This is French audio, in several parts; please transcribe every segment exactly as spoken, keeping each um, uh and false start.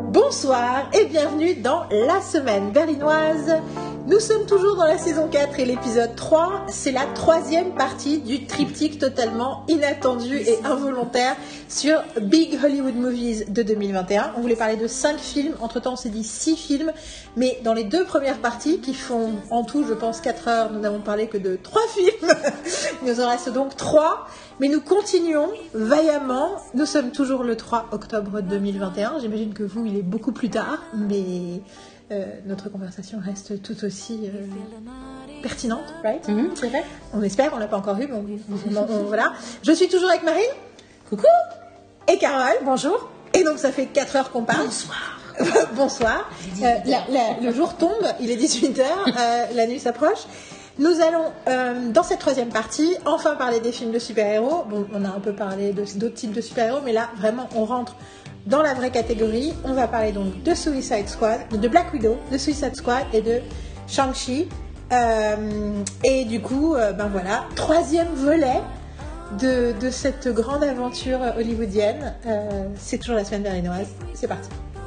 Bonsoir et bienvenue dans la semaine berlinoise. Nous sommes toujours dans la saison quatre et l'épisode trois. C'est la troisième partie du triptyque totalement inattendu et involontaire sur Big Hollywood Movies de deux mille vingt et un. On voulait parler de cinq films, entre-temps on s'est dit six films, mais dans les deux premières parties qui font en tout je pense quatre heures, nous n'avons parlé que de trois films. Il nous en reste donc trois. Mais nous continuons vaillamment. Nous sommes toujours le trois octobre deux mille vingt et un. J'imagine que vous, il est beaucoup plus tard, mais euh, notre conversation reste tout aussi euh, pertinente, right? Mm-hmm, c'est vrai. On espère, on l'a pas encore eu, mais on, on, on, voilà. Je suis toujours avec Marine. Coucou. Et Carole. Bonjour. Et donc ça fait quatre heures qu'on parle. Bonsoir. Bonsoir. Euh, la, la, le jour tombe, il est dix-huit heures, euh, la nuit s'approche. Nous allons, euh, dans cette troisième partie, enfin parler des films de super-héros. Bon, on a un peu parlé de, d'autres types de super-héros, mais là, vraiment, on rentre dans la vraie catégorie. On va parler donc de Suicide Squad, de Black Widow, de Suicide Squad et de Shang-Chi. Euh, et du coup, euh, ben voilà, troisième volet de, de cette grande aventure hollywoodienne. Euh, c'est toujours la semaine berlinoise. C'est parti.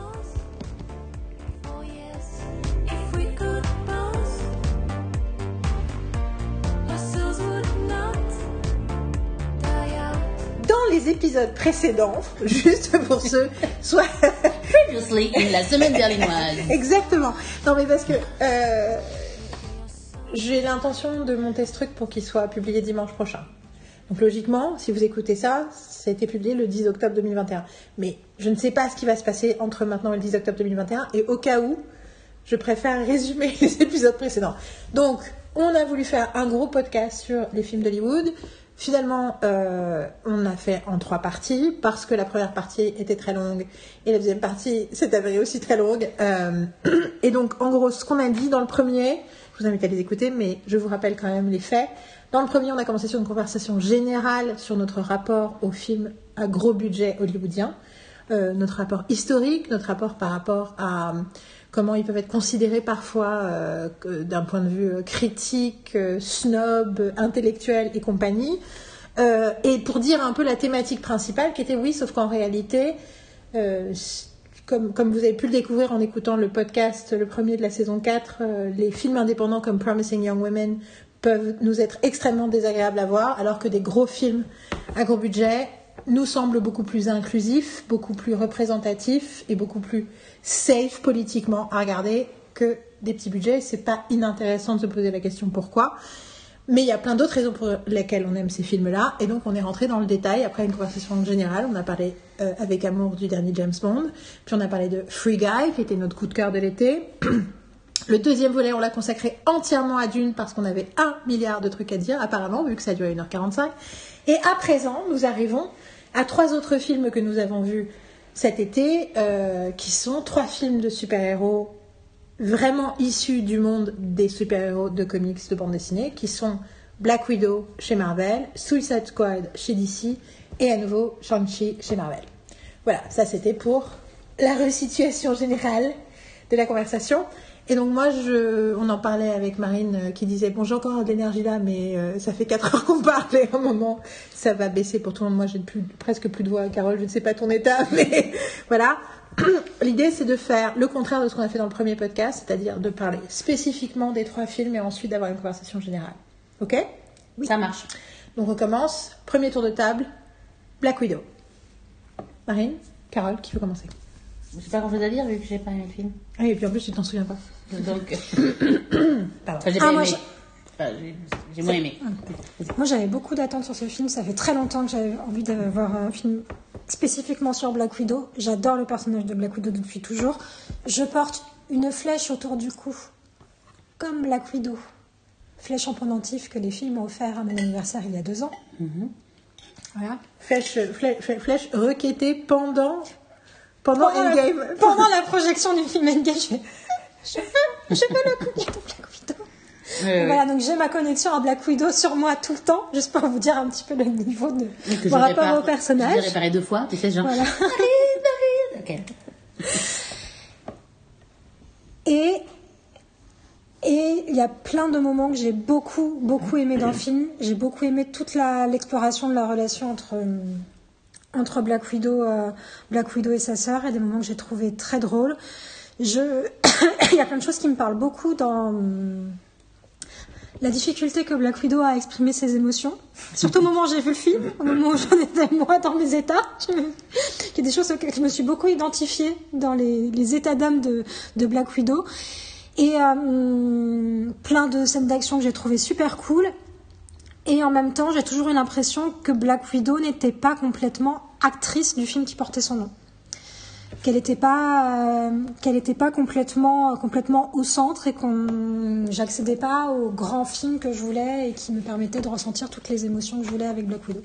Les épisodes précédents, juste pour ceux soit Previously in la semaine berlinoise. Exactement. Non mais parce que euh, j'ai l'intention de monter ce truc pour qu'il soit publié dimanche prochain. Donc logiquement, si vous écoutez ça, ça a été publié le dix octobre deux mille vingt et un. Mais je ne sais pas ce qui va se passer entre maintenant et le dix octobre deux mille vingt et un. Et au cas où, je préfère résumer les épisodes précédents. Donc, on a voulu faire un gros podcast sur les films d'Hollywood. Finalement, euh, on a fait en trois parties parce que la première partie était très longue et la deuxième partie s'est avérée aussi très longue. Euh, et donc, en gros, ce qu'on a dit dans le premier, je vous invite à les écouter, mais je vous rappelle quand même les faits. Dans le premier, on a commencé sur une conversation générale sur notre rapport aux films à gros budget hollywoodien, euh, notre rapport historique, notre rapport par rapport à comment ils peuvent être considérés parfois euh, d'un point de vue critique, euh, snob, intellectuel et compagnie. Euh, et pour dire un peu la thématique principale qui était oui, sauf qu'en réalité, euh, comme, comme vous avez pu le découvrir en écoutant le podcast, le premier de la saison quatre, euh, les films indépendants comme Promising Young Women peuvent nous être extrêmement désagréables à voir, alors que des gros films à gros budget nous semblent beaucoup plus inclusifs, beaucoup plus représentatifs et beaucoup plus safe politiquement à regarder que des petits budgets. C'est pas inintéressant de se poser la question pourquoi. Mais il y a plein d'autres raisons pour lesquelles on aime ces films-là. Et donc on est rentré dans le détail après une conversation générale. On a parlé euh, avec amour du dernier James Bond. Puis on a parlé de Free Guy, qui était notre coup de cœur de l'été. Le deuxième volet, on l'a consacré entièrement à Dune parce qu'on avait un milliard de trucs à dire, apparemment, vu que ça a duré une heure quarante-cinq. Et à présent, nous arrivons à trois autres films que nous avons vus cet été, euh, qui sont trois films de super-héros vraiment issus du monde des super-héros de comics, de bande dessinée, qui sont Black Widow chez Marvel, Suicide Squad chez D C et à nouveau Shang-Chi chez Marvel. Voilà, ça c'était pour la resituation générale de la conversation. Et donc moi, je, on en parlait avec Marine euh, qui disait « Bon, j'ai encore de l'énergie là, mais euh, ça fait quatre heures qu'on parle et à un moment, ça va baisser pour tout le monde. Moi, j'ai plus, presque plus de voix. Carole, je ne sais pas ton état, mais voilà. » L'idée, c'est de faire le contraire de ce qu'on a fait dans le premier podcast, c'est-à-dire de parler spécifiquement des trois films et ensuite d'avoir une conversation générale. Ok ? Oui. Ça marche. Donc on commence. Premier tour de table. Black Widow. Marine, Carole, qui veut commencer ? J'ai pas grand chose à dire vu que j'ai pas aimé le film. Ah, et puis en plus, tu t'en souviens pas. Donc, Pardon. enfin, j'ai pas Ah, aimé. moi, j'ai... Enfin, j'ai, j'ai moins aimé. Moi, j'avais beaucoup d'attentes sur ce film. Ça fait très longtemps que j'avais envie de voir un film spécifiquement sur Black Widow. J'adore le personnage de Black Widow depuis toujours. Je porte une flèche autour du cou, comme Black Widow. Flèche en pendentif que les filles m'ont offert à mon anniversaire il y a deux ans. Mm-hmm. Voilà. Flèche, flèche, flèche requêtée pendant... Pendant Pendant Endgame. La, pendant la projection du film Endgame, je fais... Je veux, je veux la cookie de Black Widow. Euh, voilà, donc j'ai ma connexion à Black Widow sur moi tout le temps, juste pour vous dire un petit peu le niveau de que mon je rapport répare, au personnage. Je l'ai réparé deux fois, tu sais, genre... Voilà. Arrive, arrive. Ok. Et... Et il y a plein de moments que j'ai beaucoup, beaucoup aimé dans le film. J'ai beaucoup aimé toute la, l'exploration de la relation entre... entre Black Widow, euh, Black Widow et sa sœur. Il y a des moments que j'ai trouvé très drôles. Je... Il y a plein de choses qui me parlent beaucoup dans la difficulté que Black Widow a à exprimer ses émotions. Surtout au moment où j'ai vu le film, au moment où j'en étais moi dans mes états. Il y a des choses auxquelles je me suis beaucoup identifiée dans les, les états d'âme de, de Black Widow. Et euh, plein de scènes d'action que j'ai trouvées super cool. Et en même temps, j'ai toujours eu l'impression que Black Widow n'était pas complètement actrice du film qui portait son nom. Qu'elle n'était pas, euh, qu'elle était pas complètement, complètement au centre et qu'on, j'accédais pas au grand film que je voulais et qui me permettait de ressentir toutes les émotions que je voulais avec Black Widow.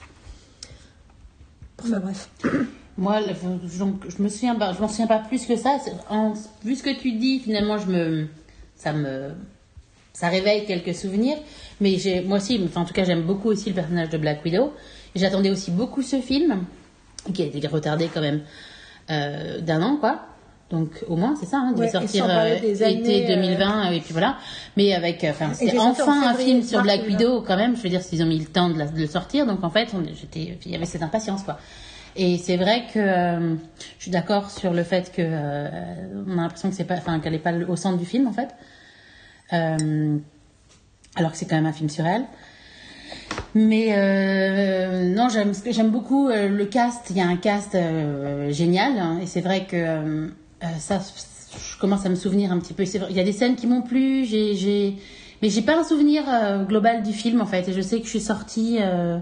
Enfin bref. Moi, le- donc, je me souviens pas, je m'en souviens pas plus que ça. C'est- En, vu ce que tu dis, finalement, je me, ça me, ça réveille quelques souvenirs. Mais j'ai, moi aussi, enfin, en tout cas, j'aime beaucoup aussi le personnage de Black Widow. Et j'attendais aussi beaucoup ce film, qui a été retardé quand même euh, d'un an, quoi. Donc au moins, c'est ça, hein, il devait Ouais, et sortir sans parler euh, des été années, deux mille vingt, euh, et puis voilà. Mais avec, enfin, Et c'était j'ai sorti en enfin un février, film sur mars Black deux mille vingt. Widow, quand même. Je veux dire, s'ils ont mis le temps de, la- de le sortir, donc en fait, on, j'étais, il y avait cette impatience, quoi. Et c'est vrai que euh, je suis d'accord sur le fait que euh, on a l'impression que c'est pas, enfin, qu'elle est pas au centre du film, en fait. Euh, alors que c'est quand même un film sur elle. Mais euh, non, j'aime, j'aime beaucoup euh, le cast. Il y a un cast euh, génial, hein, et c'est vrai que euh, euh, ça, je commence à me souvenir un petit peu. C'est vrai, il y a des scènes qui m'ont plu, j'ai, j'ai, mais j'ai pas un souvenir euh, global du film en fait. Et je sais que je suis sortie euh,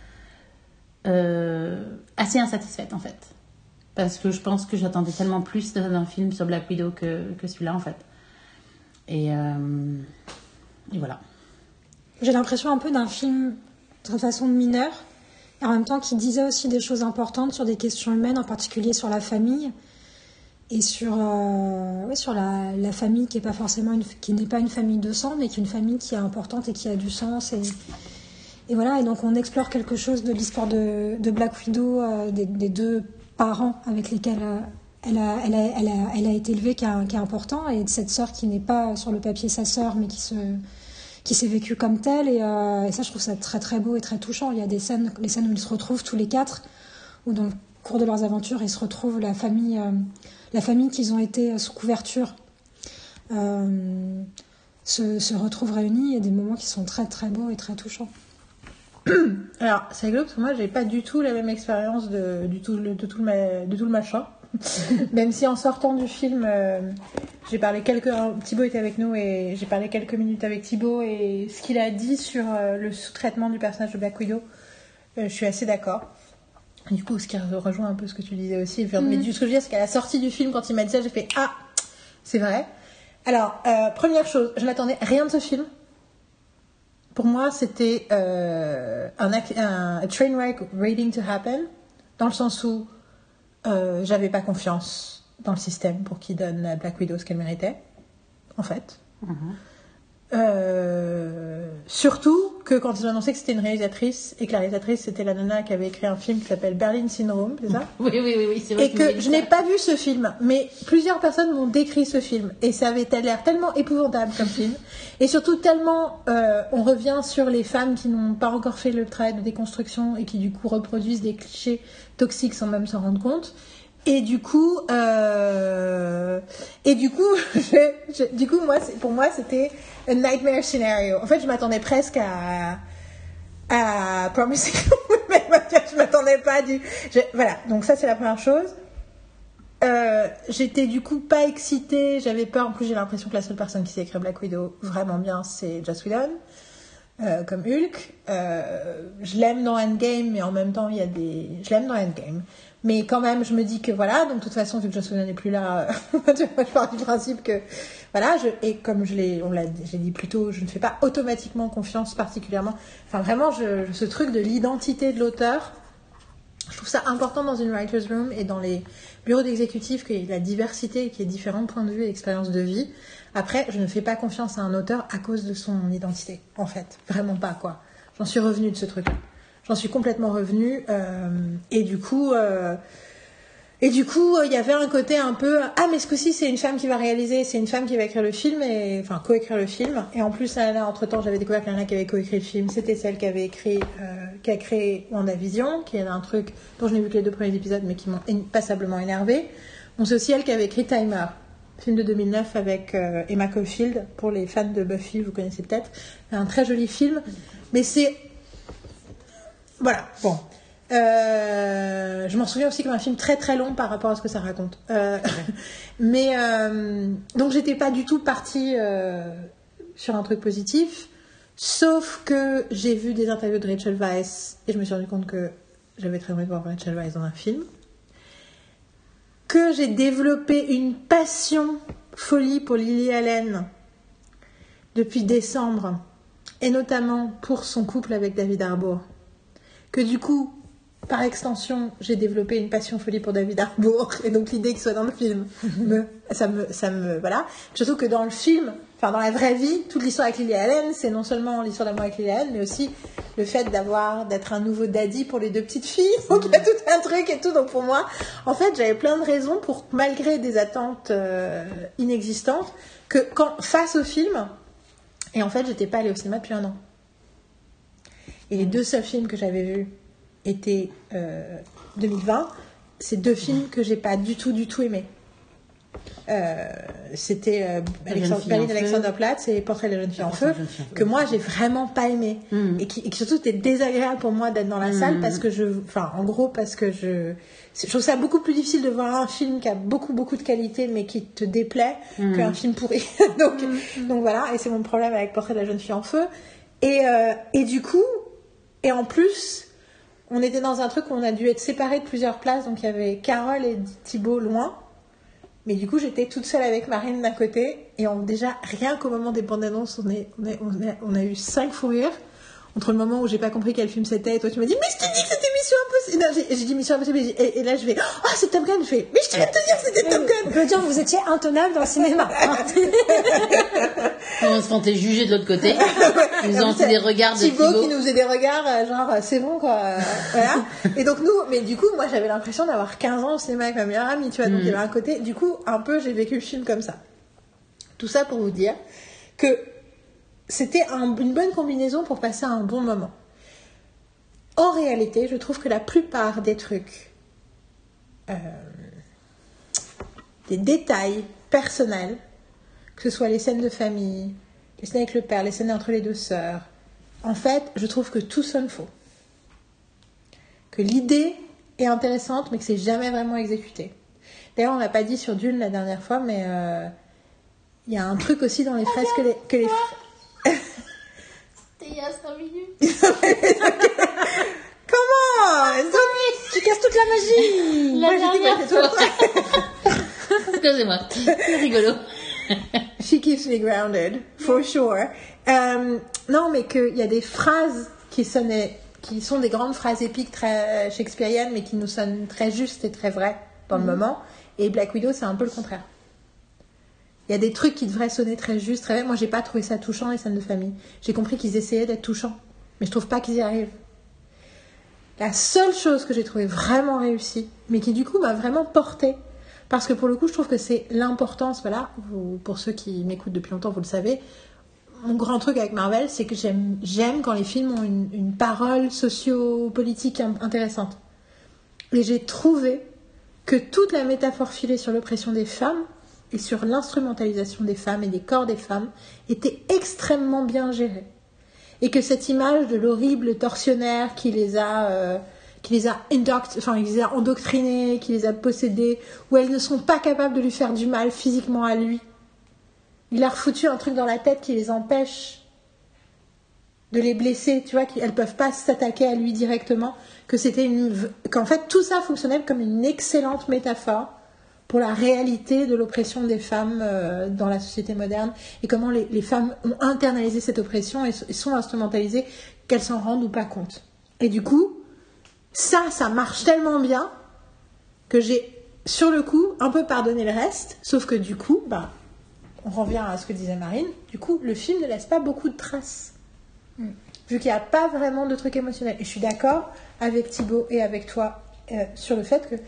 euh, assez insatisfaite en fait, parce que je pense que j'attendais tellement plus d'un film sur Black Widow que, que celui-là en fait. Et, euh, et voilà. J'ai l'impression un peu d'un film de façon mineure, et en même temps qui disait aussi des choses importantes sur des questions humaines, en particulier sur la famille et sur, euh, ouais, sur la, la famille qui est pas forcément une, qui n'est pas une famille de sang, mais qui est une famille qui est importante et qui a du sens. Et, et voilà. Et donc on explore quelque chose de l'histoire de, de Black Widow, euh, des, des deux parents avec lesquels euh, elle, a, elle, a, elle, a, elle a été élevée, qui, a, qui est important, et de cette sœur qui n'est pas sur le papier sa sœur, mais qui se qui s'est vécu comme tel, et, euh, et ça je trouve ça très très beau et très touchant. Il y a des scènes, les scènes où ils se retrouvent tous les quatre, où dans le cours de leurs aventures ils se retrouvent, la famille, euh, la famille qu'ils ont été sous couverture euh, se, se retrouve réunie. Il y a des moments qui sont très très beaux et très touchants. Alors, c'est rigolo parce que moi, j'ai pas du tout la même expérience de, du tout, le- de, tout le, ma- de tout le machin. Même si en sortant du film, euh, j'ai parlé quelques. Thibaut était avec nous et j'ai parlé quelques minutes avec Thibaut, et ce qu'il a dit sur euh, le sous-traitement du personnage de Black Widow, euh, je suis assez d'accord. Du coup, ce qui rejoint un peu ce que tu disais aussi. Mm-hmm. Mais du, ce que je veux dire, c'est qu'à la sortie du film, quand il m'a dit ça, j'ai fait ah, c'est vrai. Alors, euh, première chose, je n'attendais rien de ce film. Pour moi, c'était euh, un, un a train wreck waiting to happen, dans le sens où euh, j'avais pas confiance dans le système pour qu'il donne à Black Widow ce qu'elle méritait, en fait. Mm-hmm. Euh, surtout que quand ils ont annoncé que c'était une réalisatrice, et que la réalisatrice c'était la nana qui avait écrit un film qui s'appelle Berlin Syndrome, c'est ça? Oui, oui, oui, oui, c'est vrai. Et que, que je n'ai pas vu ce film, mais plusieurs personnes m'ont décrit ce film, et ça avait l'air tellement épouvantable comme film, et surtout tellement euh, on revient sur les femmes qui n'ont pas encore fait le travail de déconstruction et qui du coup reproduisent des clichés toxiques sans même s'en rendre compte. Et du coup, euh... et du coup, je, je, du coup, moi, c'est, pour moi, c'était un nightmare scenario. En fait, je m'attendais presque à à Promising Women. Je m'attendais pas du. Je... Voilà. Donc ça, c'est la première chose. Euh, j'étais du coup pas excitée. J'avais peur. En plus, j'ai l'impression que la seule personne qui sait écrire Black Widow vraiment bien, c'est Joss Whedon. Euh, comme Hulk. Euh, je l'aime dans Endgame, mais en même temps, il y a des. Je l'aime dans Endgame. Mais quand même, je me dis que voilà, donc de toute façon, vu que Joss Whedon n'est plus là, je pars du principe que voilà, je, et comme je l'ai, on l'a, j'ai dit plus tôt, je ne fais pas automatiquement confiance particulièrement. Enfin, vraiment, je, ce truc de l'identité de l'auteur, je trouve ça important dans une writer's room et dans les bureaux d'exécutifs, qu'il y ait la diversité, qu'il y ait différents points de vue et expériences de vie. Après, je ne fais pas confiance à un auteur à cause de son identité, en fait. Vraiment pas, quoi. J'en suis revenue de ce truc-là. J'en suis complètement revenue. Euh, et du coup, euh, Et du coup, il y avait un côté un peu ah mais ce coup-ci c'est une femme qui va réaliser, c'est une femme qui va écrire le film et enfin coécrire le film. Et en plus là, entre temps j'avais découvert qu'il y en a qui avait coécrit le film, c'était celle qui avait écrit, euh, qui a créé WandaVision, qui est un truc dont je n'ai vu que les deux premiers épisodes mais qui m'ont passablement énervée. Bon, c'est aussi elle qui avait écrit Timer, film de deux mille neuf avec euh, Emma Caulfield. Pour les fans de Buffy, vous connaissez peut-être, un très joli film, mais c'est voilà bon. Euh, je m'en souviens aussi comme un film très très long par rapport à ce que ça raconte. Euh, mais euh, donc j'étais pas du tout partie euh, sur un truc positif, sauf que j'ai vu des interviews de Rachel Weisz et je me suis rendu compte que j'avais très envie de voir Rachel Weisz dans un film, que j'ai développé une passion folie pour Lily Allen depuis décembre, et notamment pour son couple avec David Harbour, que du coup par extension, j'ai développé une passion folie pour David Harbour, et donc l'idée qu'il soit dans le film, me, ça me, ça me, voilà. Surtout que dans le film, enfin dans la vraie vie, toute l'histoire avec Lily Allen, c'est non seulement l'histoire d'amour avec Lily Allen, mais aussi le fait d'avoir, d'être un nouveau daddy pour les deux petites filles. Donc il y a tout un truc et tout. Donc pour moi, en fait, j'avais plein de raisons pour, malgré des attentes euh, inexistantes, que quand face au film, et en fait, j'étais pas allée au cinéma depuis un an. Et les deux seuls films que j'avais vus était euh, deux mille vingt, c'est deux films que j'ai pas du tout du tout aimés. Euh, c'était euh, Alexandre, Berlin Alexanderplatz et Portrait de la jeune fille en feu, que moi j'ai vraiment pas aimé, mmh. et, qui, et qui surtout était désagréable pour moi d'être dans la mmh. salle parce que je, enfin en gros parce que je, je trouve ça beaucoup plus difficile de voir un film qui a beaucoup beaucoup de qualité mais qui te déplaît mmh. qu'un film pourri. donc mmh. donc voilà, et c'est mon problème avec Portrait de la jeune fille en feu, et euh, et du coup et en plus on était dans un truc où on a dû être séparés de plusieurs places, donc il y avait Carole et Thibaut loin. Mais du coup, j'étais toute seule avec Marine d'un côté. Et on, déjà, rien qu'au moment des bandes annonces, on, est, on, est, on, est, on a eu cinq fous rires. Entre le moment où j'ai pas compris quel film c'était, et toi tu m'as dit, mais je t'ai dit que c'était Mission Impossible. Non, j'ai, j'ai dit Mission Impossible. Et, et là, je vais, oh, c'est Top Gun. Je fais, mais je viens de te dire que c'était Top Gun. On peut dire que vous étiez intenable dans le cinéma. On se sentait juger de l'autre côté. Ils nous ont fait des regards de Thibaut. Thibaut qui nous faisait des regards, genre, c'est bon, quoi. Voilà. Et donc, nous, mais du coup, moi, j'avais l'impression d'avoir quinze ans au cinéma avec ma meilleure amie, tu vois. Donc, il y avait un côté, du coup, un peu, j'ai vécu le film comme ça. Tout ça pour vous dire que c'était un, une bonne combinaison pour passer un bon moment. En réalité, je trouve que la plupart des trucs, euh, des détails personnels, que ce soit les scènes de famille, les scènes avec le père, les scènes entre les deux sœurs, en fait, je trouve que tout sonne faux. Que l'idée est intéressante, mais que c'est jamais vraiment exécuté. D'ailleurs, on l'a pas dit sur Dune la dernière fois, mais il euh, y a un truc aussi dans les fresques que les... Que les... C'était il y a cinq minutes. Comment Tu casses toute la magie. La Moi, dernière fois. Excusez-moi, c'est rigolo. She keeps me grounded, for sure. Euh, non, mais qu'il y a des phrases qui sonnaient, qui sont des grandes phrases épiques très shakespeariennes, mais qui nous sonnent très justes et très vraies dans le mm-hmm. moment. Et Black Widow, c'est un peu le contraire. Il y a des trucs qui devraient sonner très justes, très vrais. Moi, j'ai pas trouvé ça touchant, les scènes de famille. J'ai compris qu'ils essayaient d'être touchants, mais je trouve pas qu'ils y arrivent. La seule chose que j'ai trouvée vraiment réussie, mais qui du coup m'a vraiment portée, parce que pour le coup, je trouve que c'est l'importance, voilà, vous, pour ceux qui m'écoutent depuis longtemps, vous le savez, mon grand truc avec Marvel, c'est que j'aime, j'aime quand les films ont une, une parole socio-politique intéressante. Et j'ai trouvé que toute la métaphore filée sur l'oppression des femmes et sur l'instrumentalisation des femmes et des corps des femmes était extrêmement bien gérée. Et que cette image de l'horrible tortionnaire qui les a, euh, qui les a, indoct- enfin, qui les a endoctrinés, qui les a possédés, où elles ne sont pas capables de lui faire du mal physiquement à lui. Il a refoutu un truc dans la tête qui les empêche de les blesser, tu vois, qu'elles ne peuvent pas s'attaquer à lui directement, que c'était une, qu'en fait tout ça fonctionnait comme une excellente métaphore pour la réalité de l'oppression des femmes euh, dans la société moderne, et comment les, les femmes ont internalisé cette oppression et, et sont instrumentalisées, qu'elles s'en rendent ou pas compte. Et du coup, ça, ça marche tellement bien que j'ai, sur le coup, un peu pardonné le reste, sauf que du coup, bah, on revient à ce que disait Marine, du coup, le film ne laisse pas beaucoup de traces. Mm. Vu qu'il n'y a pas vraiment de trucs émotionnels. Et je suis d'accord avec Thibaut et avec toi euh, sur le fait que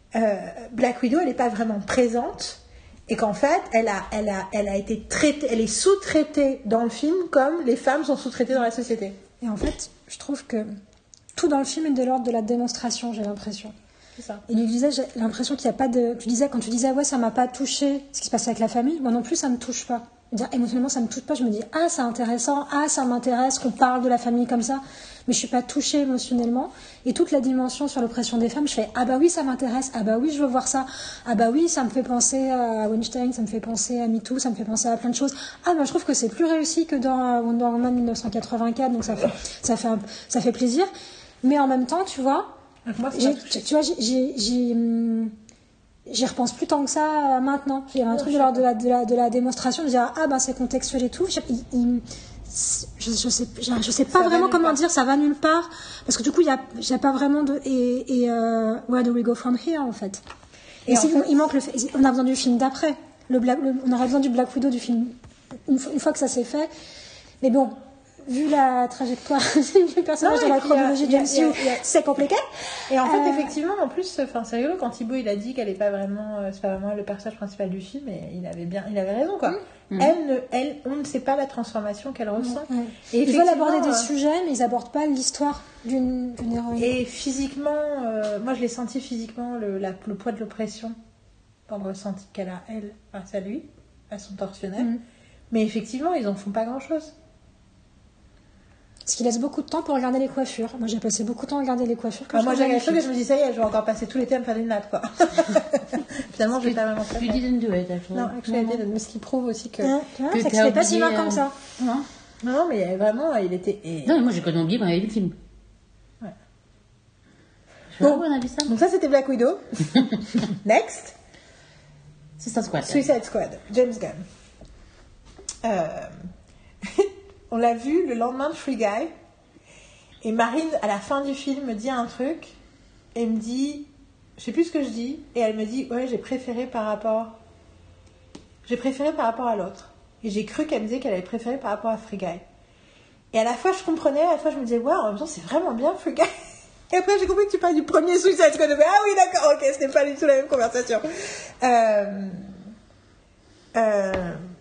euh, Black Widow, elle n'est pas vraiment présente et qu'en fait, elle a, elle a, elle a été traitée, elle est sous-traitée dans le film comme les femmes sont sous-traitées dans la société. Et en fait, je trouve que tout dans le film est de l'ordre de la démonstration, j'ai l'impression. C'est ça. Et tu disais, j'ai l'impression qu'il n'y a pas de... Tu disais, quand tu disais, ouais, ça m'a pas touché ce qui se passait avec la famille, moi non plus, ça me touche pas. Dire, émotionnellement, ça me touche pas. Je me dis, ah, c'est intéressant, ah, ça m'intéresse qu'on parle de la famille comme ça. Mais je suis pas touchée émotionnellement. Et toute la dimension sur l'oppression des femmes, je fais, ah bah oui, ça m'intéresse, ah bah oui, je veux voir ça. Ah bah oui, ça me fait penser à Weinstein, ça me fait penser à MeToo, ça me fait penser à plein de choses. Ah bah je trouve que c'est plus réussi que dans Wonder Woman dix-neuf cent quatre-vingt-quatre, donc ça fait, ça fait, un, ça fait plaisir. Mais en même temps, tu vois, Moi, j'ai, tu, tu vois, j'ai, j'ai, j'ai, hum, j'y repense plus tant que ça euh, maintenant. Il y a un non, truc de l'ordre de la, de, la, de la démonstration, de dire, ah ben c'est contextuel et tout. Je, il, il, je, je sais, je, je sais pas ça vraiment comment part. dire, ça va nulle part. Parce que du coup, il y a, il y a pas vraiment de. Et, et euh, where do we go from here, en fait? Et, et si, fait, il manque le. On a besoin du film d'après. Le Black, le, on aurait besoin du Black Widow du film. Une, une fois que ça s'est fait. Mais bon. Vu la trajectoire du personnage de la chronologie du M C U, c'est compliqué. Et en fait, euh... effectivement, en plus, enfin, c'est rigolo quand Thibaut il a dit qu'elle est pas vraiment, euh, c'est pas vraiment le personnage principal du film, et il avait bien, il avait raison quoi. Mmh. Elle, ne, elle, on ne sait pas la transformation qu'elle ressent. Mmh. Et ils veulent aborder des euh... sujets, mais ils abordent pas l'histoire d'une, d'une héroïne. Et physiquement, euh, moi je l'ai senti physiquement le, la, le poids de l'oppression dans le ressenti qu'elle a elle face à lui, à son tortionnaire. Mmh. Mais effectivement, ils en font pas grand chose. Ce qui laisse beaucoup de temps pour regarder les coiffures. Moi, j'ai passé beaucoup de temps à regarder les coiffures. Ah, moi, j'ai regardé et je me dis, ça y est, je vais encore passer tous les temps à me faire des nattes, quoi. Finalement, je vais pas vraiment faire. You didn't do it, actually. Non, actually, I didn't. Mais ce qui prouve aussi que. Ah, tu vois, que c'était pas si mal comme ça. Non. Non, mais vraiment, il était. Et... Non, mais moi, j'ai connu oublié qu'on avait vu le film. Ouais. Je bon, on a vu ça. Donc, ça, c'était Black Widow. Next. Suicide Squad. Suicide Squad. James Gunn. Euh. On l'a vu le lendemain de Free Guy. Et Marine, à la fin du film, me dit un truc. Et me dit... Je sais plus ce que je dis. Et elle me dit, ouais, j'ai préféré par rapport... J'ai préféré par rapport à l'autre. Et j'ai cru qu'elle me disait qu'elle avait préféré par rapport à Free Guy. Et à la fois, je comprenais. À la fois, je me disais, ouais, en même temps, c'est vraiment bien Free Guy. Et après, j'ai compris que tu parles du premier Suicide Squad. Ah oui, d'accord, ok, ce n'est pas du tout la même conversation. Euh... Euh...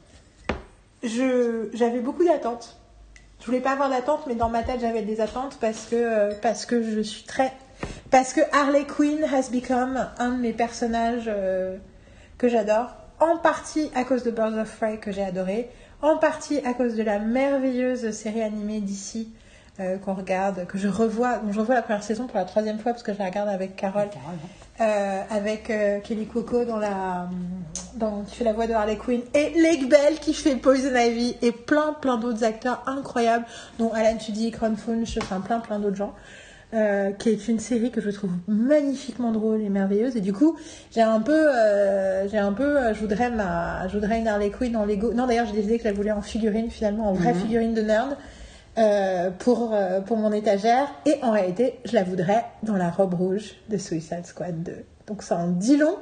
Je... J'avais beaucoup d'attentes. Je voulais pas avoir d'attentes, mais dans ma tête, j'avais des attentes parce que, euh, parce que je suis très... Parce que Harley Quinn has become un de mes personnages euh, que j'adore. En partie à cause de Birds of Prey, que j'ai adoré. En partie à cause de la merveilleuse série animée D C euh, qu'on regarde, que je revois, dont je revois la première saison pour la troisième fois parce que je la regarde avec Carole. Carole hein. Euh, avec euh, Kelly Coco dans la, dans, qui fait la voix de Harley Quinn, et Lake Bell qui fait Poison Ivy, et plein plein d'autres acteurs incroyables, dont Alan Tudyk, Ron Funch, enfin plein plein d'autres gens, euh, qui est une série que je trouve magnifiquement drôle et merveilleuse. Et du coup, j'ai un peu, euh, j'ai un peu, euh, je voudrais ma, je voudrais une Harley Quinn en Lego. Non, d'ailleurs, j'ai décidé que je la voulais en figurine finalement, en vraie mm-hmm. figurine de nerd. Euh, pour, euh, pour mon étagère, et en réalité je la voudrais dans la robe rouge de Suicide Squad deux. Donc ça en dit long.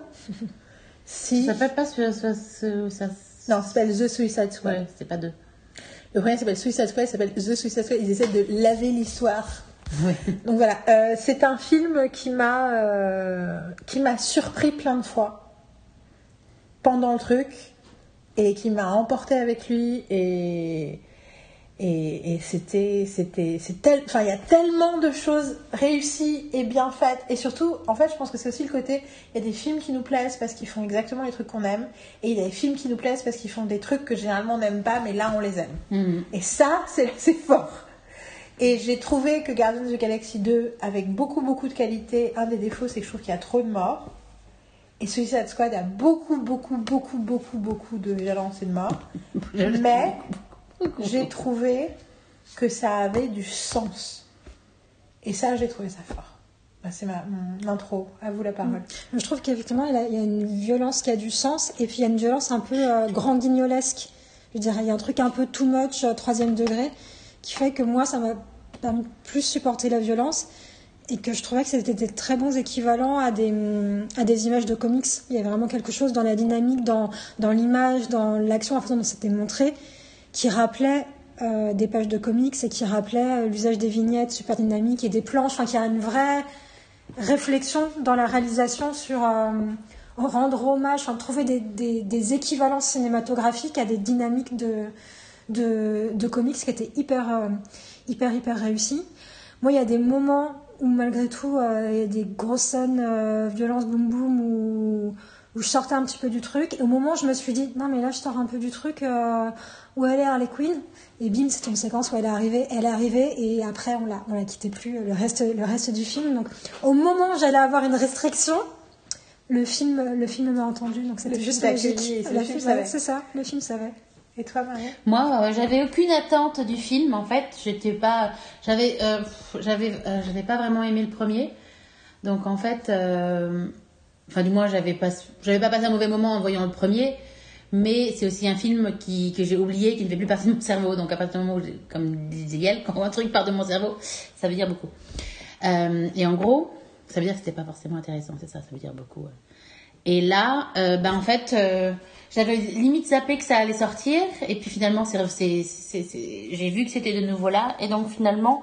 Si... Ça s'appelle pas ce, ce, ce, ça... Non, ça s'appelle The Suicide Squad. Ouais, c'est pas deux. Le premier s'appelle Suicide Squad, il s'appelle The Suicide Squad. Ils essaient de laver l'histoire. Oui. Donc voilà, euh, c'est un film qui m'a euh, qui m'a surpris plein de fois pendant le truc, et qui m'a emporté avec lui, et Et, et c'était, c'était, c'est tel, enfin, il y a tellement de choses réussies et bien faites. Et surtout, en fait, je pense que c'est aussi le côté, il y a des films qui nous plaisent parce qu'ils font exactement les trucs qu'on aime. Et il y a des films qui nous plaisent parce qu'ils font des trucs que généralement on n'aime pas, mais là, on les aime. Mm-hmm. Et ça, c'est, c'est fort. Et j'ai trouvé que Guardians of the Galaxy deux, avec beaucoup, beaucoup de qualité, un des défauts, c'est que je trouve qu'il y a trop de morts. Et Suicide Squad a beaucoup, beaucoup, beaucoup, beaucoup, beaucoup de violence et de morts. Mais... j'ai trouvé que ça avait du sens. Et ça, j'ai trouvé ça fort. Bah, c'est ma, mon intro. À vous la parole. Je trouve qu'effectivement, il y a une violence qui a du sens. Et puis, il y a une violence un peu euh, grand guignolesque. Je dirais, il y a un truc un peu too much, euh, troisième degré, qui fait que moi, ça m'a permis de plus supporter la violence. Et que je trouvais que c'était des très bons équivalents à des, à des images de comics. Il y avait vraiment quelque chose dans la dynamique, dans, dans l'image, dans l'action, la façon dont c'était montré, qui rappelait euh, des pages de comics et qui rappelait euh, l'usage des vignettes super dynamiques et des planches, enfin qui a une vraie, réflexion dans la réalisation sur euh, rendre hommage, enfin, trouver des, des, des équivalences cinématographiques à des dynamiques de, de, de comics qui étaient hyper, euh, hyper, hyper réussies. Moi, il y a des moments où, malgré tout, euh, il y a des grosses scènes, euh, violence, boum boum, où, où je sortais un petit peu du truc. Et au moment où je me suis dit, non, mais là, je sors un peu du truc, euh, où elle est Harley Quinn. Et bim, c'est une séquence où elle est arrivée, elle est arrivée, et après, on l'a, on la quittait plus le reste, le reste du film. Donc, au moment où j'allais avoir une restriction, le film, le film m'a entendu. Donc, c'était Le juste film logique. t'accueillit et Le le film, film savait. ouais, c'est ça, le film savait. Et toi, Marie? Moi, euh, j'avais aucune attente du film. En fait, j'étais pas, j'avais, euh, pff, j'avais, euh, j'avais pas vraiment aimé le premier. Donc, en fait, euh, enfin, du moins, j'avais pas, j'avais pas passé un mauvais moment en voyant le premier. Mais c'est aussi un film qui, que j'ai oublié, qui ne fait plus partie de mon cerveau. Donc, à partir du moment où, j'ai- comme disait Yael, quand un truc part de mon cerveau, ça veut dire beaucoup. Euh, et en gros, ça veut dire que c'était pas forcément intéressant. C'est ça, ça veut dire beaucoup. Ouais. Et là, euh, ben en fait, euh, j'avais limite zappé que ça allait sortir. Et puis finalement, c'est, c'est, c'est, c'est, j'ai vu que c'était de nouveau là. Et donc finalement,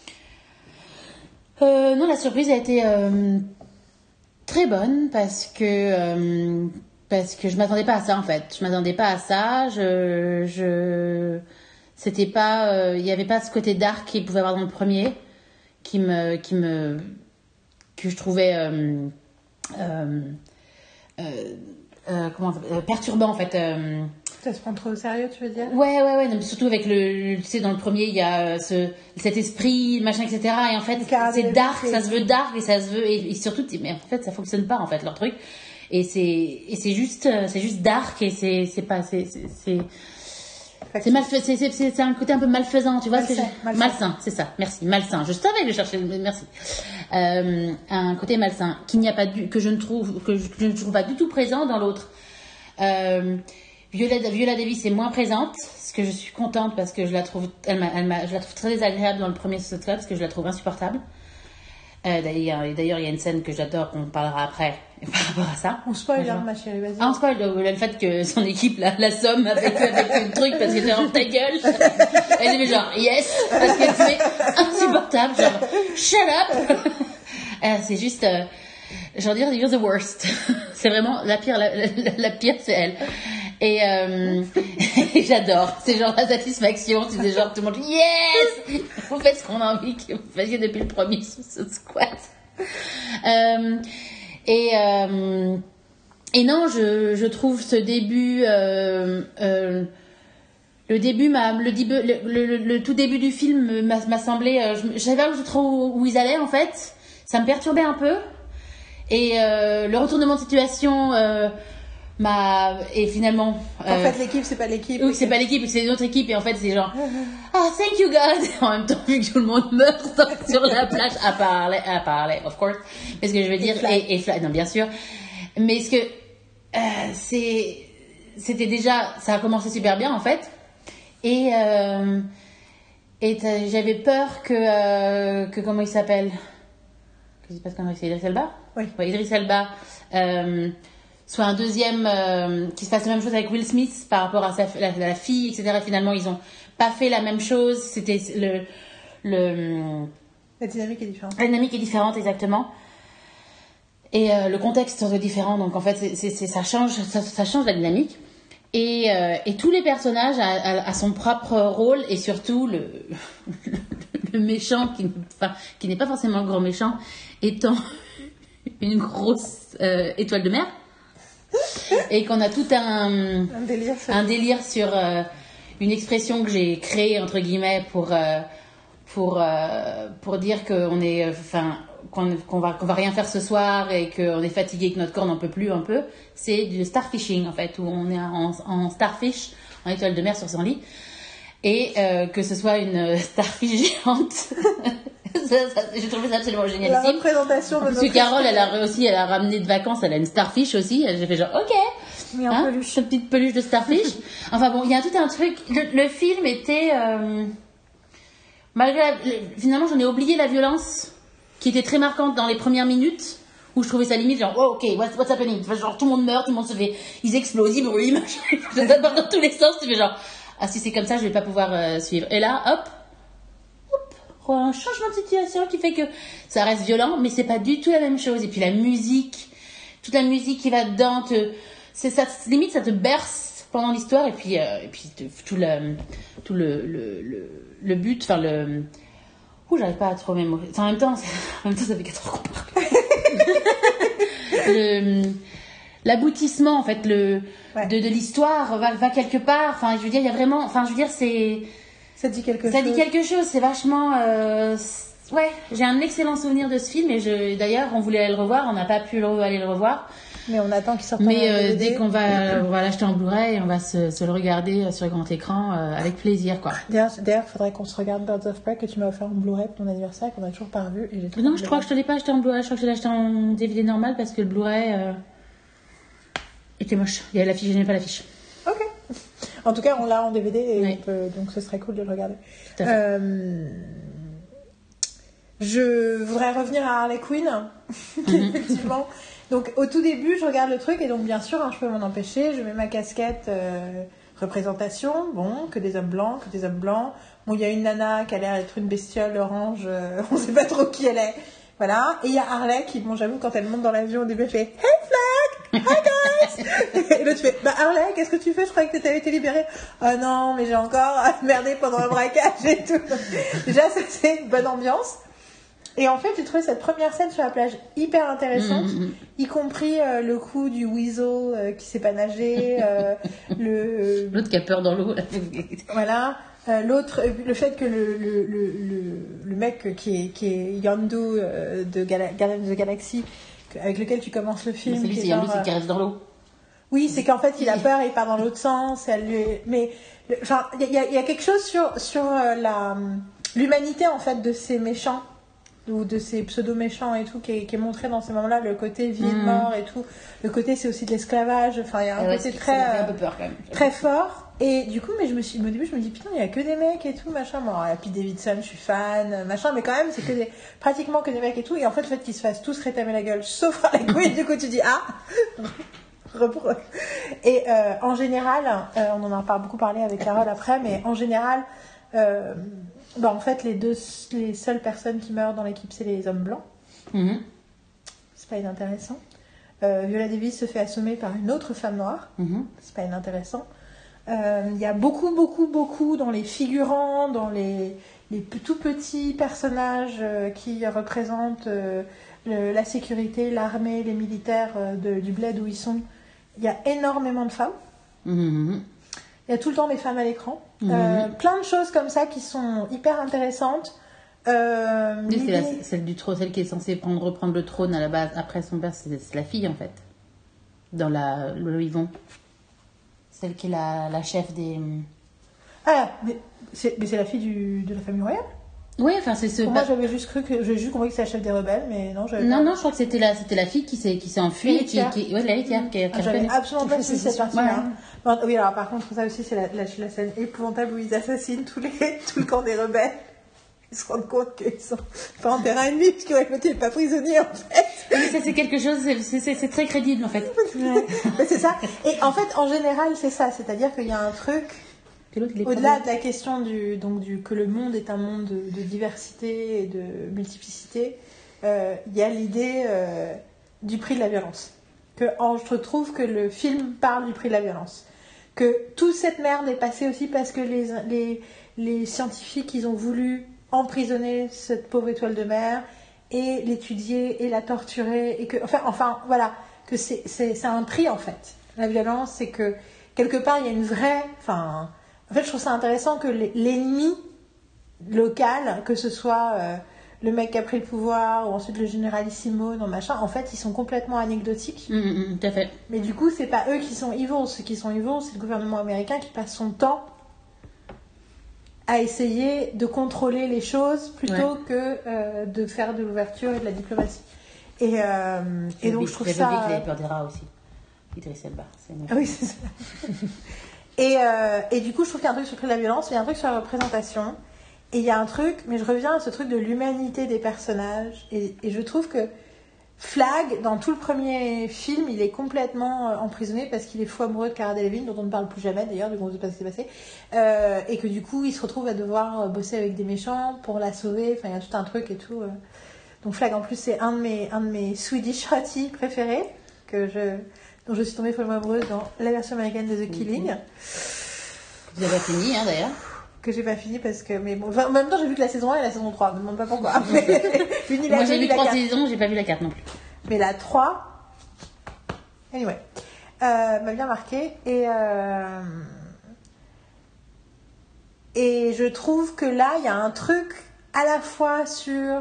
euh, non, la surprise a été euh, très bonne parce que euh, parce que je m'attendais pas à ça en fait. Je m'attendais pas à ça. Je je c'était pas, euh, il y avait pas ce côté dark qu'il pouvait avoir dans le premier, qui me qui me que je trouvais euh, euh, euh, euh, comment euh, perturbant en fait. Euh, Ça se prend trop au sérieux, tu veux dire? Ouais, ouais, ouais, non, mais surtout avec le, tu sais, dans le premier, il y a euh, ce, cet esprit, machin, et cetera. Et en fait, c'est dark, ça se veut dark, et ça se veut, et, et surtout, mais en fait, ça fonctionne pas, en fait, leur truc. Et c'est, et c'est juste, euh, c'est juste dark, et c'est, c'est pas, c'est, c'est, c'est, c'est mal fait, c'est, c'est, c'est, c'est un côté un peu malfaisant, tu vois, Malsain, ce que je- malsain. malsain, c'est ça, merci, malsain. Je savais que je cherchais, merci. Euh, un côté malsain, qu'il n'y a pas du, que je ne trouve, que je, que je ne trouve pas du tout présent dans l'autre. Euh, Viola, Viola Davis est moins présente, ce que je suis contente parce que je la trouve, elle m'a, elle m'a, je la trouve très désagréable dans le premier Suicide Squad parce que je la trouve insupportable. Euh, d'ailleurs, d'ailleurs, il y a une scène que j'adore, qu'on parlera après par rapport à ça. On spoil, Genre. hein, ma chérie, vas-y. Ah, on spoil le, le fait que son équipe la, la somme avec, avec le truc parce qu'elle fait genre ta gueule. Elle dit genre yes parce qu'elle fait insupportable, genre shut up. Euh, c'est juste, euh, genre dire you're the worst. C'est vraiment la pire, la, la, la pire c'est elle. Et, euh, et j'adore. C'est genre la satisfaction. C'est genre tout le monde yes. Vous faites ce qu'on a envie que vous fassiez depuis le premier Suicide Squad. Euh, et euh, et non, je je trouve ce début. Euh, euh, le début m'a le, début, le, le, le, le tout début du film m'a, m'a semblé. Euh, je, je savais pas trop où ils allaient en fait. Ça me perturbait un peu. Et euh, le retournement de situation. Euh, Ma... et finalement En euh... fait, l'équipe, c'est pas l'équipe. oui, c'est pas l'équipe, c'est une autre équipe, et en fait, c'est genre ah, thank you God. En même temps, vu que tout le monde meurt sur la plage, à part, à part, of course. Mais ce que je veux dire, et, Fly. et, et Fly, non, bien sûr. Mais ce que euh, c'est, c'était déjà, ça a commencé super bien en fait, et euh, et j'avais peur que euh, que comment il s'appelle, que je sais pas comment c'est, Idris Elba. Oui. Ouais, Idris Elba. Euh, soit un deuxième euh, qui se fasse la même chose avec Will Smith par rapport à sa, la, la fille, et cetera. Finalement, ils ont pas fait la même chose. C'était le, le la dynamique est différente. La dynamique est différente, exactement. Et euh, le contexte est différent. Donc en fait, c'est, c'est, c'est, ça change, ça, ça change la dynamique. Et, euh, et tous les personnages à, à, à son propre rôle, et surtout le, le, le méchant qui, enfin, qui n'est pas forcément le grand méchant, étant une grosse euh, étoile de mer. Et qu'on a tout un, un délire, un délire sur euh, une expression que j'ai créée entre guillemets pour euh, pour euh, pour dire qu'on est enfin qu'on, qu'on va qu'on va rien faire ce soir et qu'on est fatigué, que notre corps n'en peut plus un peu. C'est du starfishing en fait, où on est en, en starfish, en étoile de mer sur son lit, et euh, que ce soit une starfish géante. Ça, ça, j'ai trouvé ça absolument génial. La représentation de Parce notre que Carole, elle a aussi, elle a ramené de vacances, elle a une starfish aussi. J'ai fait genre, ok. Oui, en hein, peluche. cette petite peluche de starfish. Enfin bon, il y a tout un truc. Le, le film était, euh, malgré la, le, finalement, j'en ai oublié la violence qui était très marquante dans les premières minutes, où je trouvais ça limite genre, oh, ok, what's, what's happening? Genre tout le monde meurt, tout le monde se fait, ils explosent, ils brûlent, machin. Ça part dans tous les sens. Tu fais genre, ah si c'est comme ça, je vais pas pouvoir euh, suivre. Et là, hop. un changement de situation qui fait que ça reste violent, mais c'est pas du tout la même chose. Et puis la musique, toute la musique qui va dedans, te, c'est ça, limite ça te berce pendant l'histoire. Et puis, euh, et puis te, tout le, tout le, le, le, le but, enfin le, ouh, j'arrive pas à trop mémoriser. Enfin, en même temps, en même temps, ça fait quatre heures qu'on parle. le, l'aboutissement en fait, le, ouais. de, de l'histoire va, va quelque part. Enfin, je veux dire, il y a vraiment, enfin, je veux dire, c'est Ça dit quelque ça chose. dit quelque chose, c'est vachement... Euh, c'est... Ouais, j'ai un excellent souvenir de ce film et je... d'ailleurs, on voulait aller le revoir, on n'a pas pu le... aller le revoir. Mais on attend qu'il sorte. Mais euh, dès qu'on va, on va l'acheter en Blu-ray, on va se, se le regarder sur grand écran euh, avec plaisir, quoi. D'ailleurs, d'ailleurs, il faudrait qu'on se regarde Birds of Prey que tu m'as offert en Blu-ray pour ton anniversaire, qu'on a toujours pas revu. Et j'ai non, je crois que je te l'ai pas acheté en Blu-ray, je crois que je l'ai acheté en D V D normal parce que le Blu-ray euh, était moche. Il y avait l'affiche, je n'ai pas l'affiche. Ok. En tout cas, on l'a en D V D, et oui. on peut, donc ce serait cool de le regarder. Tout à fait. Euh, je voudrais revenir à Harley Quinn, mm-hmm. effectivement. Donc, au tout début, je regarde le truc, et donc, bien sûr, hein, je peux m'en empêcher. Je mets ma casquette euh, représentation. Bon, que des hommes blancs, que des hommes blancs. Bon, il y a une nana qui a l'air d'être une bestiole orange. Euh, on sait pas trop qui elle est. Voilà. Et il y a Harley qui, bon, j'avoue, quand elle monte dans l'avion, au début, elle fait « Hey, Flag! Hi, guys! » Et là, tu fais « Bah, Harley, qu'est-ce que tu fais? Je croyais que tu avais été libérée. »« Oh non, mais j'ai encore merdé pendant un braquage et tout. » Déjà, ça, c'est une bonne ambiance. Et en fait, j'ai trouvé cette première scène sur la plage hyper intéressante, mmh. y compris euh, le coup du weasel euh, qui sait pas nager, euh, le... L'autre qui a peur dans l'eau. Voilà. Euh, l'autre, le fait que le, le, le, le, le mec qui est, qui est Yondu euh, de Gala- Guardians of the Galaxy, avec lequel tu commences le film... Mais c'est lui, qui c'est est Yondu, genre, c'est qui reste dans l'eau. Oui, c'est qu'en fait, il a peur et il part dans l'autre sens. Elle lui... Mais, enfin, il y, y, y a quelque chose sur, sur euh, la, l'humanité, en fait, de ces méchants, ou de ces pseudo-méchants et tout, qui est, qui est montré dans ces moments-là, le côté vie et mmh. mort et tout. Le côté, c'est aussi de l'esclavage. Enfin, il y a un ouais, côté c'est, très, ça m'a fait un peu peur, quand même. très fort. Et du coup, mais je me suis, au début, je me dis, putain, il y a que des mecs et tout, machin. Bon, et puis Davidson, je suis fan, machin, mais quand même, c'est que des, pratiquement que des mecs et tout. Et en fait, le fait qu'ils se fassent tous rétamer la gueule, sauf Harley Quinn, du coup, tu dis, ah! Et euh, en général, euh, on en a pas beaucoup parlé avec Carole après, mais en général, euh, bah, en fait, les deux, les seules personnes qui meurent dans l'équipe, c'est les hommes blancs. Mm-hmm. C'est pas inintéressant. Euh, Viola Davis se fait assommer par une autre femme noire. Mm-hmm. C'est pas inintéressant. Il euh, y a beaucoup, beaucoup, beaucoup dans les figurants, dans les, les tout petits personnages euh, qui représentent euh, le, la sécurité, l'armée, les militaires euh, de, du bled où ils sont. Il y a énormément de femmes. Mm-hmm. Il y a tout le temps des femmes à l'écran. Mm-hmm. Euh, plein de choses comme ça qui sont hyper intéressantes. Euh, oui, c'est la, celle du trône, celle qui est censée prendre, reprendre le trône à la base après son père, c'est, c'est la fille en fait. Dans la, le Yvon. Celle qui est la, la chef des. Ah, mais c'est, mais c'est la fille du, de la famille royale? Oui, enfin c'est ce. Pour moi, j'avais juste cru que j'ai juste compris que c'est la chef des rebelles, mais non, j'avais. Non, pas... non, je crois que c'était la, c'était la fille qui s'est, qui s'est enfuie, qui, qui, ouais, l'héritière, qui, qui ah, j'avais absolument pas vu cette partie-là. Ouais. Oui, alors par contre, ça aussi, c'est la, la, la scène épouvantable où ils assassinent tous les, tout le camp des rebelles. Ils se rendent compte qu'ils sont pas en terrain ennemi, parce qu'ils n'étaient pas prisonniers, en fait. Oui, ça, c'est quelque chose, c'est, c'est, c'est très crédible, en fait. Ouais. Mais c'est ça. Et en fait, en général, c'est ça. C'est-à-dire qu'il y a un truc, au-delà de la question du, donc du, que le monde est un monde de, de diversité et de multiplicité, euh, il y a l'idée euh, du prix de la violence. Que, en, je trouve que le film parle du prix de la violence. Que toute cette merde est passée aussi parce que les, les, les scientifiques, ils ont voulu emprisonner cette pauvre étoile de mer et l'étudier et la torturer et que enfin enfin voilà que c'est c'est c'est un prix en fait. La violence, c'est que quelque part il y a une vraie enfin en fait je trouve ça intéressant que l'ennemi local, que ce soit euh, le mec qui a pris le pouvoir ou ensuite le généralissimo non machin, en fait ils sont complètement anecdotiques. Mmh, mmh, tout à fait. Mais du coup c'est pas eux qui sont evil, ceux qui sont evil c'est le gouvernement américain qui passe son temps à essayer de contrôler les choses plutôt ouais. que euh, de faire de l'ouverture et de la diplomatie. Et, euh, et donc je trouve ça... Il avait peur des rats aussi. Idriss Elba. C'est ah oui, c'est ça. et, euh, et du coup, je trouve qu'il y a un truc sur le prix de la violence, il y a un truc sur la représentation, et il y a un truc, mais je reviens à ce truc de l'humanité des personnages, et, et je trouve que Flag, dans tout le premier film, il est complètement euh, emprisonné parce qu'il est fou amoureux de Cara Delevingne, dont on ne parle plus jamais d'ailleurs, du coup on ne sait pas ce qui s'est passé, euh, et que du coup il se retrouve à devoir bosser avec des méchants pour la sauver, enfin il y a tout un truc et tout. Euh. Donc Flag en plus c'est un de mes, un de mes Swedish Hottie préférés, que je, dont je suis tombée follement amoureuse dans la version américaine de The Killing. Mm-hmm. Vous avez fini hein, d'ailleurs. Que j'ai pas fini parce que mais bon, enfin, en même temps j'ai vu que la saison un et la saison trois, je me demande pas pourquoi. Mais, moi j'ai vu trois saisons, j'ai pas vu la quatre non plus. Mais la trois, anyway, euh, m'a bien marqué et euh, et je trouve que là il y a un truc à la fois sur,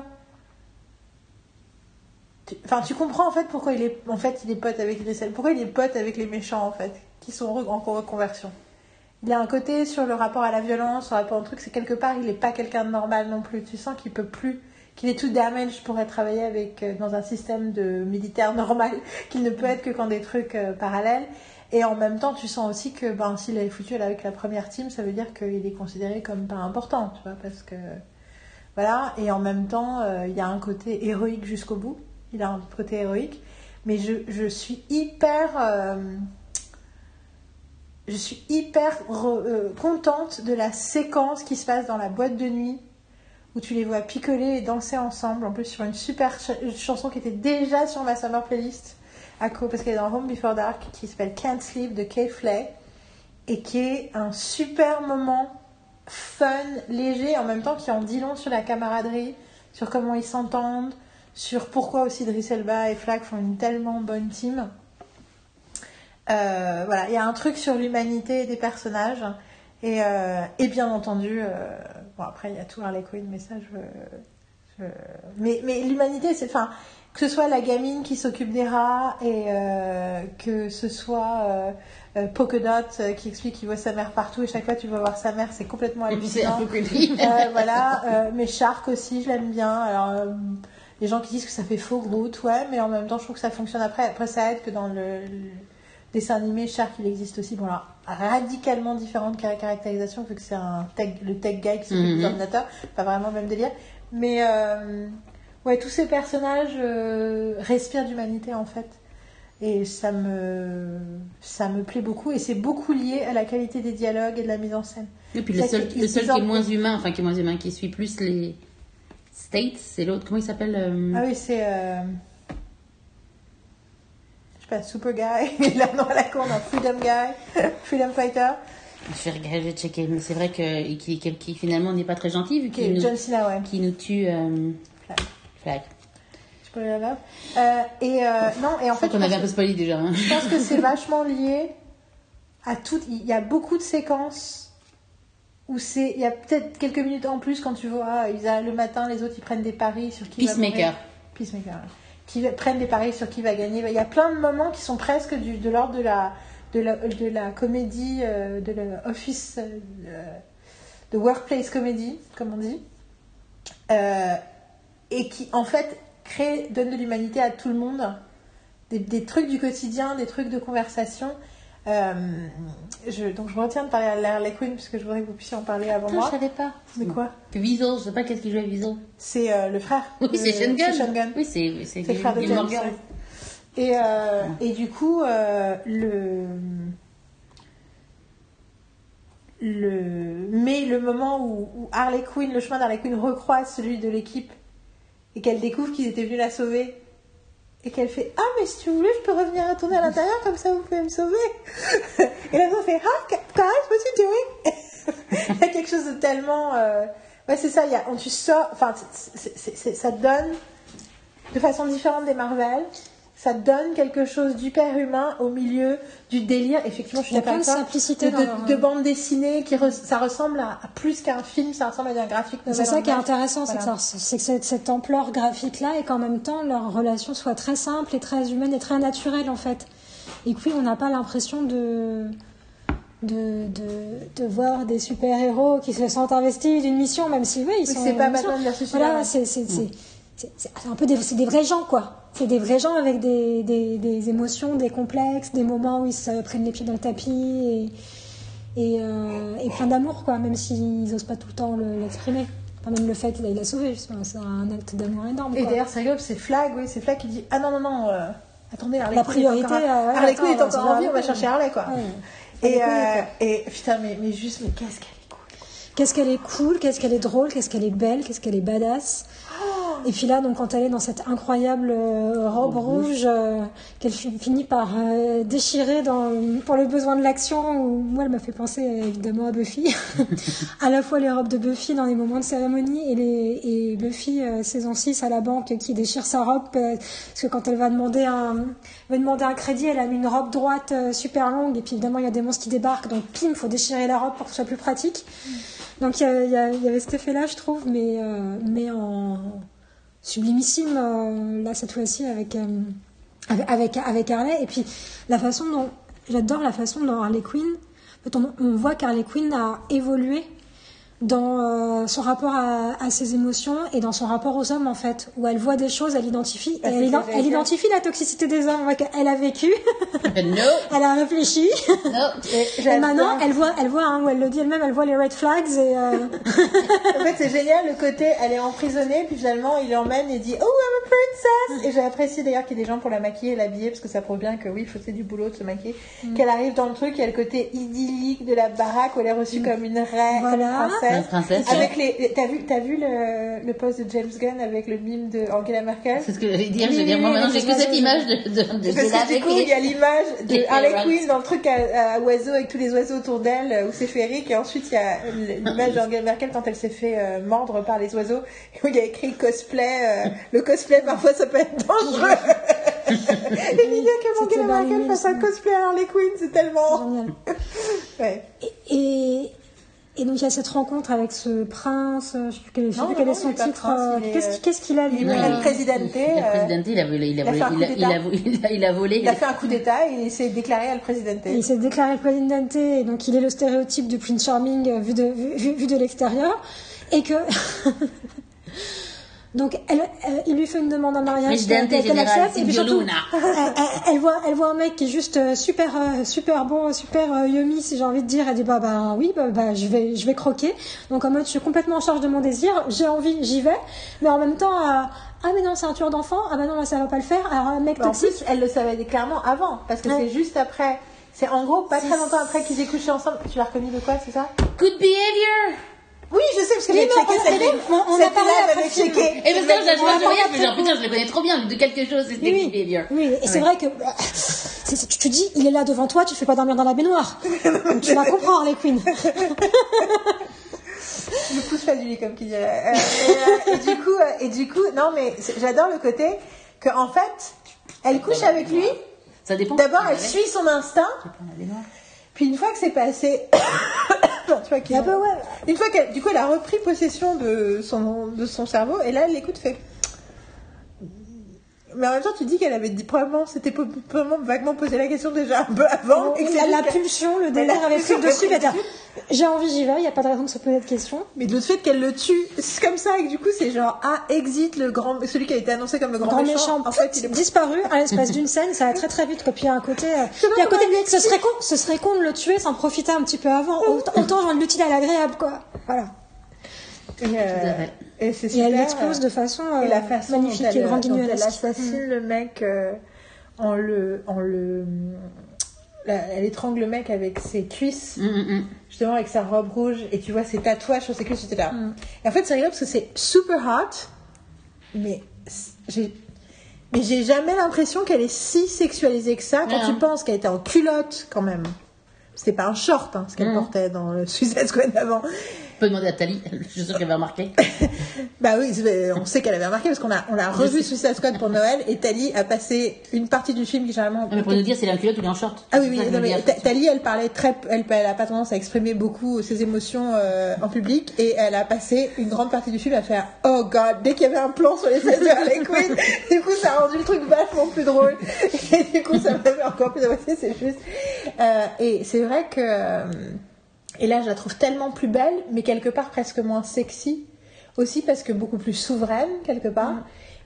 enfin tu comprends en fait pourquoi il est en fait il est pote avec Grisel, pourquoi il est pote avec les méchants en fait qui sont en reconversion. Il y a un côté sur le rapport à la violence, sur le rapport au truc, c'est quelque part, il n'est pas quelqu'un de normal non plus. Tu sens qu'il peut plus, qu'il est tout damage pour être travaillé avec, euh, dans un système de militaire normal, qu'il ne peut être que quand des trucs euh, parallèles. Et en même temps, tu sens aussi que ben, s'il est foutu avec la première team, ça veut dire qu'il est considéré comme pas important, tu vois, parce que... Voilà, et en même temps, euh, il y a un côté héroïque jusqu'au bout. Il a un côté héroïque. Mais je, je suis hyper... Euh, Je suis hyper re, euh, contente de la séquence qui se passe dans la boîte de nuit où tu les vois picoler et danser ensemble, en plus sur une super ch- une chanson qui était déjà sur ma summer playlist à co- parce qu'elle est dans Home Before Dark, qui s'appelle Can't Sleep de Kay Flay et qui est un super moment fun, léger, en même temps qui en dit long sur la camaraderie, sur comment ils s'entendent, sur pourquoi aussi Idris Elba et Flag font une tellement bonne team. Euh, voilà, il y a un truc sur l'humanité des personnages et, euh, et bien entendu, euh, bon après il y a tout Harley Quinn, mais ça je, je... mais mais l'humanité c'est, enfin que ce soit la gamine qui s'occupe des rats et euh, que ce soit euh, euh, Polka Dot euh, qui explique qu'il voit sa mère partout et chaque fois tu vas voir sa mère, c'est complètement hallucinant. euh, voilà, euh, mais Shark aussi je l'aime bien. Alors euh, les gens qui disent que ça fait faux Groot, ouais, mais en même temps je trouve que ça fonctionne après. Après ça aide que dans le, le dessin animé, Shark, il existe aussi. Bon, là, radicalement différente caractérisation, vu que c'est un tech, le tech guy qui s'occupe mm-hmm. des ordinateurs. Pas vraiment le même délire. Mais, euh, ouais, tous ces personnages euh, respirent d'humanité, en fait. Et ça me, ça me plaît beaucoup. Et c'est beaucoup lié à la qualité des dialogues et de la mise en scène. Et puis, le seul, qui, le seul qui est moins humain, enfin, qui est moins humain, qui suit plus les States, c'est l'autre. Comment il s'appelle euh... Ah oui, c'est... Euh... Pas Super Guy, là non à la con, non, Freedom Guy, Freedom Fighter. Je vais regarder, je vais checker, mais c'est vrai que qui, qui, qui finalement n'est pas très gentil vu qu'il okay, nous, John Cena, ouais. qui nous tue. Euh... Flag. Flag. Je peux le là. Euh, et euh, non, et en je fait, on avait un peu spoilé déjà. Hein. Je pense que c'est vachement lié à tout. Il y a beaucoup de séquences où c'est, il y a peut-être quelques minutes en plus quand tu vois, ils a, le matin, les autres ils prennent des paris sur qui Peacemaker. va mourir. Peacemaker. Ouais. Qui prennent des paris sur qui va gagner. Il y a plein de moments qui sont presque du, de l'ordre de la, de la, de la comédie, euh, de l'office, euh, de workplace comedy, comme on dit, euh, et qui en fait crée, donne de l'humanité à tout le monde, des, des trucs du quotidien, des trucs de conversation. Euh, je, donc je me retiens de parler à Harley Quinn parce que je voudrais que vous puissiez en parler avant Putain, moi. Je savais pas. Mais quoi? Que Weasel, je sais pas qu'est-ce qu'il jouait Weasel. C'est euh, le frère. Oui, de, c'est Sean Gunn. Sean Gunn. Oui, c'est c'est, c'est le frère de James. Morgan. Et euh, ouais. et du coup euh, le le mais le moment où, où Harley Quinn, le chemin d'Harley Quinn recroise celui de l'équipe et qu'elle découvre qu'ils étaient venus la sauver. Et qu'elle fait « Ah, mais si tu voulais, je peux revenir retourner à l'intérieur, comme ça vous pouvez me sauver. » Et là, on fait « Ah, guys, what you doing ?» Il y a quelque chose de tellement... Euh... Ouais, c'est ça, il y a... tu sors... Enfin, c'est, c'est, c'est, ça te donne, de façon différente des Marvel, ça te donne quelque chose d'hyper humain au milieu du délire. Effectivement, je suis d'accord avec toi. Simplicité de, de, leur... de bande dessinée, qui re... ça ressemble à, à plus qu'un film, ça ressemble à un graphique novel. C'est ça qui est intéressant, voilà. c'est, que ça, c'est que cette, cette ampleur graphique-là et qu'en même temps, leur relation soit très simple et très humaine et très naturelle, en fait. Et puis, on n'a pas l'impression de... De, de, de voir des super-héros qui se sentent investis d'une mission, même si, oui, ils oui, sont... C'est pas Batman versus Voilà, c'est... c'est, c'est, mmh. c'est, c'est, c'est un peu des, c'est des vrais gens, quoi. C'est des vrais gens avec des, des, des émotions, des complexes, des moments où ils se prennent les pieds dans le tapis et, et, euh, et plein d'amour, quoi, même s'ils n'osent pas tout le temps le, l'exprimer. Enfin, même le fait qu'il l'a sauvé, justement, c'est un acte d'amour énorme. Et quoi. d'ailleurs, c'est rigolo, c'est Flag, oui, c'est Flag qui dit ah non non non, euh, attendez, Harley La Quinn priorité, est encore, euh, ouais, Harley Quinn est attends, encore c'est en vie, on va Harley, chercher Harley quoi. Ouais. Et, Harley euh, Quinn, et putain, mais, mais juste, mais qu'est-ce qu'elle est cool. Qu'est-ce qu'elle est cool, qu'est-ce qu'elle est drôle, qu'est-ce qu'elle est belle, qu'est-ce qu'elle est badass. Et puis là, donc, quand elle est dans cette incroyable euh, robe Robe rouge euh, qu'elle fi- finit par euh, déchirer dans, pour le besoin de l'action, où, moi, elle m'a fait penser évidemment à Buffy. À la fois les robes de Buffy dans les moments de cérémonie et, les, et Buffy euh, saison six à la banque qui déchire sa robe euh, parce que quand elle va demander un, va demander un crédit, elle a mis une robe droite euh, super longue et puis évidemment il y a des monstres qui débarquent, donc pim, faut déchirer la robe pour que ce soit plus pratique. Donc il y, a- il y, a- il y avait cet effet-là, je trouve, mais, euh, mais en sublimissime, euh, là, cette fois-ci, avec, euh, avec, avec, avec Harley. Et puis, la façon dont... J'adore la façon dont Harley Quinn... En fait, on, on voit qu'Harley Quinn a évolué dans euh, son rapport à, à ses émotions et dans son rapport aux hommes, en fait, où elle voit des choses, elle identifie, Ah, et c'est elle, ça, ident- j'allais elle dire. identifie la toxicité des hommes. On voit qu'elle a vécu, No, elle a réfléchi, no. Et et j'adore. maintenant, elle voit, elle voit, hein, où elle le dit elle-même, elle voit les red flags, et... euh, En fait, c'est génial le côté, elle est emprisonnée, puis finalement, il l'emmène et dit oh, I'm a princess. Et j'ai apprécié d'ailleurs qu'il y ait des gens pour la maquiller et l'habiller, parce que ça prouve bien que oui, il faut c'est du boulot de se maquiller. Qu'elle arrive dans le truc, il y a le côté idyllique de la baraque où elle est reçue comme une reine, comme une Voilà. princesse. Une princesse, Avec les, t'as vu, t'as vu le, le post de James Gunn avec le mime de Angela Merkel? C'est ce que j'allais dire. Oui, Je veux dire, oui, moi oui, maintenant oui, j'ai que oui, cette oui. image de, de, de, Parce de la que du coup, il y a l'image de des Harley parents. Quinn dans le truc à, à oiseaux avec tous les oiseaux autour d'elle euh, où c'est féerique, et ensuite il y a l'image d'Angela Merkel quand elle s'est fait euh, mordre par les oiseaux où il y a écrit cosplay. euh, le cosplay parfois ça peut être dangereux. Et l'idée que C'était Angela Merkel dingue. fasse un cosplay à Harley Quinn, c'est tellement. génial. Ouais. Et, et donc il y a cette rencontre avec ce prince, euh, je sais plus quel, je sais Non, plus non, quel non, est son il est pas titre. prince, euh, il est, Qu'est-ce qu'il- qu'est-ce qu'il a lui il Non, est il- le présidente. Le président, il a volé, il a il a fait volé, un coup il a, d'État. il a, il a, il a volé. Il a fait un coup d'état et il s'est déclaré à le présidente. Et il s'est déclaré le présidente, et donc il est le stéréotype du Prince Charming euh, vu de, vu, vu de l'extérieur. Et que. Donc elle, elle- il lui fait une demande en mariage. Presidente qu'elle- qu'elle général accepte, et puis surtout, Signorina. elle, elle- elle voit, elle voit un mec qui est juste euh, super, euh, super bon, super euh, yummy, si j'ai envie de dire. Elle dit bah bah oui, bah, bah je vais, je vais croquer. Donc en mode je suis complètement en charge de mon désir, j'ai envie, j'y vais. Mais en même temps, euh, ah mais non c'est un tueur d'enfants, ah bah non là ça va pas le faire. Alors un mec Mais en toxique. plus, elle le savait clairement avant, parce que Ouais. c'est juste après. C'est en gros pas très longtemps après qu'ils aient couché ensemble. Tu l'as reconnu de quoi, c'est ça? Good behavior. Oui, je sais, parce que Oui, j'ai mais checké on- cette on- ligne. on- on a Cette parlé ligne-là après m'avait le film. checké. Et parce que Je là, je l'ai- vois, je on a regarde, pas je me dis, oh, compris. putain, je le connais trop bien, de quelque chose, c'était Oui, Good behavior. oui, et c'est Ouais. vrai que bah, c'est- c'est- tu te dis, il est là devant toi, tu fais pas dormir dans la baignoire. Donc, tu vas comprendre, Harley Quinn. Je pousse pas du lit, comme qui dirait. Euh, et, euh, et du coup, euh, et du coup, non, mais c'est- j'adore le côté que, en fait, elle couche avec lui. Ça dépend. D'abord, Ah, elle ouais. suit son instinct. Je prends la baignoire. Puis une fois que c'est passé, tu vois, qu'ils Ah ont- bah ouais. une fois qu'elle, du coup, elle a repris possession de son, de son cerveau, et là, elle l'écoute, fait. Mais en même temps, tu dis qu'elle avait dit probablement, c'était po- probablement vaguement posé la question déjà un peu avant. et que c'est la, la juste que- pulsion, le Mais délire la avait pris pulsion le dessus. avait Elle pris va dire, j'ai envie, j'y vais, il n'y a pas de raison de se poser de questions. Mais de l'autre fait qu'elle le tue, c'est comme ça, et que du coup, c'est genre, ah, exit le grand, celui qui a été annoncé comme le grand, Grand méchant. méchant, En fait, il est disparu à l'espace d'une scène, ça va très très vite. Quoi. Puis à un côté, euh, puis à côté, ce serait con, ce serait con de le tuer sans profiter un petit peu avant. Autant, autant genre l'utile à l'agréable, quoi. Voilà. Et, euh, Tout à fait. et c'est Et super. elle l'expose de façon euh, Et la façon dont magnifique elle, et grand dont elle guignolesque. assassine le mec euh, en le, en le, la- elle étrangle le mec avec ses cuisses, Hum, hum, hum. justement avec sa robe rouge, et tu vois ses tatouages sur ses cuisses, et cetera. Mm. Et en fait, c'est rigolo parce que c'est super hot, mais j'ai, mais j'ai jamais l'impression qu'elle est si sexualisée que ça quand Ouais, tu hein. penses qu'elle était en culotte quand même. C'était pas un short, hein, ce qu'elle Mm. portait dans le Suicide Squad avant. On peut demander à Tali, je suis sûre qu'elle avait remarqué. Bah oui, c'est- on sait qu'elle avait remarqué parce qu'on a, on l'a revu Suicide Squad pour Noël, et Tali a passé une partie du film qui généralement. Non, mais pour nous dire, c'est la culotte ou il est en short. Ah oui, C'est oui, ça que je non, veux mais dire. Ta- Tali, elle parlait très, elle, elle a pas tendance à exprimer beaucoup ses émotions euh, en public, et elle a passé une grande partie du film à faire oh god, dès qu'il y avait un plan sur les fesses de Harley Quinn, du coup ça a rendu le truc vachement plus drôle, et du coup ça m'a fait encore plus apprécier, c'est juste. Euh, et c'est vrai que, euh, et là je la trouve tellement plus belle, mais quelque part presque moins sexy, aussi parce que beaucoup plus souveraine quelque part.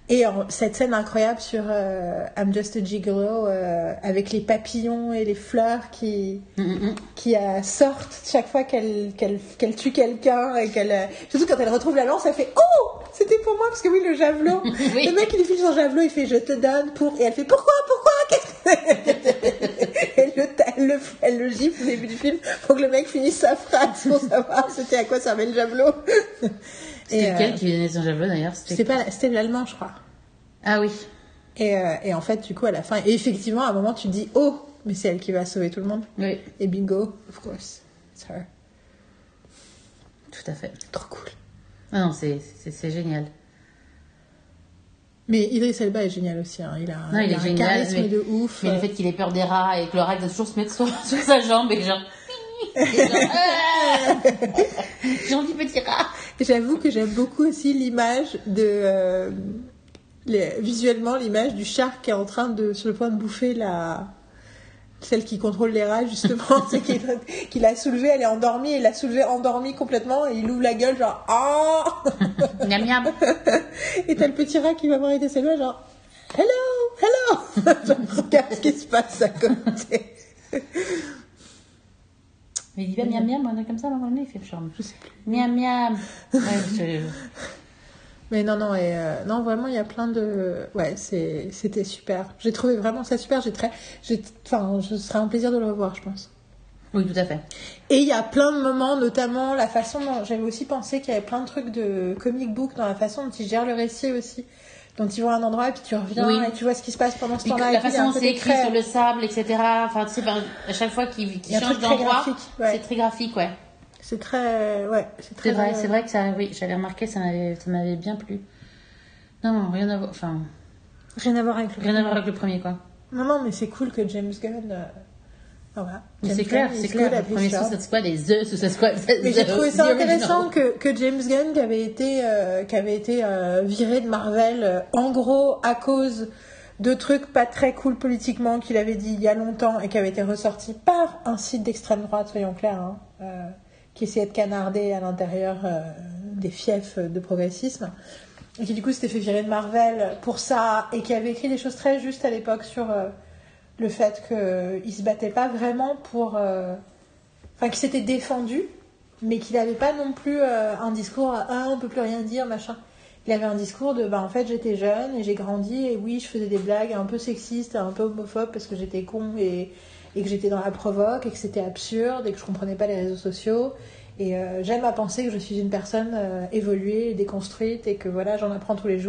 Et en, cette scène incroyable sur euh, I'm Just a Gigolo euh, avec les papillons et les fleurs qui, mm-hmm. qui euh, sortent chaque fois qu'elle, qu'elle, qu'elle tue quelqu'un. Et qu'elle, euh, surtout quand elle retrouve la lance, elle fait « Oh, c'était pour moi !» Parce que oui, le javelot. Oui. Le mec, il lui file son javelot, il fait « Je te donne pour... » Et elle fait « Pourquoi Pourquoi Qu'est-ce que... » elle, le, elle, le, elle le gifle au début du film pour que le mec finisse sa phrase pour savoir c'était à quoi servait le javelot. C'était et, lequel euh, qui donnait son javelot d'ailleurs? C'était, c'était, pas, c'était l'allemand, je crois. Ah oui. Et, euh, et en fait, du coup, à la fin, et effectivement, à un moment, tu te dis oh, mais c'est elle qui va sauver tout le monde. Oui. Et bingo, of course, it's her. Tout à fait. Trop cool. Ah non, c'est, c'est, c'est génial. Mais Idriss Elba est génial aussi. Hein. Il a, non, il, il est a génial, un charisme mais, de ouf. Mais euh... le fait qu'il ait peur des rats et que le rat doit toujours se mettre sur, sur sa jambe et genre. Et genre j'ai envie de petit rat. J'avoue que j'aime beaucoup aussi l'image de euh, les, visuellement l'image du shark qui est en train de sur le point de bouffer la celle qui contrôle les rats justement. C'est qu'il, qu'il a soulevé, elle est endormie, et il l'a soulevé endormie complètement et il ouvre la gueule genre ah oh miam miam. Et t'as le petit rat qui va voir Idriss Elba genre hello hello. Genre, regarde ce qui se passe à côté. Mais il dit pas miam miam, on est comme ça, à un moment donné, il fait le charme. Je sais plus. Miam miam. Ouais, je... Mais non, non, et euh, non, vraiment, il y a plein de. Ouais, c'est, c'était super. J'ai trouvé vraiment ça super. J'ai très. J'ai, enfin, ce serait un plaisir de le revoir, je pense. Oui, tout à fait. Et il y a plein de moments, notamment la façon dont. J'avais aussi pensé qu'il y avait plein de trucs de comic book dans la façon dont ils gèrent le récit aussi. Donc tu vois un endroit et puis tu reviens oui. et tu vois ce qui se passe pendant ce puis temps-là. La et puis, façon dont c'est écrit sur le sable, et cetera. Enfin, tu sais, à chaque fois qu'il, qu'il change d'endroit, ouais. C'est très graphique, ouais. C'est très, ouais, c'est très. C'est vrai, euh... c'est vrai que ça, oui, j'avais remarqué, ça m'avait, ça m'avait bien plu. Non, non, rien à voir, enfin. Rien à voir avec le. Rien à voir avec le premier, quoi. Non, non, mais c'est cool que James Gunn. Euh... Ah, voilà. Mais c'est clair, c'est clair. Le premier Suicide Squad et The Suicide Squad. Mais j'ai trouvé ça intéressant que, que James Gunn, qui avait été, euh, qui avait été euh, viré de Marvel, euh, en gros, à cause de trucs pas très cool politiquement qu'il avait dit il y a longtemps et qui avait été ressorti par un site d'extrême droite, soyons clairs, hein, euh, qui essayait de canarder à l'intérieur euh, des fiefs de progressisme, et qui du coup s'était fait virer de Marvel pour ça, et qui avait écrit des choses très justes à l'époque sur... Euh, le fait qu'il se battait pas vraiment pour... Euh... Enfin, qu'il s'était défendu, mais qu'il n'avait pas non plus euh, un discours « Ah, on peut plus rien dire, machin ». Il avait un discours de bah, « En fait, j'étais jeune et j'ai grandi et oui, je faisais des blagues un peu sexistes, un peu homophobes parce que j'étais con et, et que j'étais dans la provoque et que c'était absurde et que je comprenais pas les réseaux sociaux. Et euh, j'aime à penser que je suis une personne euh, évoluée, déconstruite et que voilà, j'en apprends tous les jours. »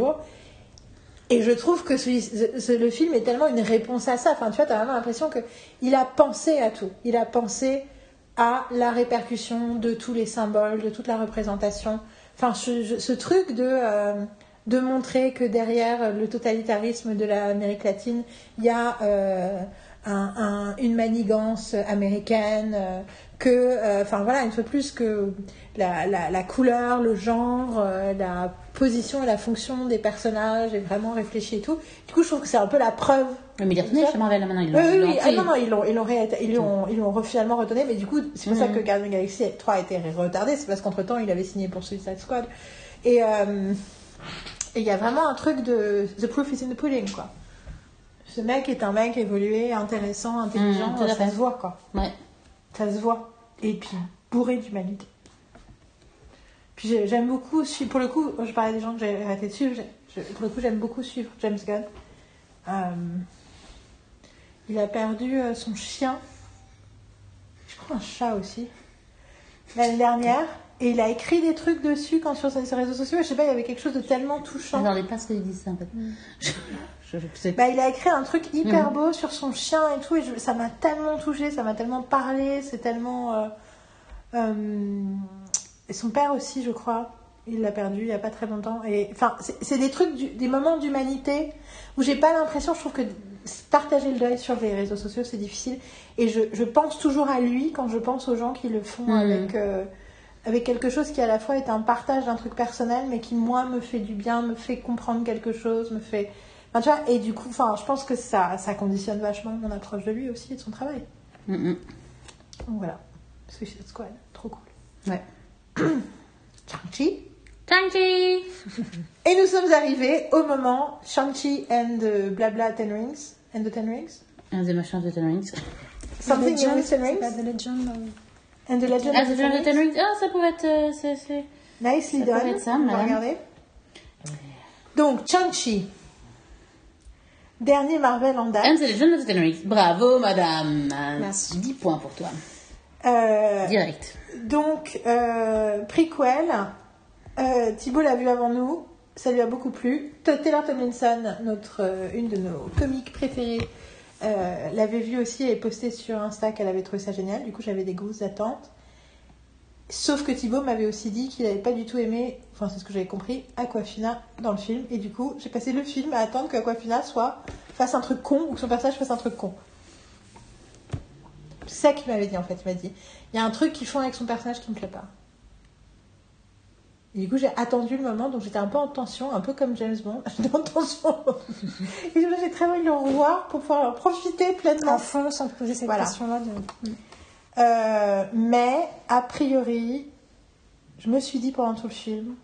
Et je trouve que ce, ce, le film est tellement une réponse à ça. Enfin, tu vois, t'as vraiment l'impression qu'il a pensé à tout. Il a pensé à la répercussion de tous les symboles, de toute la représentation. Enfin, ce, ce truc de, euh, de montrer que derrière le totalitarisme de l'Amérique latine, il y a euh, un, un, une manigance américaine, euh, que, enfin euh, voilà, une fois de plus, que la, la, la couleur, le genre, euh, la position et la fonction des personnages est vraiment réfléchie et tout. Du coup, je trouve que c'est un peu la preuve. Mais il est retourné chez Marvel, là, maintenant. Ils l'ont, oui, oui, ils l'ont oui. Ah non, non, ils l'ont, ils l'ont, réatta- ils l'ont, ils l'ont finalement redonné, mais du coup, c'est pour mmh. ça que Guardians of the Galaxy trois a été retardé, c'est parce qu'entre-temps, il avait signé pour Suicide Squad. Et il euh, y a vraiment un truc de The proof is in the pudding, quoi. Ce mec est un mec évolué, intéressant, intelligent, mmh, ça fait. se voit, quoi. Ouais. Ça se voit. Et puis, bourré d'humanité. Puis j'aime beaucoup, pour le coup, je parlais des gens que j'ai arrêté de suivre, je, pour le coup, j'aime beaucoup suivre James Gunn. Euh, il a perdu son chien, je crois un chat aussi, l'année dernière, et il a écrit des trucs dessus quand sur ses réseaux sociaux, je sais pas, il y avait quelque chose de tellement touchant. Je n'entendais pas ce qu'il disait en fait. Mm. je, je, je bah, il a écrit un truc hyper mm. beau sur son chien et tout, et je, ça m'a tellement touchée, ça m'a tellement parlé, c'est tellement... Euh, euh, et son père aussi, je crois, il l'a perdu il y a pas très longtemps. Et enfin, c'est, c'est des trucs, du, des moments d'humanité où j'ai pas l'impression, je trouve que partager le deuil sur les réseaux sociaux, c'est difficile. Et je, je pense toujours à lui quand je pense aux gens qui le font mmh. avec, euh, avec quelque chose qui à la fois est un partage d'un truc personnel, mais qui moi me fait du bien, me fait comprendre quelque chose, me fait... Enfin, tu vois, et du coup, enfin, je pense que ça, ça conditionne vachement mon approche de lui aussi et de son travail. Mmh. Donc voilà, Suicide Squad, trop cool. Ouais. Shang-Chi. Shang-Chi. Et nous sommes arrivés au moment Shang-Chi and the Blabla Ten Rings. And the Ten Rings. And the Machin of the Ten Rings. Something Legend, with Ten c'est Rings. pas The Legend. euh. And the Legend Ah, of the the Legend of the Ten Ten Rings. Rings. Ah, ça pourrait être... euh, c'est, c'est... Nicely Ça done. pourrait être ça, On va madame. regarder. Donc, Shang-Chi. Dernier Marvel en date. And the Legend of the Ten Rings. Bravo, madame. Merci. dix points pour toi. Euh, Direct. donc, euh, prequel. Euh, Thibaut l'a vu avant nous. Ça lui a beaucoup plu. Taylor Tomlinson, notre, euh, une de nos comiques préférées, euh, l'avait vu aussi et posté sur Insta qu'elle avait trouvé ça génial. Du coup, j'avais des grosses attentes. Sauf que Thibaut m'avait aussi dit qu'il n'avait pas du tout aimé, enfin c'est ce que j'avais compris, Aquafina dans le film. Et du coup, j'ai passé le film à attendre qu'Aquafina soit, fasse un truc con ou que son personnage fasse un truc con. C'est ça qu'il m'avait dit en fait. Il m'a dit, il y a un truc qu'ils font avec son personnage qui me plaît pas. Et du coup, j'ai attendu le moment, donc j'étais un peu en tension, un peu comme James Bond. J'étais en tension. Et là, j'ai très envie de le revoir pour pouvoir en profiter pleinement. À fond, sans te poser cette Voilà. question-là. De... Euh, mais, a priori, je me suis dit pendant tout le film,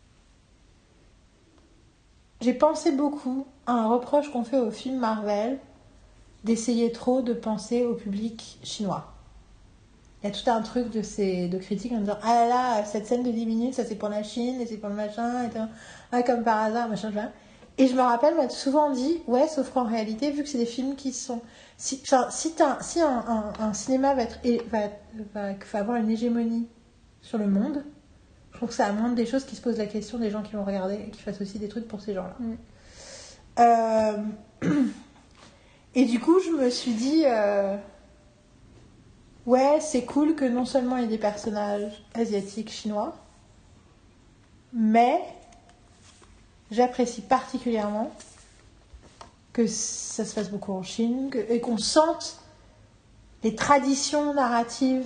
j'ai pensé beaucoup à un reproche qu'on fait au film Marvel d'essayer trop de penser au public chinois. Il y a tout un truc de, ces, de critiques en disant « Ah là là, cette scène de dix minutes, ça c'est pour la Chine, et c'est pour le machin, et ah, comme par hasard, machin, machin. » Et je me rappelle m'être souvent dit « Ouais, sauf qu'en réalité, vu que c'est des films qui sont... Si, si, si un, un, un cinéma va, être, va, va, va avoir une hégémonie sur le monde, je trouve que ça montre des choses qui se posent la question des gens qui vont regarder et qui fassent aussi des trucs pour ces gens-là. Mm. Euh... Et du coup, je me suis dit... Euh... Ouais, c'est cool que non seulement il y ait des personnages asiatiques chinois, mais j'apprécie particulièrement que ça se fasse beaucoup en Chine que, et qu'on sente les traditions narratives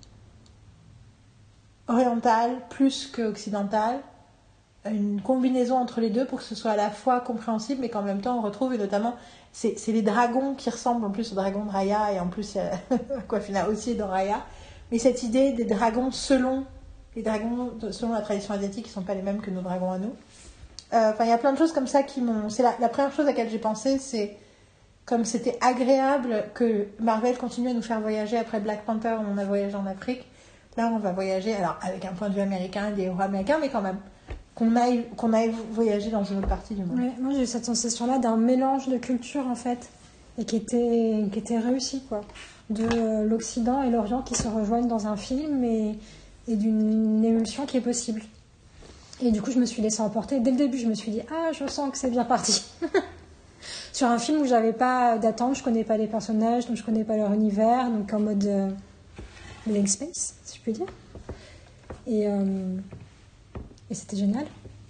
orientales plus qu'occidentales, une combinaison entre les deux pour que ce soit à la fois compréhensible mais qu'en même temps on retrouve, et notamment c'est, c'est les dragons qui ressemblent en plus aux dragons de Raya, et en plus Aquafina aussi est dans Raya, mais cette idée des dragons selon les dragons de, selon la tradition asiatique qui ne sont pas les mêmes que nos dragons à nous. Enfin, euh, il y a plein de choses comme ça qui m'ont... C'est la, la première chose à laquelle j'ai pensé, c'est comme c'était agréable que Marvel continue à nous faire voyager après Black Panther, où on a voyagé en Afrique. Là, on va voyager, alors avec un point de vue américain, des héros américains, mais quand même, qu'on aille, qu'on aille voyager dans une autre partie du monde. Ouais, moi, j'ai eu cette sensation-là d'un mélange de cultures, en fait, et qui était, qui était réussi, quoi. De euh, l'Occident et l'Orient qui se rejoignent dans un film, et, et d'une émulsion qui est possible. Et du coup, je me suis laissée emporter. Dès le début, je me suis dit, ah, je sens que c'est bien parti. Sur un film où j'avais pas d'attente, je connais pas les personnages, donc je connais pas leur univers, donc en mode euh, blank space, si je puis dire. Et, euh, et c'était génial.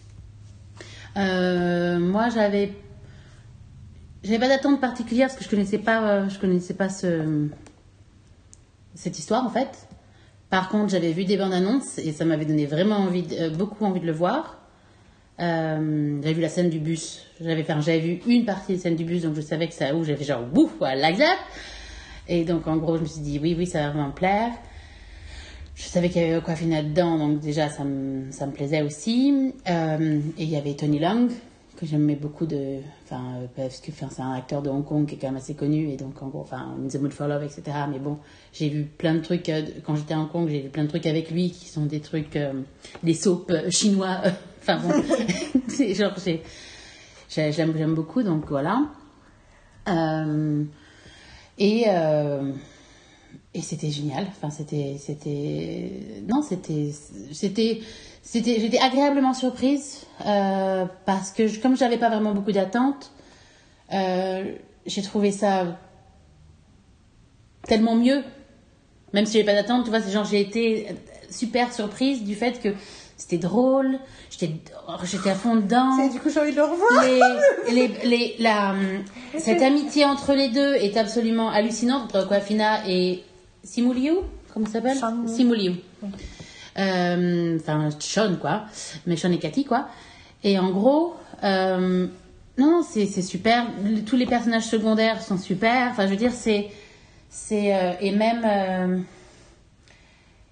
Euh, moi, j'avais, j'avais pas d'attente particulière parce que je connaissais pas, euh, je connaissais pas ce, cette histoire en fait. Par contre, j'avais vu des bandes annonces et ça m'avait donné vraiment envie, de, euh, beaucoup envie de le voir. Euh, j'avais vu la scène du bus. J'avais, enfin, j'avais vu une partie de la scène du bus, donc je savais que ça, où j'avais fait genre bouf, voilà, like that. Et donc, en gros, je me suis dit oui, oui, ça va me plaire. Je savais qu'il y avait Aquafina dedans, donc déjà, ça me, ça me plaisait aussi. Euh, et il y avait Tony Leung, que j'aimais beaucoup de, enfin, parce que, enfin, c'est un acteur de Hong Kong qui est quand même assez connu, et donc, en gros, enfin, In the Mood for Love, et cetera. Mais bon, j'ai vu plein de trucs, euh, quand j'étais à Hong Kong, j'ai vu plein de trucs avec lui qui sont des trucs, euh, des soaps euh, chinois, euh, enfin bon, c'est genre, j'ai, j'ai, j'aime, j'aime beaucoup, donc voilà. Euh, et, euh, et c'était génial, enfin, c'était, c'était, non, c'était, c'était, c'était, j'étais agréablement surprise, euh, parce que je, comme j'avais pas vraiment beaucoup d'attentes, euh, j'ai trouvé ça tellement mieux, même si j'avais pas d'attente, tu vois, c'est genre, j'ai été super surprise du fait que c'était drôle, j'étais, j'étais à fond dedans. C'est, du coup, j'ai envie de le revoir. Les, les, les, la, cette amitié entre les deux est absolument hallucinante, entre Aquafina et Simu Liu, comment ça s'appelle Sean. Simu Liu. Euh, enfin, Sean, quoi. Mais Sean et Cathy, quoi. Et en gros, euh, non, c'est, c'est super. Tous les personnages secondaires sont super. Enfin, je veux dire, c'est... c'est euh, et même... Euh,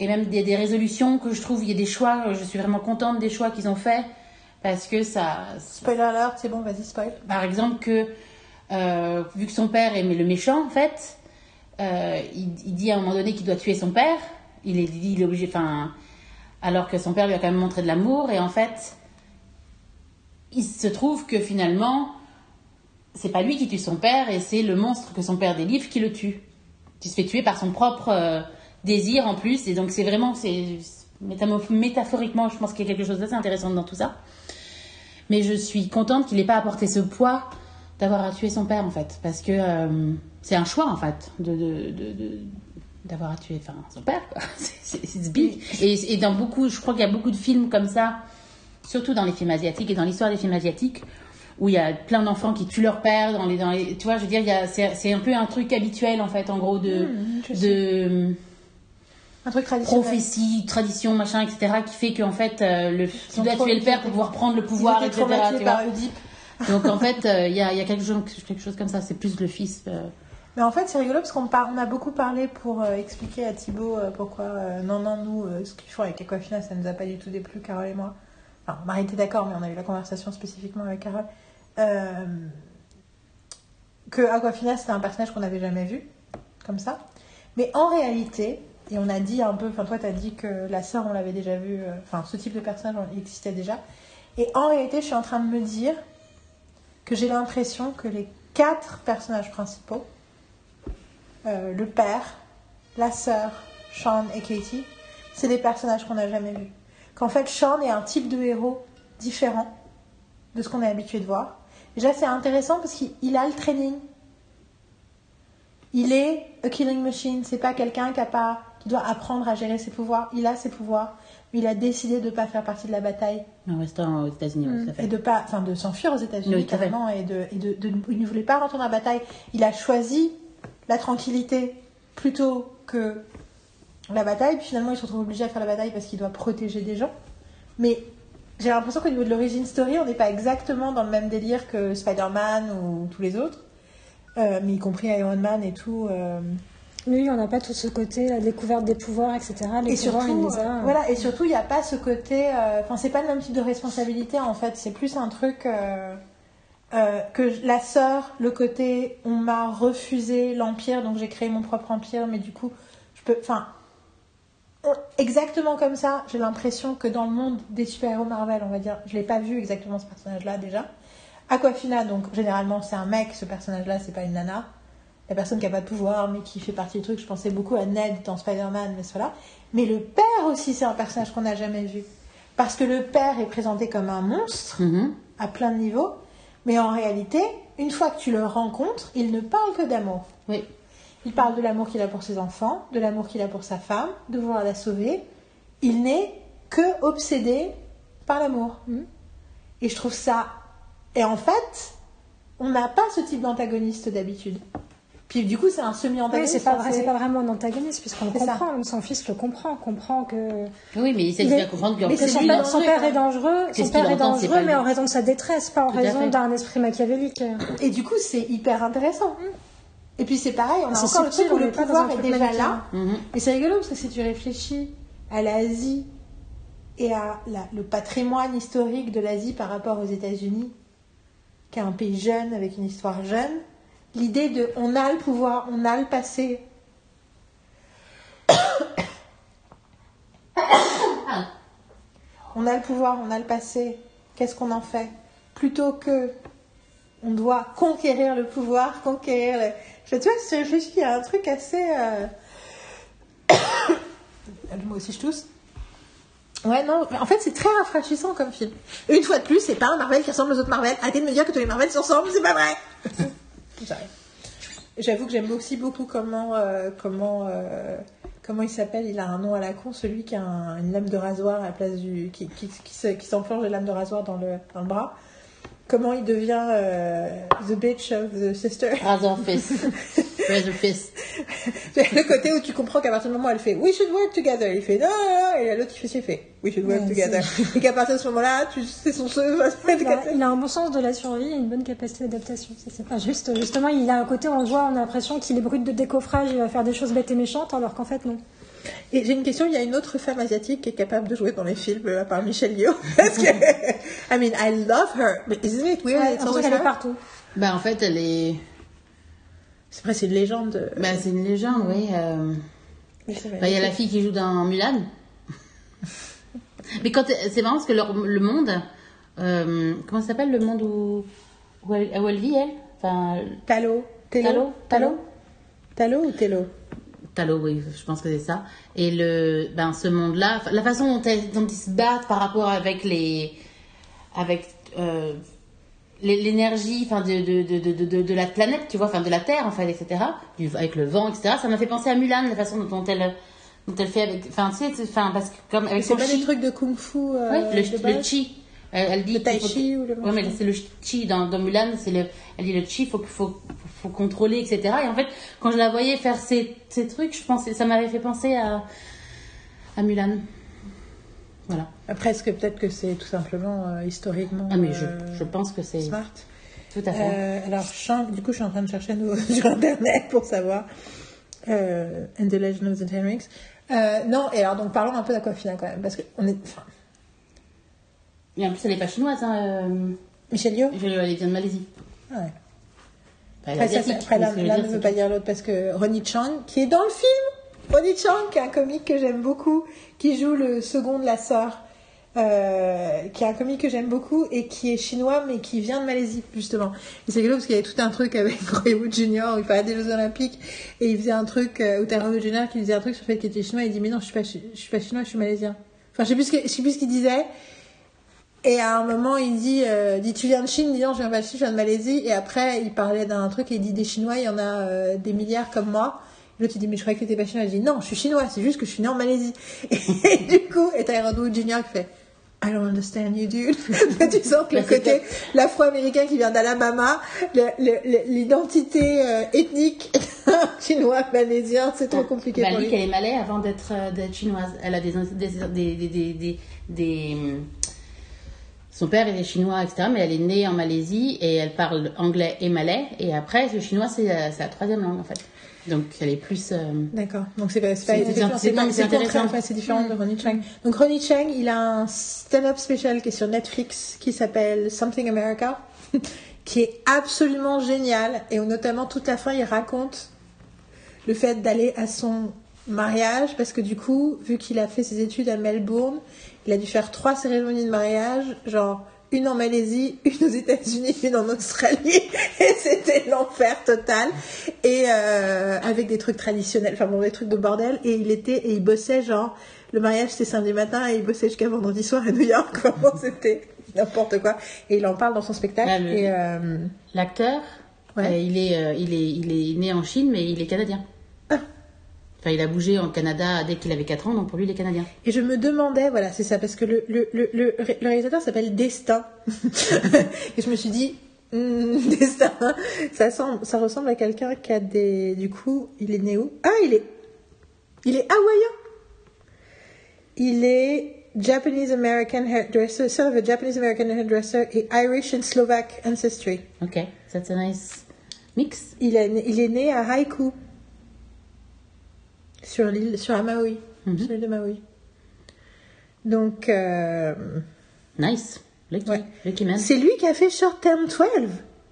et même des, des résolutions que je trouve, il y a des choix, je suis vraiment contente des choix qu'ils ont faits, parce que ça... Spoiler alert, c'est bon, vas-y, spoil. Par exemple, que, euh, vu que son père est le méchant, en fait, euh, il, il dit à un moment donné qu'il doit tuer son père, il est, il est obligé, enfin... Alors que son père lui a quand même montré de l'amour, et en fait, il se trouve que finalement, c'est pas lui qui tue son père, et c'est le monstre que son père délivre qui le tue. Qui se fait tuer par son propre euh, désir en plus, et donc c'est vraiment, c'est, métaphoriquement, je pense qu'il y a quelque chose d'assez intéressant dans tout ça. Mais je suis contente qu'il n'ait pas apporté ce poids d'avoir à tuer son père, en fait, parce que euh, c'est un choix, en fait, de... de, de, de d'avoir à tuer enfin, son père, quoi. C'est, c'est big. Et, et dans beaucoup, je crois qu'il y a beaucoup de films comme ça, surtout dans les films asiatiques et dans l'histoire des films asiatiques, où il y a plein d'enfants qui tuent leur père dans les, dans les tu vois, je veux dire, il y a, c'est, c'est un peu un truc habituel, en fait, en gros, de... Mmh, de un truc traditionnel. Prophétie, tradition, machin, et cetera, qui fait qu'en fait, euh, le, tu dois tuer le père pour pouvoir prendre le pouvoir, et cetera. Tu vois. Donc, en fait, il euh, y, a, y a quelque chose, quelque chose comme ça, c'est plus le fils... Euh, Mais en fait, c'est rigolo parce qu'on par... on a beaucoup parlé pour euh, expliquer à Thibaut euh, pourquoi, euh, non, non, nous, euh, ce qu'ils font avec Aquafina, ça ne nous a pas du tout déplu, Carole et moi. Enfin, Marie était d'accord, mais on a eu la conversation spécifiquement avec Carole. Euh, que Aquafina, c'était un personnage qu'on n'avait jamais vu, comme ça. Mais en réalité, et on a dit un peu, enfin, toi, tu as dit que la sœur, on l'avait déjà vu, euh, enfin, ce type de personnage, il existait déjà. Et en réalité, je suis en train de me dire que j'ai l'impression que les quatre personnages principaux, Euh, le père, la sœur, Sean et Katie, c'est des personnages qu'on n'a jamais vus. Qu'en fait, Sean est un type de héros différent de ce qu'on est habitué de voir. Déjà, c'est intéressant parce qu'il a le training. Il est a killing machine. C'est pas quelqu'un qui, a pas, qui doit apprendre à gérer ses pouvoirs. Il a ses pouvoirs, mais il a décidé de ne pas faire partie de la bataille. En restant aux États-Unis, mmh. tout à fait. Et de pas, enfin, de s'enfuir aux États-Unis, oui, carrément. Et, de, et de, de, de, il ne voulait pas rentrer dans la bataille. Il a choisi la tranquillité plutôt que la bataille, puis finalement il se retrouve obligé à faire la bataille parce qu'il doit protéger des gens. Mais j'ai l'impression qu'au niveau de l'origin story, on n'est pas exactement dans le même délire que Spider-Man ou tous les autres, euh, mais y compris Iron Man et tout. Euh... Oui, on n'a pas tout ce côté, la découverte des pouvoirs, et cetera. Les et pouvoirs, surtout, il les a. Euh, voilà, et surtout, il n'y a pas ce côté. Enfin, euh, c'est pas le même type de responsabilité en fait. C'est plus un truc. Euh... Euh, que la sœur, le côté on m'a refusé l'empire, donc j'ai créé mon propre empire, mais du coup je peux, enfin exactement comme ça, j'ai l'impression que dans le monde des super-héros Marvel, on va dire, je l'ai pas vu exactement ce personnage-là déjà. Aquafina, donc généralement c'est un mec, ce personnage-là c'est pas une nana, la personne qui a pas de pouvoir mais qui fait partie du truc. Je pensais beaucoup à Ned dans Spider-Man, mais voilà. Mais le père aussi, c'est un personnage qu'on n'a jamais vu, parce que le père est présenté comme un monstre mm-hmm. à plein de niveaux. Mais en réalité, une fois que tu le rencontres, il ne parle que d'amour. Oui. Il parle de l'amour qu'il a pour ses enfants, de l'amour qu'il a pour sa femme, de vouloir la sauver. Il n'est que obsédé par l'amour. Mmh. Et je trouve ça... Et en fait, on n'a pas ce type d'antagoniste d'habitude. Puis du coup, c'est un semi-antagoniste. Oui, c'est pas, vrai, c'est pas vraiment un antagoniste, puisqu'on le comprend. Même son fils le comprend, comprend que... Oui, mais il essaie de bien comprendre que, que son, père, son père est dangereux, son père est dangereux, mais en raison de sa détresse, pas en Tout raison d'un esprit machiavélique. Et du coup, c'est hyper intéressant. Mm. Et puis c'est pareil, on a c'est encore subtil, le truc où le pouvoir est déjà là. Mm-hmm. Et c'est rigolo, parce que si tu réfléchis à l'Asie et à la, le patrimoine historique de l'Asie par rapport aux États-Unis, qui est un pays jeune, avec une histoire jeune, l'idée de on a le pouvoir, on a le passé. On a le pouvoir, on a le passé. Qu'est-ce qu'on en fait? Plutôt que on doit conquérir le pouvoir, conquérir. Le... Je, tu vois, si tu réfléchis, il y a un truc assez. Euh... Moi aussi, je tousse. Ouais, non, en fait, c'est très rafraîchissant comme film. Une fois de plus, c'est pas un Marvel qui ressemble aux autres Marvel. Arrêtez de me dire que tous les Marvel se ressemblent, c'est pas vrai. J'avoue que j'aime aussi beaucoup comment, euh, comment, euh, comment il s'appelle. Il a un nom à la con, celui qui a un, une lame de rasoir à la place du, qui, qui, qui, se, qui s'enflanche de lame de rasoir dans le, dans le bras. Comment il devient euh, the bitch of the sister. Razor fist. Razor fist. Le côté où tu comprends qu'à partir du moment où elle fait we should work together, il fait non, non, non, et l'autre qui fait il fait we should work ouais, together. C'est... Et qu'à partir de ce moment-là, tu c'est son jeu. Il a, il a un bon sens de la survie et une bonne capacité d'adaptation. Ça, c'est pas juste. Justement, il a un côté, on voit, on a l'impression qu'il est brut de décoffrage, il va faire des choses bêtes et méchantes, alors qu'en fait, non. Et j'ai une question, il y a une autre femme asiatique qui est capable de jouer dans les films, à part Michelle Yeoh. Parce que, I mean, I love her, but isn't it weird? Ouais, It's en always fait, elle est her? partout. Bah, en fait, elle est. C'est vrai, c'est une légende. Bah, c'est une légende, oui. Euh... Oui, c'est vrai. Bah, il y a la fille qui joue dans Mulan. Mais quand c'est marrant parce que leur- le monde, euh, comment ça s'appelle le monde où, où, elle, où elle vit, elle enfin, Talo. Telo. Talo Talo Talo ou Telo? Talo, oui, je pense que c'est ça. Et le, ben, ce monde-là, enfin, la façon dont, elle- dont ils se battent par rapport avec les, avec euh, les- l'énergie, enfin, de, de, de, de, de, de la planète, tu vois, enfin, de la Terre, en fait, et cetera, du, avec le vent, et cetera. Ça m'a fait penser à Mulan, la façon dont elle, dont elle fait avec, enfin, tu sais, c'est- enfin, parce que comme avec C'est son pas chi. des trucs de kung-fu. Euh, Oui, le, de le base? chi. Elle, elle dit Le tai qu'il faut- chi ou le Ouais, mais c'est le chi dans, dans Mulan, c'est le, elle dit le chi, faut, faut, faut contrôler, et cetera. Et en fait, quand je la voyais faire ces, ces trucs, je pensais, ça m'avait fait penser à, à Mulan. Voilà. Après, est-ce que peut-être que c'est tout simplement euh, historiquement Ah, mais je, euh, je pense que c'est smart? tout à fait. Euh, alors, je suis en- du coup, je suis en train de chercher à nouveau sur Internet pour savoir. Euh, And the Legend of the Ten Rings. Euh, non, et alors, donc, parlons un peu d'Aquafina quand même, parce que on est. Enfin, Et en plus, elle n'est pas chinoise, hein. Euh, Michelle Yeoh. je- elle vient de Malaisie. Ah ouais. Enfin, elle est Après, ça, c'est- asiatique, après mais l'un ce que je veux l'un dire, ne c'est veut que- pas dire l'autre parce que Ronnie Chang, qui est dans le film, Ronnie Chang, qui est un comique que j'aime beaucoup, qui joue le second de la sœur, euh, qui est un comique que j'aime beaucoup et qui est chinois mais qui vient de Malaisie justement. Et c'est rigolo parce qu'il y avait tout un truc avec Roy Wood Junior où il parlait des Jeux Olympiques et il faisait un truc, euh, où t'as Roy Wood Junior qui disait un truc sur le fait qu'il était chinois et il dit mais non je suis pas, chi- je suis pas chinois, je suis malaisien. Enfin je sais plus ce que- je sais plus ce qu'il disait. Et à un moment, il dit, euh, dit tu viens de Chine, il dit non, je viens pas de Chine, je viens de Malaisie. Et après, il parlait d'un truc et il dit des Chinois, il y en a euh, des milliards comme moi. Et l'autre, il dit mais je croyais que t'étais pas chinois. Il dit non, je suis chinois, c'est juste que je suis né en Malaisie. Et, du coup, et t'as Wood Junior qui fait I don't understand you, dude. Tu sens que le Bah, c'est côté l'afro-américain qui vient d'Alabama, le- le- le- l'identité euh, ethnique chinois, malaisien, c'est trop compliqué Bah, pour elle dit lui. qu'elle est malais avant d'être euh, d'être chinoise. Elle a des des des des, des, des, des, hum, son père était chinois, et cetera. Mais elle est née en Malaisie et elle parle anglais et malais. Et après, le chinois, c'est la, c'est la troisième langue en fait. Donc elle est plus. euh, D'accord. Donc c'est pas c'est pas C'est- effectivement, c'est- c'est pas- non, mais c'est c'est le contraire, intéressant. enfin, c'est différent de Ronnie Chang. Donc Ronnie Chang, il a un stand-up spécial qui est sur Netflix qui s'appelle Something America, qui est absolument génial et où notamment toute la fin il raconte le fait d'aller à son mariage parce que du coup, vu qu'il a fait ses études à Melbourne, il a dû faire trois cérémonies de mariage, genre une en Malaisie, une aux États-Unis, une en Australie, et c'était l'enfer total. Et euh, avec des trucs traditionnels, enfin bon, des trucs de bordel. Et il était et il bossait genre le mariage c'était samedi matin et il bossait jusqu'à vendredi soir à New York. Vraiment, c'était n'importe quoi. Et il en parle dans son spectacle. Ah, le- Et euh, L'acteur, Ouais. euh, il est euh, il est il est né en Chine, mais il est canadien. Ah. Enfin, il a bougé en Canada dès qu'il avait quatre ans, donc pour lui, il est canadien. Et je me demandais, voilà, c'est ça, parce que le, le, le, le, le réalisateur s'appelle Destin. Et je me suis dit, hmm, Destin, ça, semble, ça ressemble à quelqu'un qui a des... Du coup, il est né où? Ah, il est... Il est hawaïen. Il est Japanese American hairdresser, son of a Japanese American hairdresser et Irish and Slovak ancestry. Ok, that's a nice mix. Il est, né- il est né à Haiku. Sur l'île, sur la Maui. Mhm. Sur l'île de Maui. Donc... Euh, Nice. Lucky. Ouais. Lucky man. C'est lui qui a fait Short Term douze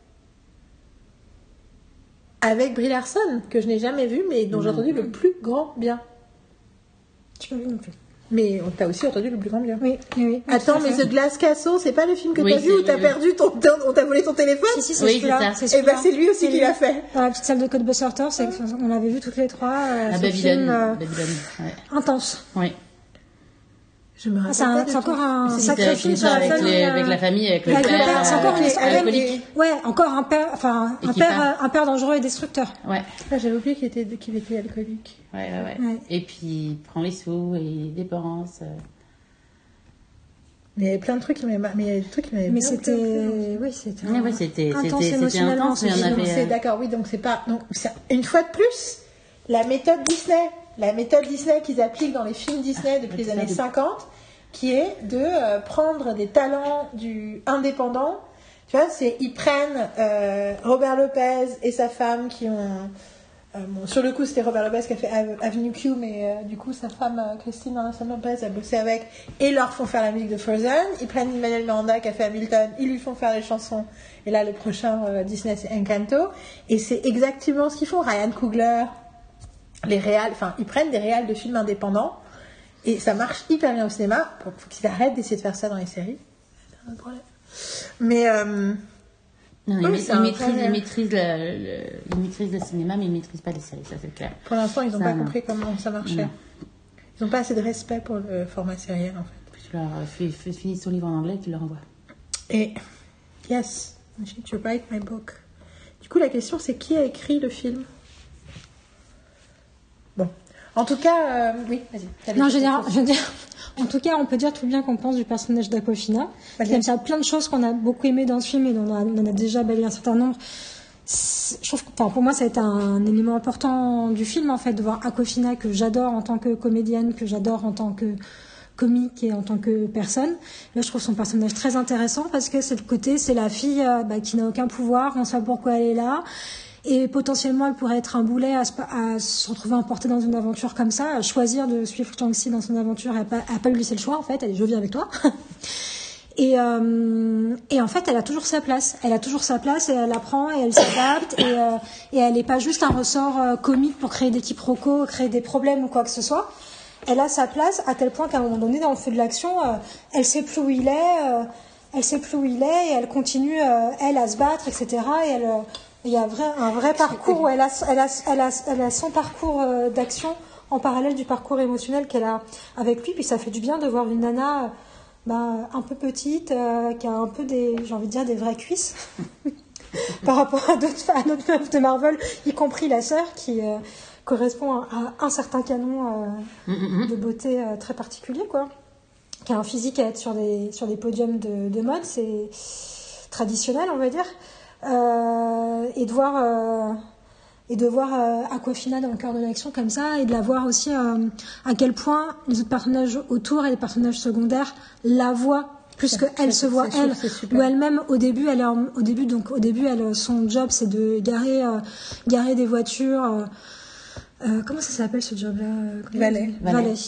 avec Brie Larson, que je n'ai jamais vu, mais dont j'ai entendu le plus grand bien. Tu m'as vu non plus. Mais on t'a aussi entendu le plus grand bien. Oui, oui, oui. Attends, tout à mais fait. The Glass Castle, c'est pas le film que Oui, t'as vu c'est où t'as lui, perdu ton, ton- on t'a volé ton téléphone? Si, si, c'est Oui, celui-là. c'est ça. Et ben c'est lui aussi C'est qui lui. l'a fait. Dans la petite salle de Code Buster, c'est on l'avait vu toutes les trois. Euh, À ce Babylone. film euh, Babylone. Ouais. intense. Ouais. Je me rappelle Ah, c'est un- pas du c'est tout. encore un C'est sacré C'est- film c'est sur ça, la avec, famille. les- euh, avec la famille, avec le avec le père. père, c'est encore euh, une avec avec alcoolique. Ouais, encore un père, enfin Et un qui père, part. euh, un père dangereux et destructeur. Ouais. Ah, j'avais oublié qu'il était, qu'il était alcoolique. Ouais, ouais, ouais. Ouais. Et puis, il prend les sous et il dépense. euh. Mais il y avait plein de trucs qui m'avaient, mar- mais il y avait des trucs qui m'avaient Mais bien c'était, plu, en fait. oui, c'était Ouais, ouais, c'était- intense c'était- c'était émotionnellement. intense, mais ce on film. avait- C'est d'accord, oui, donc c'est pas. Donc, c'est- une fois de plus, la méthode Disney, la méthode Disney qu'ils appliquent dans les films Disney depuis les c'est ça, années de- cinquante, qui est de euh, prendre des talents du indépendant. Tu vois, c'est ils prennent euh, Robert Lopez et sa femme qui ont Euh, bon, sur le coup, c'était Robert Lopez qui a fait Ave- Avenue Q, mais euh, du coup, sa femme, euh, Christine Anderson Lopez, a bossé avec et leur font faire la musique de Frozen. Ils prennent Lin-Manuel Miranda qui a fait Hamilton, ils lui font faire les chansons. Et là, le prochain euh, Disney, c'est Encanto. Et c'est exactement ce qu'ils font. Ryan Coogler, les réals, enfin, ils prennent des réals de films indépendants et ça marche hyper bien au cinéma. Il faut qu'ils arrêtent d'essayer de faire ça dans les séries. C'est un problème. Mais. Euh, Non, oui, ils, c'est ils un maîtrisent, vrai- ils, maîtrisent le, le, ils maîtrisent le cinéma, mais ils ne maîtrisent pas les séries, ça c'est clair. Pour l'instant, ils n'ont Ça, pas non. compris comment ça marchait. Non. Ils n'ont pas assez de respect pour le format sériel, en fait. Tu leur fais, fais, finis ton livre en anglais et tu leur envoies. Et yes, I need to write my book. Du coup, la question, c'est qui a écrit le film? Bon. En tout cas, euh, oui, vas-y. T'avais Non, dit je veux quelque dire, chose. je veux dire, en tout cas, on peut dire tout bien qu'on pense du personnage d'Aquafina. Vas-y. Il y a plein de choses qu'on a beaucoup aimées dans ce film et dont on, a, on en a déjà balayé un certain nombre. C'est- Je trouve, que- enfin, pour moi, ça a été un élément important du film, en fait, de voir Aquafina, que j'adore en tant que comédienne, que j'adore en tant que comique et en tant que personne. Là, je trouve son personnage très intéressant parce que c'est le côté, c'est la fille euh, bah, qui n'a aucun pouvoir, on sait pas pourquoi elle est là. Et potentiellement, elle pourrait être un boulet à se, à se retrouver emportée dans une aventure comme ça, à choisir de suivre Shang-Chi dans son aventure et à pas, à pas lui laisser le choix, en fait. Elle est, je viens avec toi. Et, euh, et en fait, elle a toujours sa place. Elle a toujours sa place et elle apprend et elle s'adapte. Et, euh, et elle n'est pas juste un ressort euh, comique pour créer des quiproquos, créer des problèmes ou quoi que ce soit. Elle a sa place à tel point qu'à un moment donné, dans le feu de l'action, euh, elle sait plus où il est. Euh, elle sait plus où il est et elle continue, euh, elle, à se battre, et cetera. Et elle, euh, il y a vrai, un vrai parcours où elle a, elle a, elle a, elle a son parcours euh, d'action en parallèle du parcours émotionnel qu'elle a avec lui. Puis ça fait du bien de voir une nana... Euh, Bah, un peu petite, euh, qui a un peu des, j'ai envie de dire, des vraies cuisses par rapport à d'autres, à d'autres meufs de Marvel, y compris la sœur qui euh, correspond à, à un certain canon euh, Mm-hmm. de beauté euh, très particulier, quoi. Qui a un physique à être sur des, sur des podiums de, de mode, c'est traditionnel, on va dire. Euh, et de voir... Euh, et de voir euh, Aquafina dans le cœur de l'action comme ça, et de la voir aussi euh, à quel point les autres personnages autour et les personnages secondaires la voient plus C'est- qu'elle c'est- se voit c'est sûr, elle, c'est super. ou elle-même au début, elle est en- au début donc au début elle, son job c'est de garer euh, garer des voitures. Euh, euh, comment ça s'appelle ce job-là euh, comment Valet. on dit Valet. Valet.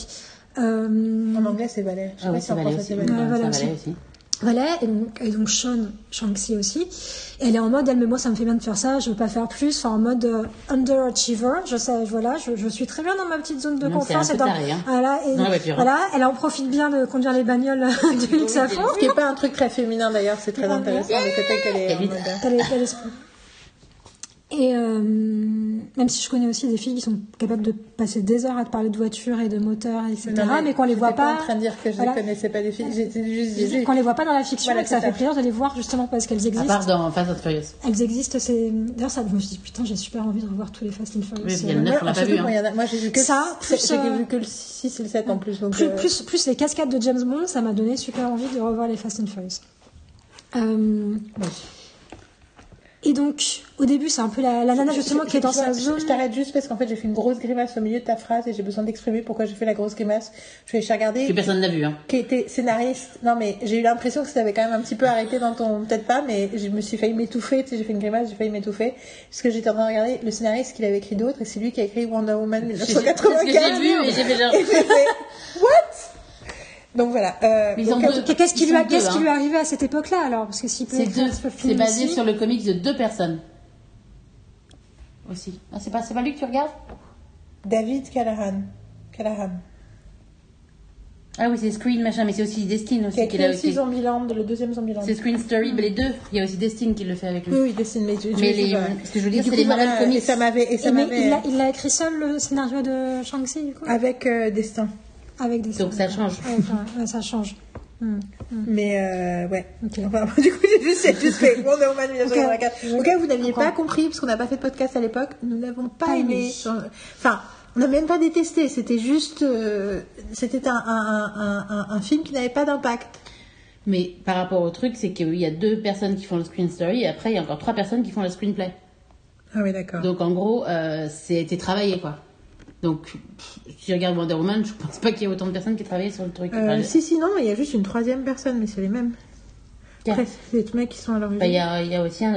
Euh, En anglais, c'est Valet. Je sais Ah pas oui, si c'est en Valet français, aussi. c'est Valet. Ouais, voilà, c'est Valet aussi. aussi. Voilà, et donc, et donc Sean, Shang-Chi aussi. Et elle est en mode, elle, mais moi, ça me fait bien de faire ça, je veux pas faire plus. Enfin, en mode euh, underachiever. Je sais, voilà, je, je suis très bien dans ma petite zone de Non, c'est confiance. un peu et dans, taré, hein. voilà, et, Dans la voiture, hein. voilà, elle en profite bien de conduire les bagnoles du luxe à fond. Ce qui n'est pas un truc très féminin d'ailleurs, c'est très intéressant le côté qu'elle est en Elle est- mode. Elle est- elle est- Et euh, même si je connais aussi des filles qui sont capables de passer des heures à te parler de voitures et de moteurs, et cetera, Non, mais, qu'on les voit j'étais pas. en train de dire que je Voilà. ne connaissais pas des filles, j'étais juste. j'ai- j'ai- Qu'on les voit pas dans la fiction, Voilà, et que ça c'est fait ça. plaisir de les voir justement parce qu'elles À existent. part dans Fast and Furious. Elles existent, c'est. D'ailleurs, ça, je me suis dit, putain, j'ai super envie de revoir tous les Fast and Furious. Oui, il y a le Euh, neuf, on l'a pas surtout vu. quand Hein. il y en a- Moi, j'ai vu que Ça, le- plus, j'ai euh, vu que le six et le sept en plus. Donc, plus, euh, plus, plus les cascades de James Bond, ça m'a donné super envie de revoir les Fast and Furious. Euh, Et donc, au début, c'est un peu la, la nana Je- justement je- qui est dans je- sa je- zone. Je t'arrête juste parce qu'en fait j'ai fait une grosse grimace au milieu de ta phrase et j'ai besoin d'exprimer pourquoi j'ai fait la grosse grimace. Je vais regarder. Que personne n'a vu. Hein. Qui était scénariste. Non mais j'ai eu l'impression que ça avait quand même un petit peu arrêté dans ton. Peut-être pas, mais je me suis failli m'étouffer. Tu sais, j'ai fait une grimace, j'ai failli m'étouffer. Parce que j'étais en train de regarder le scénariste qu'il avait écrit d'autre et c'est lui qui a écrit Wonder Woman C'est ce dix-neuf cent quatre-vingt-quinze. que j'ai vu et j'ai fait genre. Et j'ai fait What? Donc voilà. Euh, Mais ils donc, ont euh, deux. Qu'est-ce qui, Ils lui, a- sont qu'est-ce deux, qui hein. lui est arrivé à cette époque-là alors? Parce que s'il peut C'est écrire deux. ce C'est film basé aussi- sur le comics de deux personnes. Aussi. Ah, c'est pas, c'est pas lui que tu regardes? David Callahan. Callahan. Ah oui, c'est Screen machin, mais c'est aussi Destine Qui a aussi qu'il écrit a aussi aussi. Zombieland, le deuxième Zombieland. C'est Screen Story, mais les deux. Il y a aussi Destine qui le fait avec lui. Oui, oui, Destiny, mais, je- je- Mais je- les- je- ce que je veux Et dire, du c'est coup, les Marvel voilà, Comics. Et ça m'avait, et ça Et mais m'avait il l'a, il l'a écrit seul le scénario de Shang-Chi du coup avec euh, Destin. Avec des Donc ça change. Ouais, enfin, ouais, ça change. Hmm. Mais euh, ouais. Ok. Enfin, du coup, j'ai juste, j'ai juste fait Wonder Woman mille neuf cent quatre-vingt-quatre. Ok. Au cas où vous n'aviez Encore. pas compris, parce qu'on n'a pas fait de podcast à l'époque, nous n'avons pas, Pas aimé. aimé. Enfin, on n'a même pas détesté. C'était juste, euh, c'était un, un, un, un, un film qui n'avait pas d'impact. Mais par rapport au truc, c'est qu'il y a deux personnes qui font le screen story et après il y a encore trois personnes qui font le screenplay. Ah oui, d'accord. Donc en gros, euh, c'était travaillé quoi. Donc pff, si tu regardes Wonder Woman, je pense pas qu'il y ait autant de personnes qui travaillent sur le truc. Euh, Enfin, si, si, non, il y a juste une troisième personne, mais c'est les mêmes. tiens, Après, c'est les mecs qui sont à l'origine. bah, il y, a, il y a aussi un autre.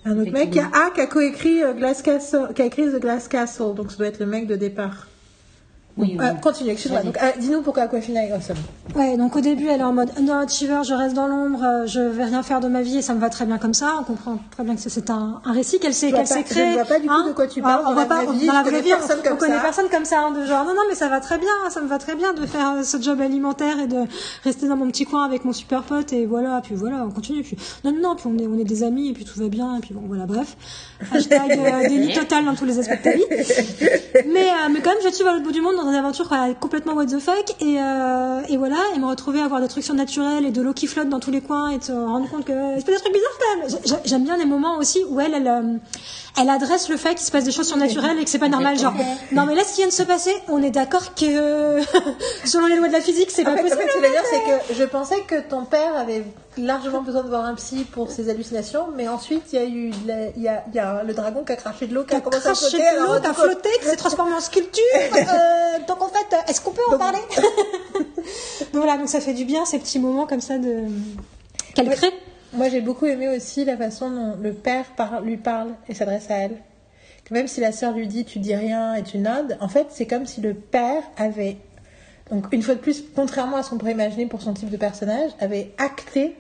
Un autre mec qui a, ah, qui a coécrit euh, Glass Castle, qui a écrit The Glass Castle, donc ça doit être le mec de départ. Oui, oui. Euh, continue, excuse-moi. Donc, euh, dis-nous pourquoi Aquafina est awesome. Ouais, donc au début, elle est en mode underachiever, je reste dans l'ombre, euh, je vais rien faire de ma vie et ça me va très bien comme ça. On comprend très bien que c'est un, un récit qu'elle s'est, qu'elle s'est créé. Je ne vois pas du tout hein de quoi tu parles. Ah, on va pas, vie, dans la vraie vie, personne on, comme on connaît ça. personne comme ça, hein, de genre, non, non, mais ça va très bien, ça me va très bien de faire ce job alimentaire et de rester dans mon petit coin avec mon super pote et voilà, puis voilà, on continue. Puis, non, non, non, puis on est, on est des amis et puis tout va bien et puis bon, voilà, bref. Hashtag euh, déni total dans tous les aspects de ta vie. Mais, euh, mais quand même, je suis à l'autre bout du monde dans une aventure voilà, complètement what the fuck et, euh, et voilà, et me retrouver à avoir des trucs surnaturels et de l'eau qui flotte dans tous les coins et te rendre compte que il se passe des trucs bizarres quand même. J'aime bien les moments aussi où elle, elle, euh, elle adresse le fait qu'il se passe des choses surnaturelles et que c'est pas normal. Genre, non mais là, ce qui vient de se passer, on est d'accord que selon les lois de la physique, c'est pas en fait, possible. En fait, ce que je veux dire, c'est que je pensais que ton père avait largement besoin de voir un psy pour ses hallucinations, mais ensuite il y a eu la, il y a, il y a le dragon qui a craché de l'eau, qui a commencé à flotter, de l'eau, qui a flotté, qui s'est transformé en sculpture. euh, donc en fait, est-ce qu'on peut en donc, parler? Donc voilà, donc ça fait du bien ces petits moments comme ça de qu'elle ouais. crée. Moi j'ai beaucoup aimé aussi la façon dont le père par... lui parle et s'adresse à elle. Que même si la sœur lui dit tu dis rien et tu nodes, en fait c'est comme si le père avait, donc une fois de plus, contrairement à ce qu'on pourrait imaginer pour son type de personnage, avait acté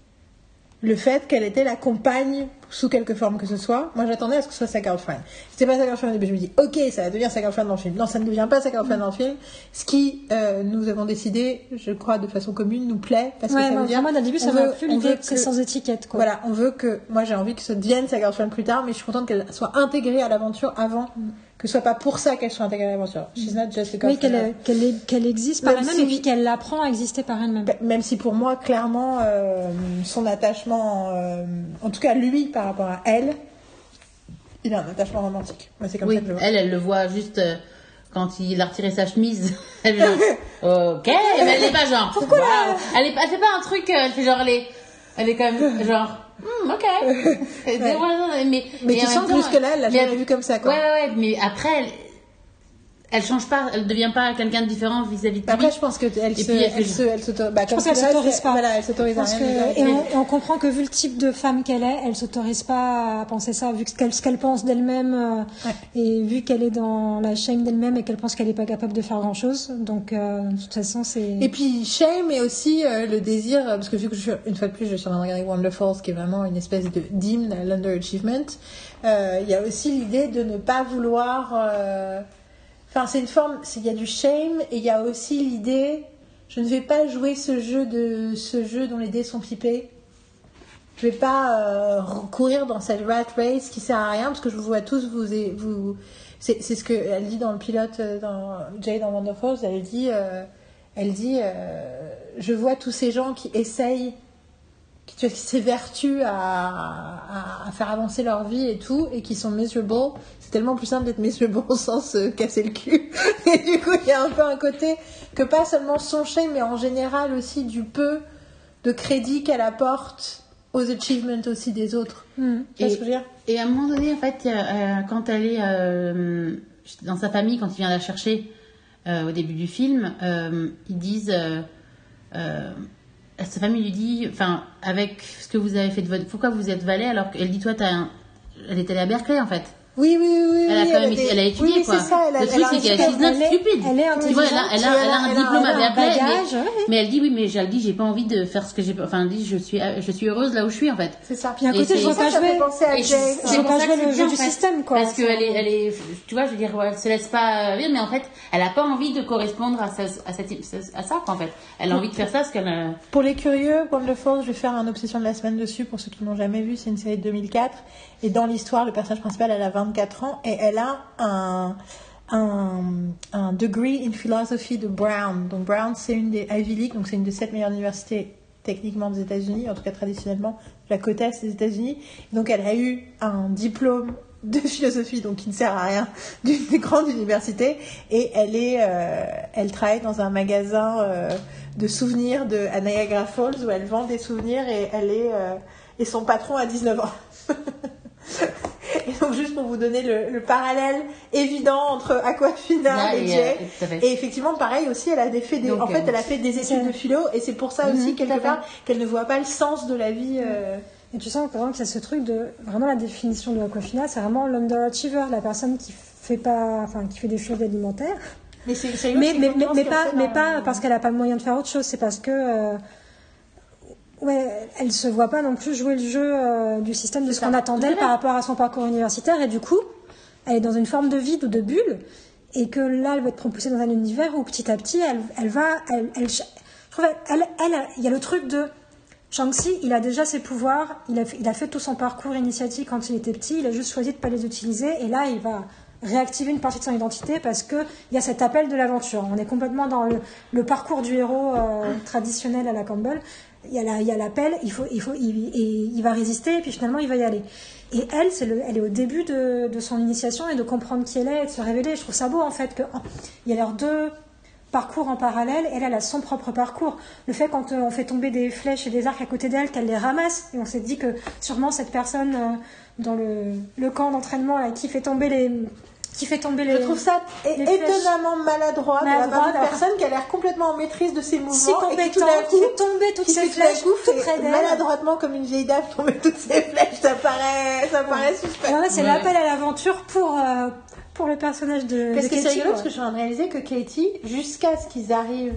le fait qu'elle était la compagne sous quelque forme que ce soit. Moi j'attendais à ce que ce soit sa girlfriend. C'était pas sa girlfriend au début, je me dis ok, ça va devenir sa girlfriend dans le film. Non, ça ne devient pas sa girlfriend dans le film. Ce qui, euh, nous avons décidé, je crois de façon commune, nous plaît. Parce ouais, que ça veut dire... moi, au début, ça m'a plu l'idée que c'est sans étiquette. Quoi. Voilà, on veut que... Moi j'ai envie que ça devienne sa girlfriend plus tard, mais je suis contente qu'elle soit intégrée à l'aventure avant... Mm. Que ce soit pas pour ça qu'elle soit intégrée à l'aventure. She's not just a girlfriend. Oui, qu'elle, qu'elle, qu'elle existe par elle-même si... et puis qu'elle apprend à exister par elle-même. Même si pour moi, clairement, euh, son attachement, euh, en tout cas lui par rapport à elle, il a un attachement romantique. Moi, c'est comme oui, ça que je le vois. Elle, elle le voit juste euh, quand il a retiré sa chemise. Elle vient, ok, mais elle n'est pas genre. Pourquoi wow. Elle est, elle fait pas un truc. Elle fait genre, elle est, elle est quand même genre. Mm, ok. ouais. mais mais, mais tu sens que jusque-là, elle l'a jamais vu comme ça, quoi. Ouais, ouais, ouais. Mais après, elle, elle change pas, elle devient pas quelqu'un de différent vis-à-vis de lui. Après, je pense que elle se, elle, elle se, elle s'autorise. Bah, je pense qu'elle s'autorise pas. Voilà, elle s'autorise à rien. Que, et, on, et on comprend que vu le type de femme qu'elle est, elle s'autorise pas à penser ça, vu ce qu'elle, ce qu'elle pense d'elle-même, euh, ouais. et vu qu'elle est dans la shame d'elle-même et qu'elle pense qu'elle est pas capable de faire grand-chose. Donc, euh, de toute façon, c'est. Et puis shame et aussi euh, le désir, parce que vu que je suis, une fois de plus, je suis en train de regarder Wonderfalls, qui est vraiment une espèce de d'hymne à l'underachievement. Il euh, y a aussi l'idée de ne pas vouloir. Euh, Enfin, c'est une forme, il y a du shame et il y a aussi l'idée, je ne vais pas jouer ce jeu de ce jeu dont les dés sont pipés. Je vais pas euh, courir dans cette rat race qui sert à rien parce que je vous vois tous vous vous. C'est, c'est ce que elle dit dans le pilote dans Jay dans Wonderfalls. Elle dit, euh, elle dit, euh, je vois tous ces gens qui essayent, qui, qui s'évertuent à, à, à faire avancer leur vie et tout et qui sont miserable. Tellement plus simple d'être miserable sans se casser le cul. Et du coup, il y a un peu un côté que pas seulement son shame, mais en général aussi du peu de crédit qu'elle apporte aux achievements aussi des autres. Mmh. Et, ce que je veux dire et à un moment donné, en fait, euh, quand elle est euh, dans sa famille, quand il vient la chercher euh, au début du film, euh, ils disent... Euh, euh, sa famille lui dit, enfin, avec ce que vous avez fait de votre... Pourquoi vous êtes valet alors qu'elle dit, toi, t'as un... elle est allée à Berkeley, en fait. Oui, oui, oui. Elle a oui, quand même, elle, elle a étudié, oui, quoi. C'est ça, elle a, le truc, c'est qu'elle est not stupide. Elle est intelligente. Tu vois, elle a, elle a, elle a, elle a un elle diplôme à Berkeley, mais, ouais. mais elle dit, oui, mais elle dit, j'ai pas envie de faire ce que j'ai, enfin, elle dit, je suis, je suis heureuse là où je suis, en fait. C'est ça. Puis à côté, je veux pas jouer, je veux pas jouer le jeu du système, quoi. Parce qu'elle est, elle est, tu vois, je veux dire, elle se laisse pas vivre, mais en fait, elle a pas envie de correspondre à ça, à cette, à ça, quoi, en fait. Elle a envie de faire ça, parce qu'elle Pour les curieux, Wonderfalls, je vais faire un obsession de la semaine dessus, pour ceux qui n'ont jamais vu, c'est une série de deux mille quatre. Et dans l'histoire, le personnage principal, elle a vingt-quatre ans et elle a un, un, un degree in philosophy de Brown. Donc Brown, c'est une des Ivy League, donc c'est une des sept meilleures universités techniquement des États-Unis, en tout cas traditionnellement la côte est des États-Unis. Donc elle a eu un diplôme de philosophie, donc qui ne sert à rien, d'une des grandes universités, et elle est, euh, elle travaille dans un magasin euh, de souvenirs de à Niagara Falls où elle vend des souvenirs et elle est euh, et son patron a dix-neuf ans. Et donc juste pour vous donner le, le parallèle évident entre Aquafina et Jay, et effectivement pareil aussi elle a des fait des, donc, en fait elle a fait des études de philo et c'est pour ça aussi quelque part qu'elle ne voit pas le sens de la vie euh, Et tu sens vraiment qu'il y a ce truc de vraiment la définition de Awkwafina, c'est vraiment l'underachiever, la personne qui fait pas, enfin qui fait des choses alimentaires. Mais c'est, c'est mais mais mais, mais pas mais pas dans... parce qu'elle a pas le moyen de faire autre chose, c'est parce que euh, ouais, elle se voit pas non plus jouer le jeu euh, du système de ce qu'on attend d'elle par rapport à son parcours universitaire, et du coup, elle est dans une forme de vide ou de bulle, et que là, elle va être propulsée dans un univers où petit à petit, elle, elle va, elle, elle, je trouve, elle, elle, il y a le truc de Shang-Chi, il a déjà ses pouvoirs, il a, fait, il a fait tout son parcours initiatique quand il était petit, il a juste choisi de ne pas les utiliser, et là, il va réactiver une partie de son identité parce qu'il y a cet appel de l'aventure. On est complètement dans le, le parcours du héros euh, traditionnel à la Campbell. Il y a, la, il y a l'appel, il, faut, il, faut, il, et il va résister, et puis finalement, il va y aller. Et elle, c'est le, elle est au début de, de son initiation et de comprendre qui elle est et de se révéler. Je trouve ça beau, en fait, qu'il y a leurs deux parcours en parallèle, et elle, elle a son propre parcours. Le fait quand on fait tomber des flèches et des arcs à côté d'elle, qu'elle les ramasse, et on s'est dit que sûrement cette personne euh, dans le, le camp d'entraînement là, qui fait tomber les... qui fait tomber les. Je trouve ça é- étonnamment maladroit, maladroit de la part d'une personne qui a l'air complètement en maîtrise de ses mouvements, si compétente, et qui, tout d'un coup, qui fait tomber toutes ces flèches, coup, tout près d'elle, maladroitement comme une vieille dame tomber toutes ces flèches. Ça paraît, ça paraît suspect. Alors là, c'est ouais. l'appel à l'aventure pour euh, pour le personnage de. Parce de que Katie, c'est rigolo, quoi. parce que je suis en train de réaliser que Katie, jusqu'à ce qu'ils arrivent.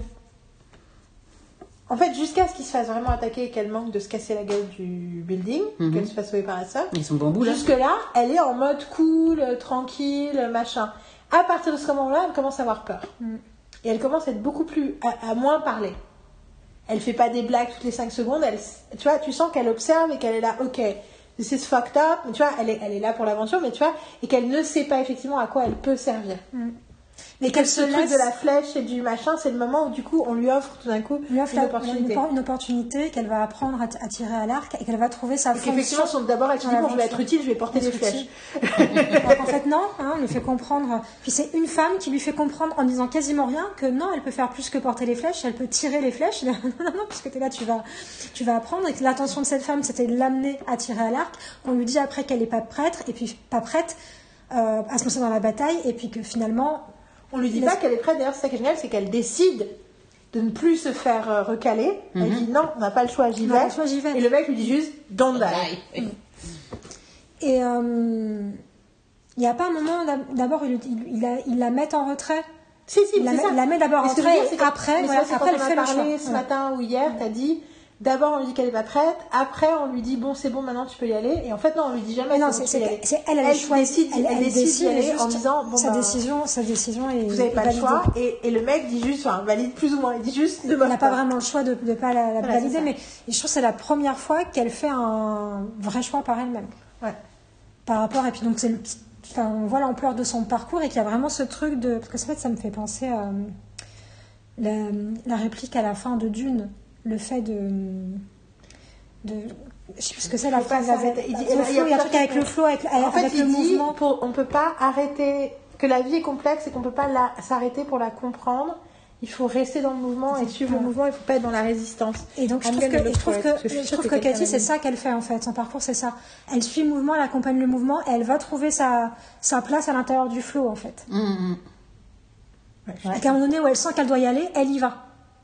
En fait, jusqu'à ce qu'ils se fassent vraiment attaquer et qu'elle manque de se casser la gueule du building, mm-hmm. qu'elle se fasse sauver par la sœur. Ils sont bambous là. Jusque-là, elle est en mode cool, tranquille, machin. À partir de ce moment-là, elle commence à avoir peur. Mm. Et elle commence à être beaucoup plus. à, à moins parler. Elle fait pas des blagues toutes les cinq secondes. Elle, tu vois, tu sens qu'elle observe et qu'elle est là, ok, this is fucked up. Mais tu vois, elle est, elle est là pour l'aventure, mais tu vois, et qu'elle ne sait pas effectivement à quoi elle peut servir. Mm. Et qu'elle se laisse de la flèche et du machin, c'est le moment où du coup on lui offre tout d'un coup lui offre une, la, opportunité. Une, une opportunité qu'elle va apprendre à, t- à tirer à l'arc et qu'elle va trouver sa et fonction. Effectivement, sont d'abord elle se dit bon, je vais être utile, je vais porter des flèches. Alors en fait non, hein, on lui fait comprendre. Puis c'est une femme qui lui fait comprendre en disant quasiment rien que non, elle peut faire plus que porter les flèches, elle peut tirer les flèches. non non, puisque t'es là, tu vas, tu vas apprendre. Et que l'intention de cette femme, c'était de l'amener à tirer à l'arc. On lui dit après qu'elle est pas prête et puis pas prête euh, à se lancer dans la bataille et puis que finalement. On lui dit pas qu'elle est prête, d'ailleurs c'est ça qui est génial, c'est qu'elle décide de ne plus se faire euh, recaler. Mm-hmm. Elle dit non, on n'a pas le choix, j'y vais. Le choix, j'y vais. Et le mec lui dit juste don't die. Mm. Et il euh, n'y a pas un moment, d'abord il, il, il, la, il la met en retrait. Si, si, il la, c'est met, ça. Il la met d'abord en retrait et après, mais voilà, ça, après quand elle on fait a le parlé choix. ce matin ou hier, t'as dit. D'abord, on lui dit qu'elle n'est pas prête. Après, on lui dit bon, c'est bon, maintenant tu peux y aller. Et en fait, non, on lui dit jamais. Non, c'est, c'est, bon, c'est, c'est elle, elle, elle choisit. Elle, elle, elle décide d'y aller en disant bon, sa bah, décision, sa décision est. Vous n'avez pas validée. le choix. Et, et le mec dit juste, enfin, valide plus ou moins. Il dit juste. Elle n'a pas vraiment le choix de ne pas la, la voilà, valider, mais je trouve que c'est la première fois qu'elle fait un vrai choix par elle-même. Ouais. Par rapport et puis donc c'est le, enfin, on voit l'ampleur de son parcours et qu'il y a vraiment ce truc de parce que en fait ça me fait penser à la, la réplique à la fin de Dune, le fait de de je sais plus ce que c'est la phrase avec il, dit, il, il y a, il y a un truc avec le flow avec, en fait, avec il le dit, mouvement pour, on peut pas arrêter que la vie est complexe et qu'on peut pas la, s'arrêter pour la comprendre. Il faut rester dans le mouvement et suivre le mouvement, il faut pas être dans la résistance. Et donc je trouve que, je trouve que, je trouve que Katie, c'est ça qu'elle fait en fait, son parcours c'est ça. Elle suit le mouvement, elle accompagne le mouvement et elle va trouver sa, sa place à l'intérieur du flow en fait. Mmh. Ouais, et qu'à un moment donné où elle sent qu'elle doit y aller, elle y va.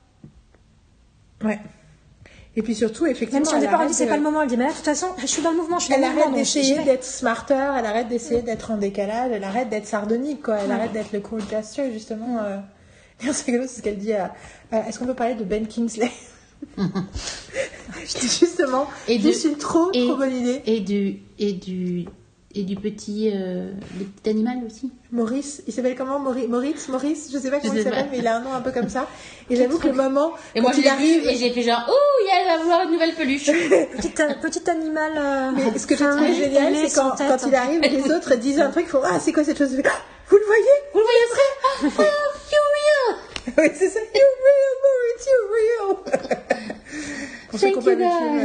Ouais. Et puis surtout, effectivement. Même si au départ elle dit c'est pas le moment, elle dit mais là de toute façon je suis dans le mouvement, je suis dans elle le mouvement. Elle arrête d'essayer d'être smarter, elle arrête d'essayer d'être en décalage, elle arrête d'être sardonique quoi, elle ouais. arrête d'être le cool gesture justement. Euh... C'est rigolo, c'est ce qu'elle dit à... Est-ce qu'on peut parler de Ben Kingsley? Je dis justement, et de, juste une trop, et, trop bonne idée. Et du, et du, et du petit, euh, le petit animal aussi. Maurice, il s'appelle comment? Maurice, Maurice, Maurice, je sais pas comment il s'appelle, mais il a un nom un peu comme ça. Et j'avoue que le moment. Et moi, je l'ai vu et j'ai fait genre, ouh, il va avoir une nouvelle peluche. petit, petit animal. Euh... Mais ce que je trouve génial, c'est quand, quand il arrive et les autres disent un truc, ils font, ah, c'est quoi cette chose? Vous le voyez? Vous le voyez après? Oh, you're real! Oui, c'est ça. You're real, Maurice, you're real! On fait qu'on peut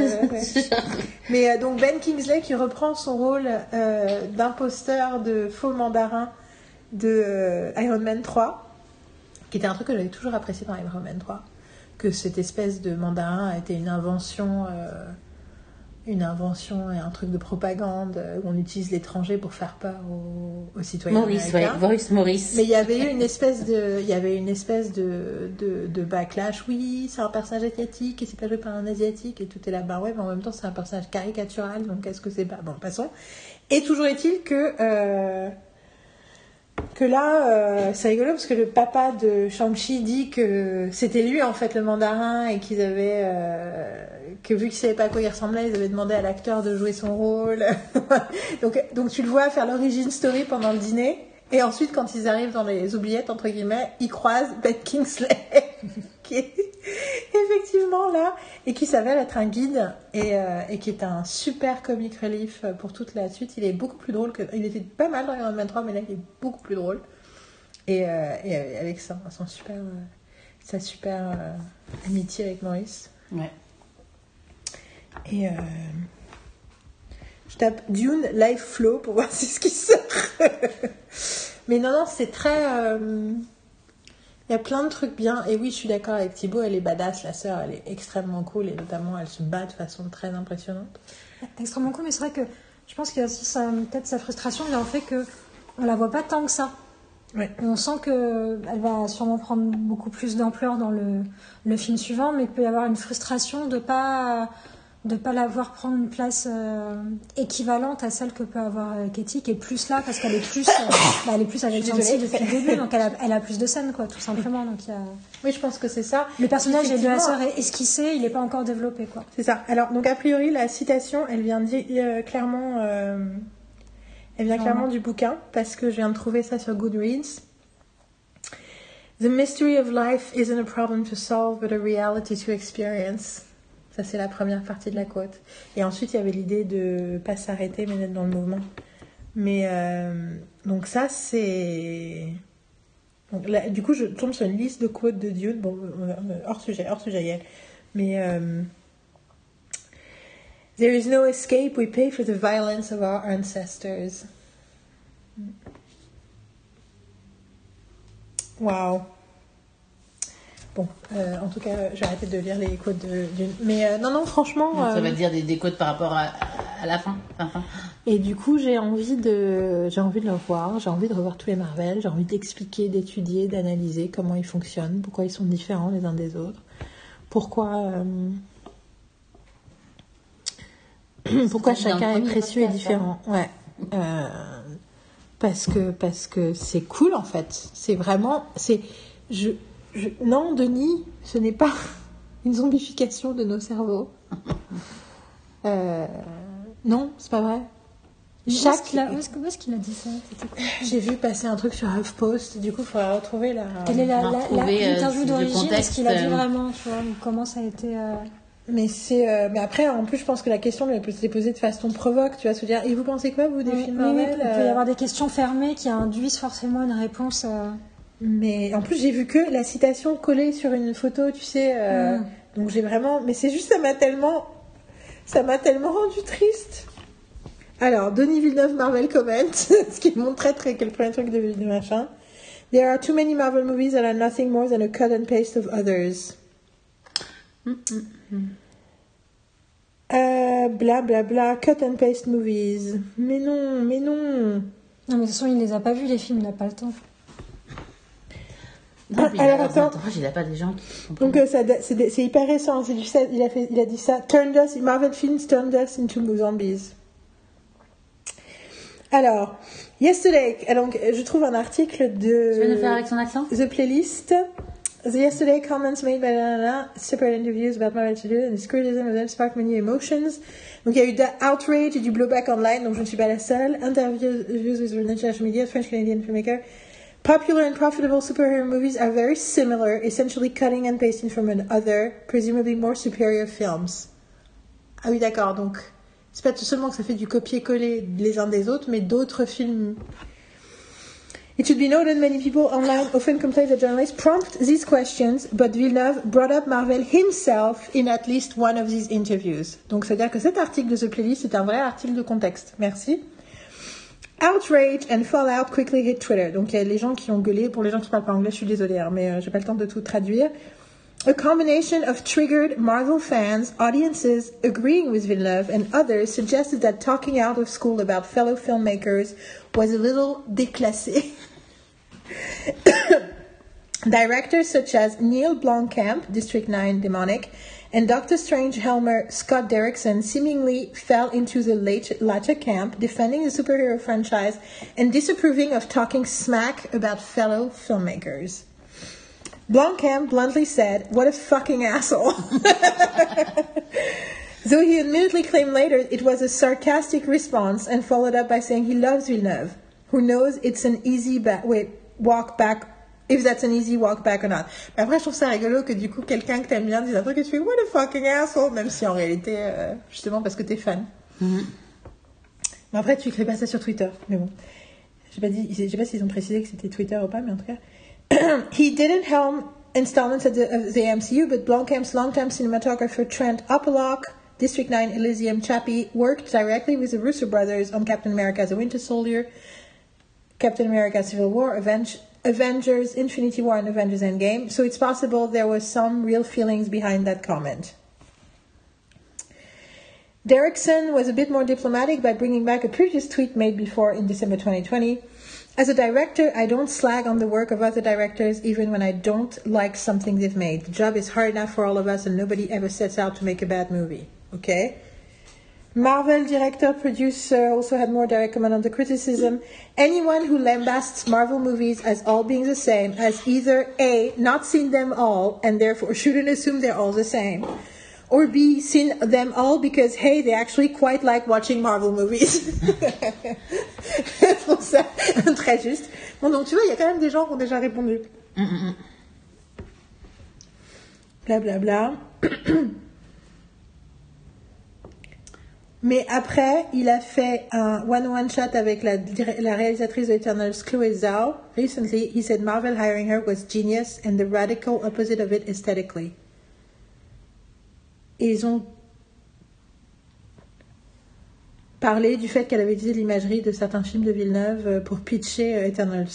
le Mais euh, donc Ben Kingsley qui reprend son rôle euh, d'imposteur de faux mandarin de euh, Iron Man trois, qui était un truc que j'avais toujours apprécié dans Iron Man trois, que cette espèce de mandarin a été une invention, euh, une invention et un truc de propagande où on utilise l'étranger pour faire peur aux, aux citoyens Maurice, américains. ouais, Voice Maurice. Mais il y avait eu une espèce de, il y avait une espèce de, de, de backlash. Oui, c'est un personnage asiatique et c'est pas joué par un asiatique et tout est là. Bah ouais, mais en même temps c'est un personnage caricatural, donc est-ce que c'est pas bon, passons. Et toujours est-il que euh, que là, euh, c'est rigolo parce que le papa de Shang-Chi dit que c'était lui en fait le mandarin et qu'ils avaient euh, que vu qu'ils savaient pas à quoi il ressemblait, ils avaient demandé à l'acteur de jouer son rôle. donc, donc tu le vois faire l'origin story pendant le dîner et ensuite quand ils arrivent dans les oubliettes entre guillemets, ils croisent Ben Kingsley qui est effectivement là et qui s'avère être un guide et, euh, et qui est un super comic relief pour toute la suite. Il est beaucoup plus drôle que il était pas mal dans Iron Man trois, mais là il est beaucoup plus drôle et, euh, et avec ça son super euh, sa super euh, amitié avec Maurice. Ouais. Et euh, je tape Dune Life Flow pour voir si ce qui sort. Mais non non c'est très euh, il y a plein de trucs bien. Et oui, je suis d'accord avec Thibaut, elle est badass, la sœur, elle est extrêmement cool. Et notamment, elle se bat de façon très impressionnante. Extrêmement cool, mais c'est vrai que je pense qu'il y a aussi sa, peut-être sa frustration vient au fait qu'on la voit pas tant que ça. Ouais. Et on sent qu'elle va sûrement prendre beaucoup plus d'ampleur dans le, le film suivant, mais il peut y avoir une frustration de pas de pas la voir prendre une place euh, équivalente à celle que peut avoir euh, Katie, qui est plus là parce qu'elle est plus, euh, bah, elle est plus avec Shang-Chi depuis le début, donc elle a, elle a plus de scènes, quoi, tout simplement. Donc il y a... Oui, je pense que c'est ça. Le personnage de la sœur est esquissé, il n'est pas encore développé, quoi. C'est ça. Alors, donc a priori, la citation, elle vient dire, euh, clairement, euh, elle vient clairement du bouquin parce que je viens de trouver ça sur Goodreads. The mystery of life isn't a problem to solve, but a reality to experience. Ça, c'est la première partie de la quote. Et ensuite, il y avait l'idée de pas s'arrêter, mais d'être dans le mouvement. Mais, euh, donc ça, c'est... Donc, là, du coup, je tombe sur une liste de quotes de Dune. Bon, hors sujet, hors sujet, Yael. Mais... Euh, There is no escape, we pay for the violence of our ancestors. Waouh. Bon, euh, en tout cas, j'ai arrêté de lire les quotes de Dune. Mais euh, non, non, franchement... Donc, ça euh, va dire des, des quotes par rapport à, à la fin. fin, fin. Et du coup, j'ai envie de, j'ai envie de le revoir. J'ai envie de revoir tous les Marvel. J'ai envie d'expliquer, d'étudier, d'analyser comment ils fonctionnent, pourquoi ils sont différents les uns des autres, pourquoi, euh, pourquoi chacun est précieux et différent. Ouais. Euh, parce que parce que c'est cool en fait. C'est vraiment, c'est, je, je, non, Denis, ce n'est pas une zombification de nos cerveaux. Euh, non, c'est pas vrai. Chaque... Où est-ce qu'il a, où est-ce, où est-ce qu'il a dit ça? J'ai vu passer un truc sur HuffPost, du coup il faudra retrouver la... Quelle est la, la, la, l'interview euh, d'origine? Est-ce qu'il a dit vraiment, tu vois, comment ça a été... Euh... Mais, c'est, euh, mais après, en plus, je pense que la question elle peut se poser de façon provoque, tu vois, se dire, et vous pensez quoi, vous, des oui, films oui, Marvel? Il peut y avoir des questions fermées qui induisent forcément une réponse... Euh... Mais en plus, j'ai vu que la citation collée sur une photo, tu sais, euh, mm. donc j'ai vraiment... Mais c'est juste, ça m'a tellement... Ça m'a tellement rendu triste. Alors, Denis Villeneuve, Marvel comment, ce qui montre très très quel premier truc de, de machin. There are too many Marvel movies that are nothing more than a cut and paste of others. Mm-mm. Euh, bla bla bla, cut and paste movies. Mais non, mais non. Non, mais de toute façon, il les a pas vus, les films, il n'a pas le temps. Non, ah, alors, attends. Il n'a pas des gens qui Donc, euh, ça, c'est, c'est hyper récent. C'est du, il, a fait, il a dit ça. Turned us, Marvel films turned us into zombies. Alors, yesterday, donc, je trouve un article de... Tu veux nous faire avec son accent? The Playlist. The yesterday comments made by Lana, separate interviews about Marvel to do, and his criticism of them sparked many emotions. Donc, il y a eu de outrage et du blowback online, donc je ne suis pas la seule. Interviews with international media, French-Canadian filmmaker. Popular and profitable superhero movies are very similar, essentially cutting and pasting from other, presumably more superior films. Ah oui, d'accord, donc... C'est pas seulement que ça fait du copier-coller les uns des autres, mais d'autres films. It should be noted many people online often complain that journalists prompt these questions, but Villeneuve brought up Marvel himself in at least one of these interviews. Donc, c'est-à-dire que cet article de ce playlist, c'est un vrai article de contexte. Merci. Outrage and fallout quickly hit Twitter. Donc, il y a les gens qui ont gueulé. Pour les gens qui parlent pas anglais, je suis désolée, hein, mais euh, j'ai pas le temps de tout traduire. A combination of triggered Marvel fans, audiences agreeing with Villeneuve, and others suggested that talking out of school about fellow filmmakers was a little déclassé. Directors such as Neil Blomkamp, District nine Demonic, and Doctor Strange Helmer Scott Derrickson seemingly fell into the late, latter camp, defending the superhero franchise and disapproving of talking smack about fellow filmmakers. Blomkamp bluntly said, "What a fucking asshole." Though he admittedly claimed later it was a sarcastic response and followed up by saying he loves Villeneuve, who knows it's an easy ba- wait, walk back, if that's an easy walk back or not. Mais après, je trouve ça rigolo que du coup, quelqu'un que t'aimes bien dise un truc et tu fais what a fucking asshole, même si en réalité, euh, justement parce que t'es fan. Mm-hmm. Mais après, tu écris pas ça sur Twitter. Mais bon. J'ai pas dit, je sais pas s'ils ont précisé que c'était Twitter ou pas, mais en tout cas. He didn't helm installments at the, of the M C U, but Blomkamp's longtime cinematographer Trent Opalock, District nine Elysium Chappie, worked directly with the Russo brothers on Captain America: The Winter Soldier, Captain America: Civil War, Avenge, Avengers: Infinity War, and Avengers: Endgame, so it's possible there was some real feelings behind that comment. Derrickson was a bit more diplomatic by bringing back a previous tweet made before in December twenty twenty. As a director, I don't slag on the work of other directors even when I don't like something they've made. The job is hard enough for all of us and nobody ever sets out to make a bad movie. Okay? Marvel director, producer also had more direct comment on the criticism. Anyone who lambasts Marvel movies as all being the same has either A, not seen them all and therefore shouldn't assume they're all the same, or B, seen them all because, hey, they actually quite like watching Marvel movies. Je trouve ça très juste. Bon, donc tu vois, il y a quand même des gens qui ont déjà répondu. Blablabla. Bla, bla. Mais après, il a fait un one-one chat avec la, la réalisatrice de Eternals, Chloé Zhao. Recently, he said Marvel hiring her was genius and the radical opposite of it aesthetically. Et ils ont parlé du fait qu'elle avait utilisé l'imagerie de certains films de Villeneuve pour pitcher euh, Eternals.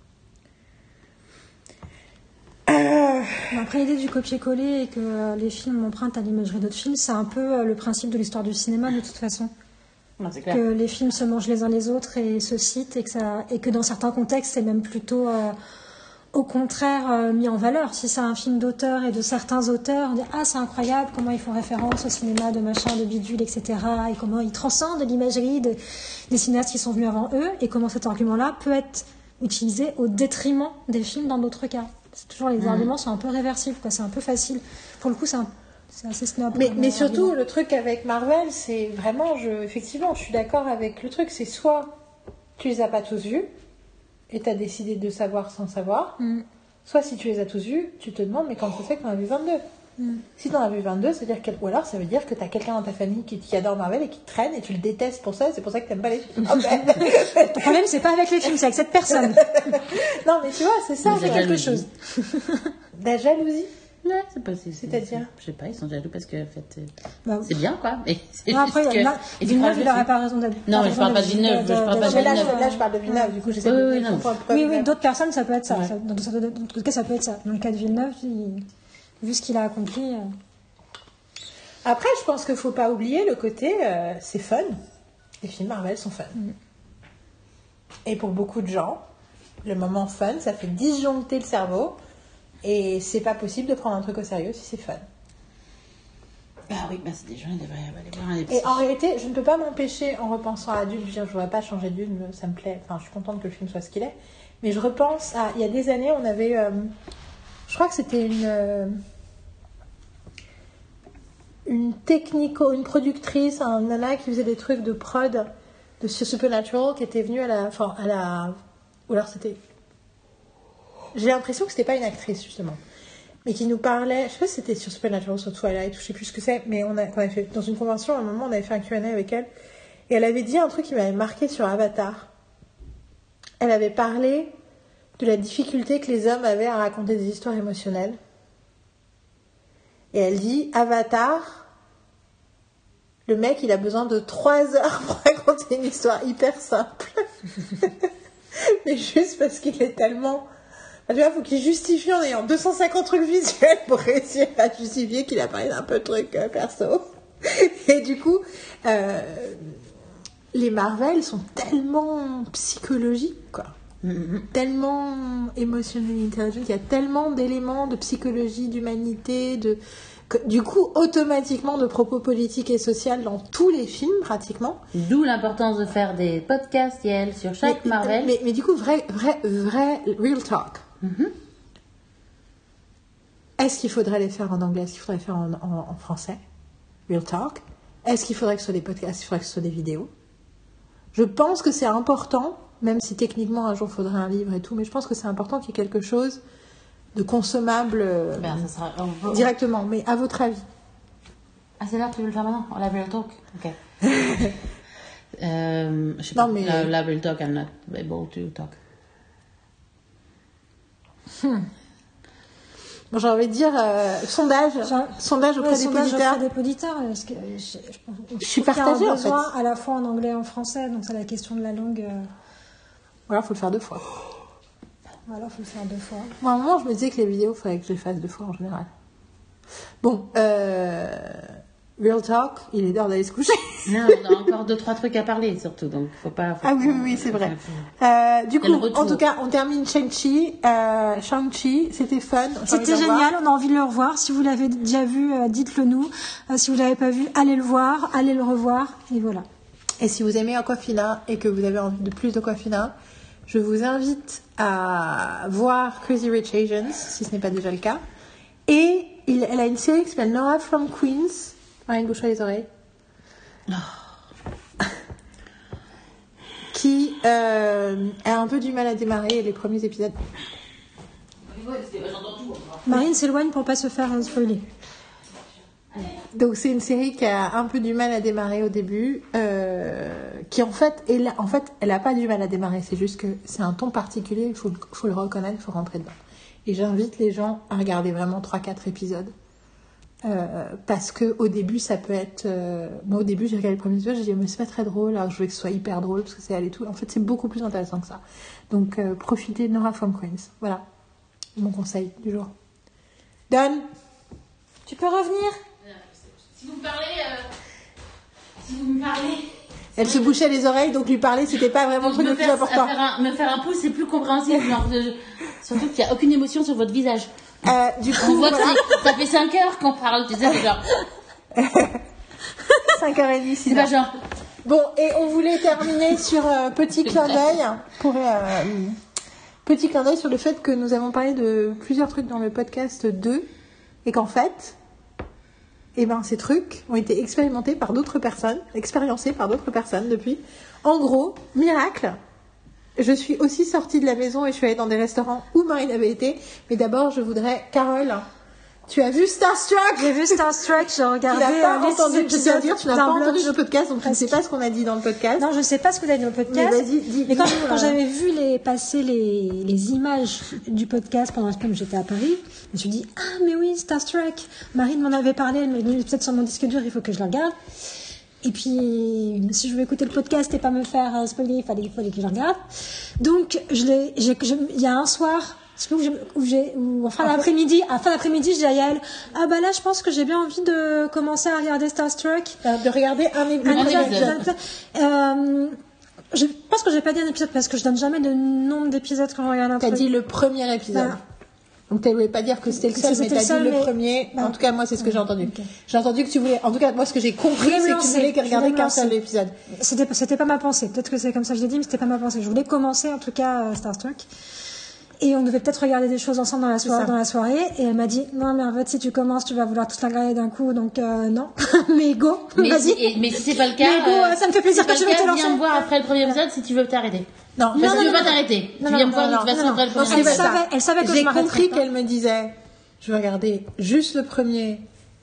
Euh... Après, l'idée du copier-coller et que euh, les films empruntent à l'imagerie d'autres films, c'est un peu euh, le principe de l'histoire du cinéma de toute façon. Non, c'est clair. Que les films se mangent les uns les autres et se citent et que, ça, et que dans certains contextes, c'est même plutôt... Euh, au contraire euh, mis en valeur. Si c'est un film d'auteur et de certains auteurs, on dit ah c'est incroyable comment ils font référence au cinéma de machin, de bidule, et cetera. Et comment ils transcendent l'imagerie de, des cinéastes qui sont venus avant eux et comment cet argument-là peut être utilisé au détriment des films dans d'autres cas. C'est toujours les mmh. arguments sont un peu réversibles, quoi. C'est un peu facile. Pour le coup, c'est, un, c'est assez snob. Mais, mais surtout argument. Le truc avec Marvel, c'est vraiment, je, effectivement, je suis d'accord avec le truc, c'est soit tu les as pas tous vus. Et t'as décidé de savoir sans savoir. Mm. Soit si tu les as tous vus, tu te demandes, mais comment ça se fait que t'en as vu vingt-deux mm. Si t'en as vu vingt-deux, ça veut dire que... ou alors ça veut dire que t'as quelqu'un dans ta famille qui, qui adore Marvel et qui te traîne et tu le détestes pour ça, et c'est pour ça que t'aimes pas les films. Ton problème, c'est pas avec les films, c'est avec cette personne. Non, mais tu vois, c'est ça, c'est quelque chose. De la jalousie. Ouais, c'est pas c'est, C'est-à-dire c'est, je sais pas, ils sont jaloux parce que en fait, bah, c'est bien quoi. Mais c'est non, après, juste que... là, Villeneuve, il n'aurait pas raison d'être. Non, mais je parle pas de Villeneuve. Je parle pas de Villeneuve. Villeneuve. Là, je parle de Villeneuve. Du coup, j'essaie oui, de oui, non. Oui, oui, d'autres personnes, ça peut être ça. Ouais. ça dans, dans, dans tout cas, ça peut être ça. Dans le cas de Villeneuve, il, vu ce qu'il a accompli. Euh... Après, je pense qu'il faut pas oublier le côté, euh, c'est fun. Les films Marvel sont fun. Mm. Et pour beaucoup de gens, le moment fun, ça fait disjoncter le cerveau. Et c'est pas possible de prendre un truc au sérieux si c'est fun. Bah oui, bah c'est des gens, ils devraient aller voir un Et en réalité, je ne peux pas m'empêcher, en repensant à Dune, je veux dire, je voudrais pas changer Dune, ça me plaît, enfin, je suis contente que le film soit ce qu'il est. Mais je repense à, il y a des années, on avait, euh, je crois que c'était une, euh, une technico, une productrice, un nana qui faisait des trucs de prod de Supernatural, qui était venue à la, enfin, à la, ou alors c'était, j'ai l'impression que c'était pas une actrice, justement. Mais qui nous parlait, je sais pas si c'était sur Supernatural, sur Twilight, je sais plus ce que c'est, mais on a, on a fait, dans une convention, à un moment, on avait fait un Q and A avec elle, et elle avait dit un truc qui m'avait marqué sur Avatar. Elle avait parlé de la difficulté que les hommes avaient à raconter des histoires émotionnelles. Et elle dit, Avatar, le mec, il a besoin de trois heures pour raconter une histoire hyper simple. Mais juste parce qu'il est tellement Tu vois, faut qu'il justifie en ayant deux cent cinquante trucs visuels pour réussir à justifier qu'il a parlé d'un peu de trucs euh, perso. Et du coup, euh, les Marvel sont tellement psychologiques, quoi. Mm-hmm. Tellement emotionally intelligent. Il y a tellement d'éléments de psychologie, d'humanité, de... Que, du coup, automatiquement, de propos politiques et sociaux dans tous les films, pratiquement. D'où l'importance de faire des podcasts, Yael, sur chaque mais, Marvel. Mais, mais du coup, vrai, vrai, vrai, real talk. Mm-hmm. Est-ce qu'il faudrait les faire en anglais? Est-ce qu'il faudrait les faire en, en, en français? Real talk. Est-ce qu'il faudrait que ce soit des podcasts? Est-ce qu'il faudrait que ce soit des vidéos? Je pense que c'est important, même si techniquement un jour il faudrait un livre et tout, mais je pense que c'est important qu'il y ait quelque chose de consommable euh, ben, ça sera... on... directement. Mais à votre avis? Ah, c'est là que tu veux le faire maintenant? On la real talk? Ok. euh, je sais non, pas. Mais... La, la real talk, I'm not able to talk. Hmm. Bon, j'ai envie de dire euh, sondage, Genre, sondage auprès ouais, des sondage auditeurs. auprès des auditeurs, parce que je, je, je, je suis partagée y a un en fait. besoin à la fois en anglais et en français, donc c'est la question de la langue. Euh... Ou alors, faut le faire deux fois. Ou alors, faut le faire deux fois. Moi, à un moment, je me disais que les vidéos, il fallait que je les fasse deux fois en général. Bon, euh... real talk, il est l'heure d'aller se coucher. Non, on a encore deux, trois trucs à parler, surtout, donc faut pas... Faut ah oui, oui, oui, c'est vrai. Euh, du coup, en tout cas, on termine Shang-Chi. Euh, Shang-Chi, c'était fun. C'était génial, on a envie de le revoir. Si vous l'avez déjà vu, euh, dites-le nous. Euh, si vous l'avez pas vu, allez le voir, allez le revoir, et voilà. Et si vous aimez Aquafina et que vous avez envie de plus d'Aquafina, je vous invite à voir Crazy Rich Asians, si ce n'est pas déjà le cas. Et il, elle a une série qui s'appelle Nora from Queens. Marine, bouche les oreilles. Oh. Qui euh, a un peu du mal à démarrer les premiers épisodes. Marine s'éloigne pour pas se faire euh, spoiler. Donc c'est une série qui a un peu du mal à démarrer au début, euh, qui en fait, est là, en fait, elle a pas du mal à démarrer. C'est juste que c'est un ton particulier. Il faut, faut le reconnaître, il faut rentrer dedans. Et j'invite les gens à regarder vraiment trois quatre épisodes. Euh, parce que au début ça peut être euh... moi au début j'ai regardé le premier épisode, j'ai dit mais c'est pas très drôle, alors je voulais que ce soit hyper drôle parce que c'est elle et tout. En fait c'est beaucoup plus intéressant que ça, donc euh, profitez de Nora from Queens. Voilà mon conseil du jour. Don, tu peux revenir? Si vous me parlez euh... si vous me parlez elle se bouchait les oreilles, donc lui parler c'était pas vraiment le truc le plus important. Faire un, me faire un pouce c'est plus compréhensible, genre de... surtout qu'il y a aucune émotion sur votre visage. Euh, du coup, on voit voilà. que ça fait cinq heures qu'on parle, tu sais, c'est genre. cinq heures trente, c'est pas genre. Bon, et on voulait terminer sur un euh, petit clin d'œil, pour, euh, petit clin d'œil sur le fait que nous avons parlé de plusieurs trucs dans le podcast deux, et qu'en fait, eh ben, ces trucs ont été expérimentés par d'autres personnes, expériencés par d'autres personnes depuis. En gros, miracle. Je suis aussi sortie de la maison et je suis allée dans des restaurants où Marine avait été. Mais d'abord, je voudrais... Carole, tu as vu Starstruck? J'ai vu Starstruck, j'ai regardé... Tu n'as pas euh, entendu, je tiens à dire, tu n'as pas entendu le podcast, donc je ne sais que... pas ce qu'on a dit dans le podcast. Non, je ne sais pas ce que tu as dit dans le podcast. Mais vas-y, dis. Mais quand, dis quand euh... j'avais vu les, passer les, les images du podcast pendant la semaine où j'étais à Paris, je me suis dit, ah, mais oui, Starstruck. Marine m'en avait parlé, elle m'a dit, peut-être sur mon disque dur, il faut que je la regarde. Et puis, si je veux écouter le podcast et pas me faire euh, spoiler, il fallait, il fallait que je regarde. Donc, je l'ai, j'ai, je, il y a un soir, je sais pas où j'ai, où j'ai, où en fin d'après-midi, à fin d'après-midi, je dis à Yael, ah bah là, je pense que j'ai bien envie de commencer à regarder Starstruck. Euh, de regarder un épisode. Euh, je pense que j'ai pas dit un épisode parce que je donne jamais le nombre d'épisodes quand on regarde un truc. T'as dit le premier épisode. Bah, donc tu voulais pas dire que c'était le seul, mais t'as dit le mais... premier. Bah, en tout cas, moi, c'est ce que j'ai entendu. Okay. J'ai entendu que tu voulais... En tout cas, moi, ce que j'ai compris, c'est que tu voulais regarder qu'un seul épisode. C'était, c'était pas ma pensée. Peut-être que c'est comme ça que je l'ai dit, mais c'était pas ma pensée. Je voulais commencer, en tout cas, Starstruck. Et on devait peut-être regarder des choses ensemble dans la soirée, dans la soirée. Et elle m'a dit, non, mais en fait, si tu commences, tu vas vouloir tout la regarder d'un coup. Donc, euh, non. mais go. Mais vas-y. Si, et, mais si c'est pas le cas. Mais go, euh, ça me fait plaisir que tu veux te lancer. Viens me voir après le premier épisode si tu veux t'arrêter. Non, parce que tu veux pas t'arrêter. Tu viens me voir de toute façon après le premier épisode. Elle savait, elle savait que j'ai compris qu'elle me disait, je vais regarder juste le premier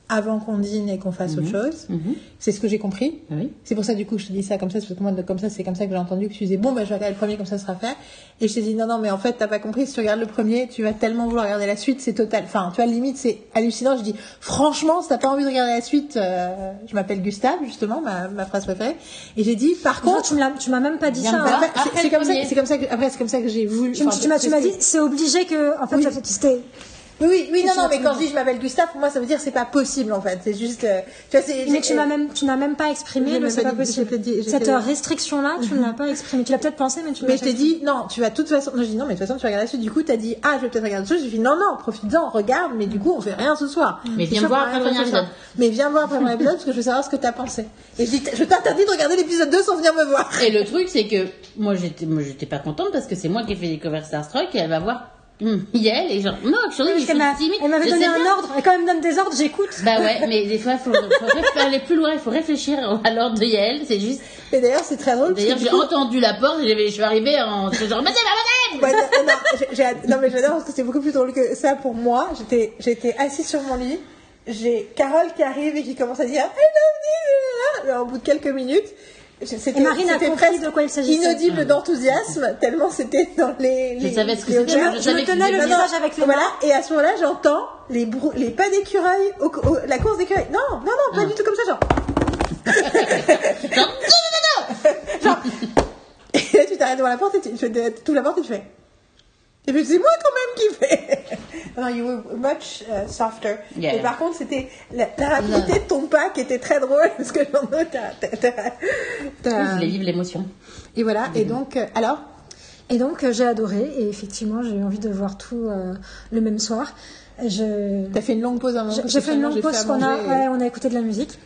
avant qu'on dîne et qu'on fasse Mhm. autre chose. Mhm. C'est ce que j'ai compris. Oui. C'est pour ça, du coup, je te dis ça comme ça, parce que moi, comme ça, c'est comme ça que j'ai entendu que tu disais, bon, bah, je vais regarder le premier, comme ça sera fait. Et je t'ai dit, non, non, mais en fait, t'as pas compris, si tu regardes le premier, tu vas tellement vouloir regarder la suite, c'est total. Enfin, tu vois, limite, c'est hallucinant. Je dis, franchement, si t'as pas envie de regarder la suite, euh, je m'appelle Gustave, justement, ma, ma phrase préférée. Et j'ai dit, par Non, contre, tu me l'as, tu m'as même pas dit Viens ça. me hein. voir. après, c'est- Après c'est le comme ça, premier. c'est comme ça que, après, c'est comme ça que j'ai voulu. Tu, enfin, tu m'as, tu m'as c'est- dit, c'est obligé que, en fait, Oui. c'était. Oui, oui, oui, Que non, tu non, vas mais te quand dire. je dis je m'appelle Gustave, pour moi, ça veut dire c'est pas possible, en fait. C'est juste, euh, tu vois, c'est. Mais j'ai- tu m'as même, tu n'as même pas exprimé J'ai le même c'est pas pas dit- possible. j'ai pas dit- j'ai Cette fait- restriction-là, tu ne l'as pas exprimée. Tu l'as peut-être pensé, mais tu ne Mais l'as je pas t'ai dit, non, tu vas de toute façon. Non, j'ai dit, non, mais de toute façon, tu regardes la suite. Du coup, t'as dit, ah, je vais peut-être regarder autre chose. J'ai dit, non, non, profite-en, regarde, mais du coup, on fait rien ce soir. Mais C'est viens sûr voir qu'on après va le rien premier faire ce soir. Mais viens voir après le premier épisode parce que je veux savoir ce que t'as pensé. Et je dis, je t'interdis de regarder l'épisode deux sans venir me voir. Et le truc, c'est que moi, j'étais, moi, j'étais pas contente parce que c'est moi qui ai fait découvrir Starstruck et elle va voir hum, Yael et genre, non, actually, Parce je qu'elle suis m'a- timide. elle m'avait Je donné sais un bien. ordre. Elle quand même donne des ordres, j'écoute. Bah ouais, mais des fois, il faut, faut aller plus loin, il faut réfléchir à l'ordre de Yael, c'est juste. Et d'ailleurs, c'est très drôle. parce D'ailleurs, que j'ai du coup- entendu la porte et j'ai- je suis arrivée en faisant, madame, madame! Ouais, non, non, j'ai- j'ai- non, mais j'adore parce que c'est beaucoup plus drôle que ça pour moi. J'étais, j'étais assise sur mon lit. J'ai Carole qui arrive et qui commence à dire I love you. Et au bout de quelques minutes, c'était, Et Marine a c'était compris presque de quoi il s'agissait. inaudible d'enthousiasme tellement c'était dans les. Je les- savais ce que les c'était, hauteurs. je Je savais me que tenais c'était le pas- visage avec les Voilà. mains. Et à ce moment-là, j'entends les brou- les pas d'écureuil, au, au- la course d'écureuil. Non, non, non, pas Ah. du tout comme ça, genre. Genre, non, non, non, non! Genre. Et là, tu t'arrêtes devant la porte et tu, tu fais tout la porte et tu fais. Et puis c'est moi quand même qui fais. Non, you were much uh, softer. Yeah. Et par contre, c'était la, la rapidité de ton pas qui était très drôle parce que j'en ai, t'as, t'as, t'as, Je t'as- voulais vivre l'émotion. Et voilà. Et donc, euh, alors, Et donc, euh, j'ai adoré. Et effectivement, j'ai eu envie de voir tout euh, le même soir. Je... t'as fait une longue pause à un moment. J'ai parce j'ai que fait une finalement, longue j'ai pause fait à qu'on a, manger et- ouais, on a écouté de la musique.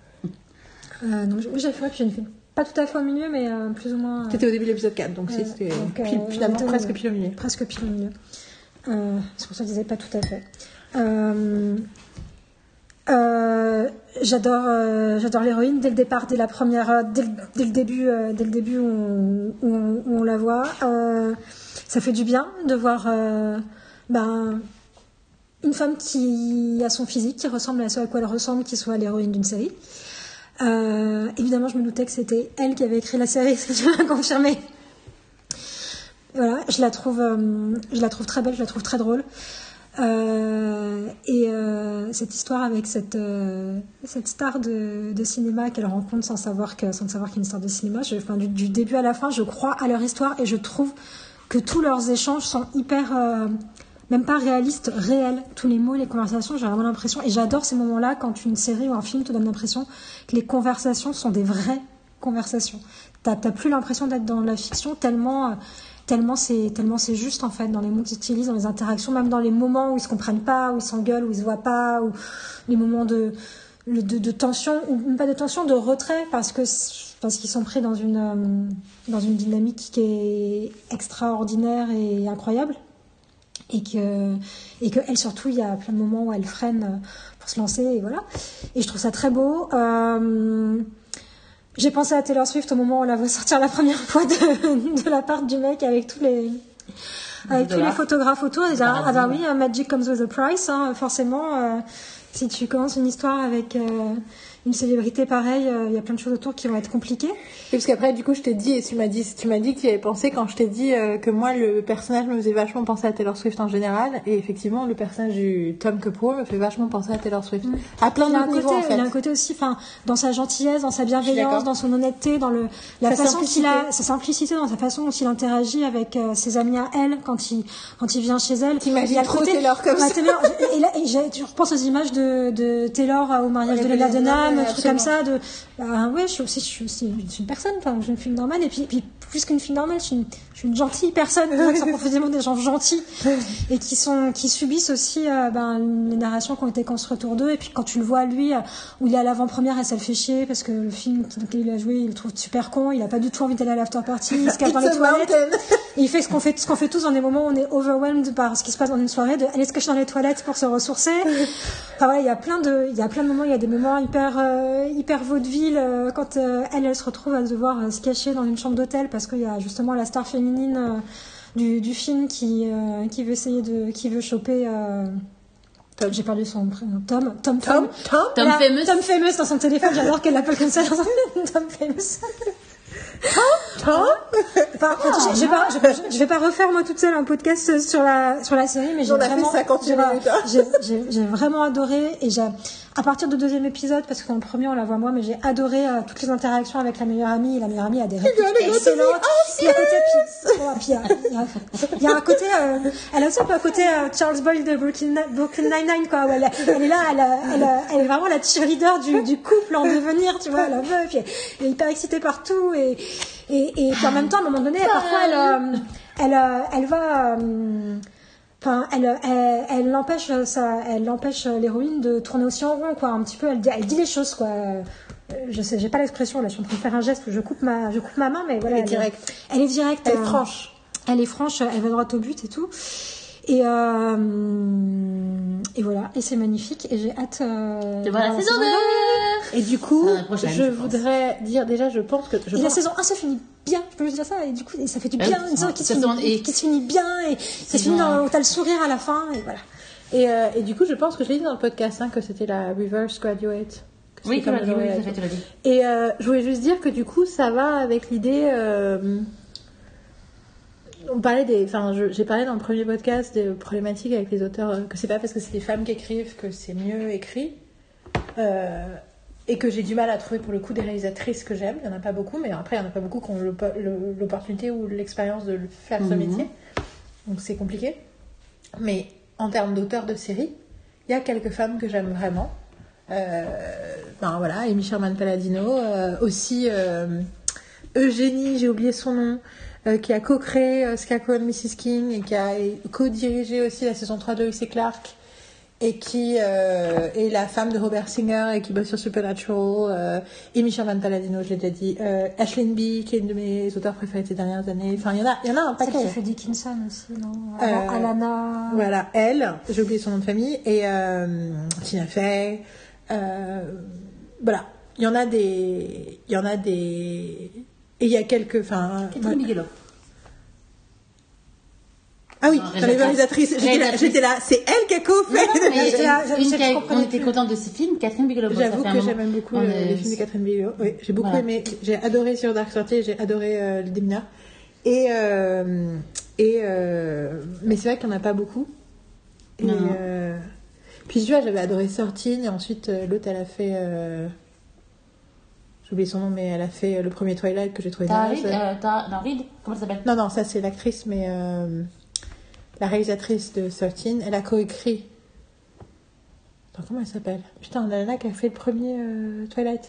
Euh, donc, oui, j'ai fait, puis j'ai fait pas tout à fait au milieu, mais euh, plus ou moins. euh, T'étais au début de l'épisode quatre, donc Euh, c'était donc, pile- euh, finalement on était au presque milieu. pile au milieu. presque pile au milieu. Euh, c'est pour ça que je disais pas tout à fait. Euh, euh, j'adore, euh, j'adore l'héroïne dès le départ, dès la première, euh, dès, le, dès le début, euh, dès le début où on, où on, où on la voit. Euh, ça fait du bien de voir euh, ben, une femme qui a son physique, qui ressemble à ce à quoi elle ressemble, qui soit l'héroïne d'une série. Euh, évidemment, je me doutais que c'était elle qui avait écrit la série, ce que tu m'as confirmé. Voilà, je la trouve, euh, je la trouve très belle, je la trouve très drôle. Euh, et euh, cette histoire avec cette, euh, cette star de, de cinéma qu'elle rencontre sans savoir que, sans savoir qu'il y a une star de cinéma, je, enfin, du, du début à la fin, je crois à leur histoire et je trouve que tous leurs échanges sont hyper, euh, même pas réalistes, réels. Tous les mots, les conversations, j'ai vraiment l'impression, et j'adore ces moments-là quand une série ou un film te donne l'impression que les conversations sont des vraies conversations. T'as, t'as plus l'impression d'être dans la fiction tellement... Euh, Tellement c'est, tellement c'est juste en fait dans les mots qu'ils utilisent, dans les interactions, même dans les moments où ils se comprennent pas, où ils s'engueulent, où ils se voient pas, ou les moments de, de, de tension, ou même pas de tension, de retrait, parce que parce qu'ils sont pris dans une euh, dans une dynamique qui est extraordinaire et incroyable, et que et que elle surtout il y a plein de moments où elle freine pour se lancer et voilà. Et je trouve ça très beau. Euh, J'ai pensé à Taylor Swift au moment où on la voit sortir la première fois de, de l'appart du mec avec tous les, avec tous les photographes autour. Et dire, ah bah oui, un Magic comes with a price, hein, forcément. Euh, si tu commences une histoire avec euh, une célébrité pareille, il euh, y a plein de choses autour qui vont être compliquées. Et parce qu'après, du coup, je t'ai dit, et tu m'as dit, tu m'as dit que tu y avais pensé quand je t'ai dit euh, que moi, le personnage me faisait vachement penser à Taylor Swift en général. Et effectivement, le personnage du Tom Kapoor me fait vachement penser à Taylor Swift. Mmh. À plein Il a un d'autres côté, niveaux, en fait. il a un côté aussi, enfin, dans sa gentillesse, dans sa Je suis bienveillance, d'accord. dans son honnêteté, dans le, la Sa façon qu'il simplicité. a, sa simplicité, dans sa façon dont il interagit avec euh, ses amis à elle quand il, quand il vient chez elle. T'imagines Il y a le trop côté- Taylor comme Ouais, ça. Taylor, et là, et j'ai- je repense aux images de, de Taylor au mariage Ouais, de de Lena Lena Dunham, Dunham, un truc comme absolument. ça, de, bah, ouais, je suis aussi, je suis aussi je suis une personne, enfin, je suis une fille normale, et puis, puis plus qu'une fille normale, je suis une, je suis une gentille personne. Ce sont profondément des gens gentils et qui sont, qui subissent aussi, euh, ben, les narrations qui ont été construites autour d'eux. Et puis quand tu le vois, lui, euh, où il est à l'avant-première et ça le fait chier parce que le film qu'il a joué, il le trouve super con, il a pas du tout envie d'aller à l'after party, il se cache dans les It's a toilettes. mountain. Et il fait ce qu'on fait, ce qu'on fait tous dans des moments où on est overwhelmed par ce qui se passe dans une soirée, de aller se cacher dans les toilettes pour se ressourcer. Enfin voilà, il y a plein de, il y a plein de moments, il y a des moments hyper, euh, hyper vaudeville euh, quand euh, elle, elle se retrouve à devoir euh, se cacher dans une chambre d'hôtel parce qu'il y a justement la star féminine euh, du, du film qui, euh, qui veut essayer de, qui veut choper. Euh, Tom. J'ai perdu son prénom. Tom. Tom. Tom. Tom. Tom Famous. Tom Famous dans son téléphone. J'adore qu'elle l'appelle comme ça. Tom Famous. Tom. Tom. Enfin, oh, je, je, vais pas, je, vais, je vais pas refaire moi toute seule un podcast sur la sur la série, mais j'ai On a vraiment, fait cinquante minutes. J'ai, j'ai, j'ai vraiment adoré et j'ai à partir du deuxième épisode, parce que dans le premier on la voit moi, mais j'ai adoré euh, toutes les interactions avec la meilleure amie. Et la meilleure amie a des répliques excellentes. Puis à côté, puis, oh, puis il y a, il y a, il y a un côté, euh, elle a aussi un peu un côté euh, Charles Boyle de Brooklyn, Brooklyn Nine-Nine quoi. Où elle, elle est là, elle, elle, elle est vraiment la cheerleader du, du couple en devenir, tu vois, la meuf. Puis elle est hyper excitée partout et et, et puis en même temps, à un moment donné, parfois elle, euh, elle, euh, elle va. Euh, Enfin, elle, elle, elle l'empêche, ça, elle l'empêche l'héroïne de tourner aussi en rond, quoi. Un petit peu, elle, elle dit les choses, quoi. Je sais, j'ai pas l'expression là. Je suis en train de faire un geste où je coupe ma, je coupe ma main, mais voilà. Elle est directe. Elle est directe. Elle est euh, franche. Elle est franche. Elle va droit au but et tout. Et euh, et voilà. Et c'est magnifique. Et j'ai hâte. Euh, de voir la saison deux. Et du coup, prochaine, je, je voudrais dire déjà, je pense que. Je et pense... la saison un, ça finit bien. Je peux juste dire ça. Et du coup, ça fait du bien. Euh, Une saison qui se saison finit, et... qui se finit bien et ça se finit dans. T'as le sourire à la fin et voilà. Et, euh, et du coup, je pense que je l'ai dit dans le podcast hein, que c'était la Reverse Graduate. Oui, tu l'as dit, oui, tu l'as dit. Et euh, je voulais juste dire que du coup, ça va avec l'idée. Euh, on parlait des. Enfin, je, j'ai parlé dans le premier podcast des problématiques avec les auteurs, euh, que c'est pas parce que c'est des femmes qui écrivent que c'est mieux écrit. Euh, et que j'ai du mal à trouver pour le coup des réalisatrices que j'aime. Il n'y en a pas beaucoup, mais après, il n'y en a pas beaucoup qui ont l'opportunité ou l'expérience de faire ce métier. Donc c'est compliqué. Mais en termes d'auteurs de séries, il y a quelques femmes que j'aime vraiment. Euh, ben voilà, Amy Sherman Palladino, euh, aussi euh, Eugénie, j'ai oublié son nom, euh, qui a co-créé euh, Scarecrow and missus King et qui a co-dirigé aussi la saison trois de Lois et Clark et qui euh, est la femme de Robert Singer et qui bosse sur Supernatural. euh, Amy Sherman Palladino, je l'ai déjà dit. euh, Aisling Bea, qui est une de mes auteurs préférées ces dernières années. Enfin, il y en a, il y en a un paquet. Celle qui a fait Dickinson aussi, non Euh, Alana. Voilà, elle, j'ai oublié son nom de famille, et euh, Tina Fey. Euh, voilà, il y en a des, il y en a des, et il y a quelques, enfin. Catherine Bigelow. Ah oui, Non, dans les réalisatrices, j'étais là, j'étais là, c'est elle qui a co-fait. Mais là, une je- je qui a- comprenais on était plus. contente de ce film, Catherine Bigelow. Bon, ça J'avoue fait un que moment. j'aime beaucoup On le, est- les films de Catherine Bigelow. Oui, j'ai beaucoup Voilà. aimé, j'ai adoré sur Dark Thirty, j'ai adoré euh, Les Démineurs. Et, euh, et euh, mais c'est vrai qu'il n'y en a pas beaucoup. Et, Non, non. euh, puis tu vois, j'avais adoré Sortine, et ensuite euh, l'autre, elle a fait. Euh, j'ai oublié son nom, mais elle a fait euh, le premier Twilight que j'ai trouvé T'as naze. Reed, euh, t'as- non, Reed, comment ça s'appelle? Non, non, ça c'est l'actrice, mais euh, la réalisatrice de Sortine, elle a coécrit. Attends, comment elle s'appelle? Putain, la nana qui a fait le premier euh, Twilight.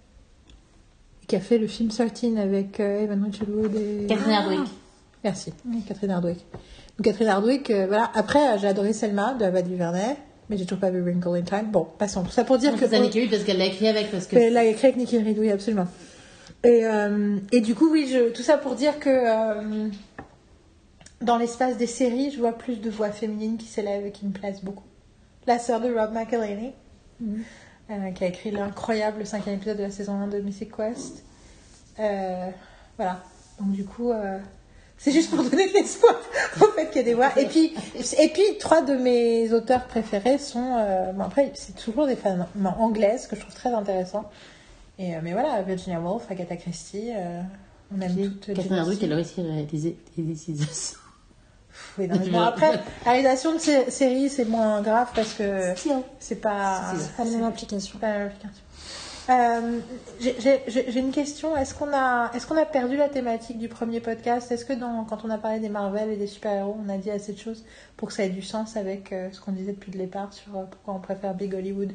Et qui a fait le film Sortine avec euh, Evan Rachel Wood et. Catherine Hardwicke. Merci, Catherine Hardwicke. Donc Catherine Hardwicke, euh, voilà. Après, euh, j'ai adoré Selma de Ava DuVernay, mais j'ai toujours pas vu Wrinkle in Time. Bon, passons. Tout ça pour dire Donc, que. c'est Nicky Reed parce qu'elle l'a écrit avec. Parce que... Elle l'a écrit avec Nicky Reed, oui, absolument. Et, euh, et du coup, oui, je, tout ça pour dire que euh, dans l'espace des séries, je vois plus de voix féminines qui s'élèvent et qui me plaisent beaucoup. La sœur de Rob McElhenney, mm-hmm. euh, qui a écrit l'incroyable cinquième épisode de la saison un de Mythic Quest. Euh, voilà. Donc du coup, euh, c'est juste pour donner de l'espoir au fait qu'il y ait des voix. Et puis, et puis trois de mes auteurs préférés sont... Euh, bon après, c'est toujours des femmes anglaises que je trouve très intéressant. Et, euh, mais voilà, Virginia Woolf, Agatha Christie, euh, on aime toutes. Catherine Hardwicke, elle a aussi réalisé This Is Us. Oui, non, mais bon, après, la réalisation de sé- séries, c'est moins grave parce que c'est pas... C'est pas la même application. C'est pas la même application. Euh, j'ai, j'ai, j'ai une question. Est-ce qu'on a, est-ce qu'on a perdu la thématique du premier podcast? Est-ce que dans, quand on a parlé des Marvel et des super-héros, on a dit assez de choses pour que ça ait du sens avec euh, ce qu'on disait depuis le départ sur euh, pourquoi on préfère Big Hollywood?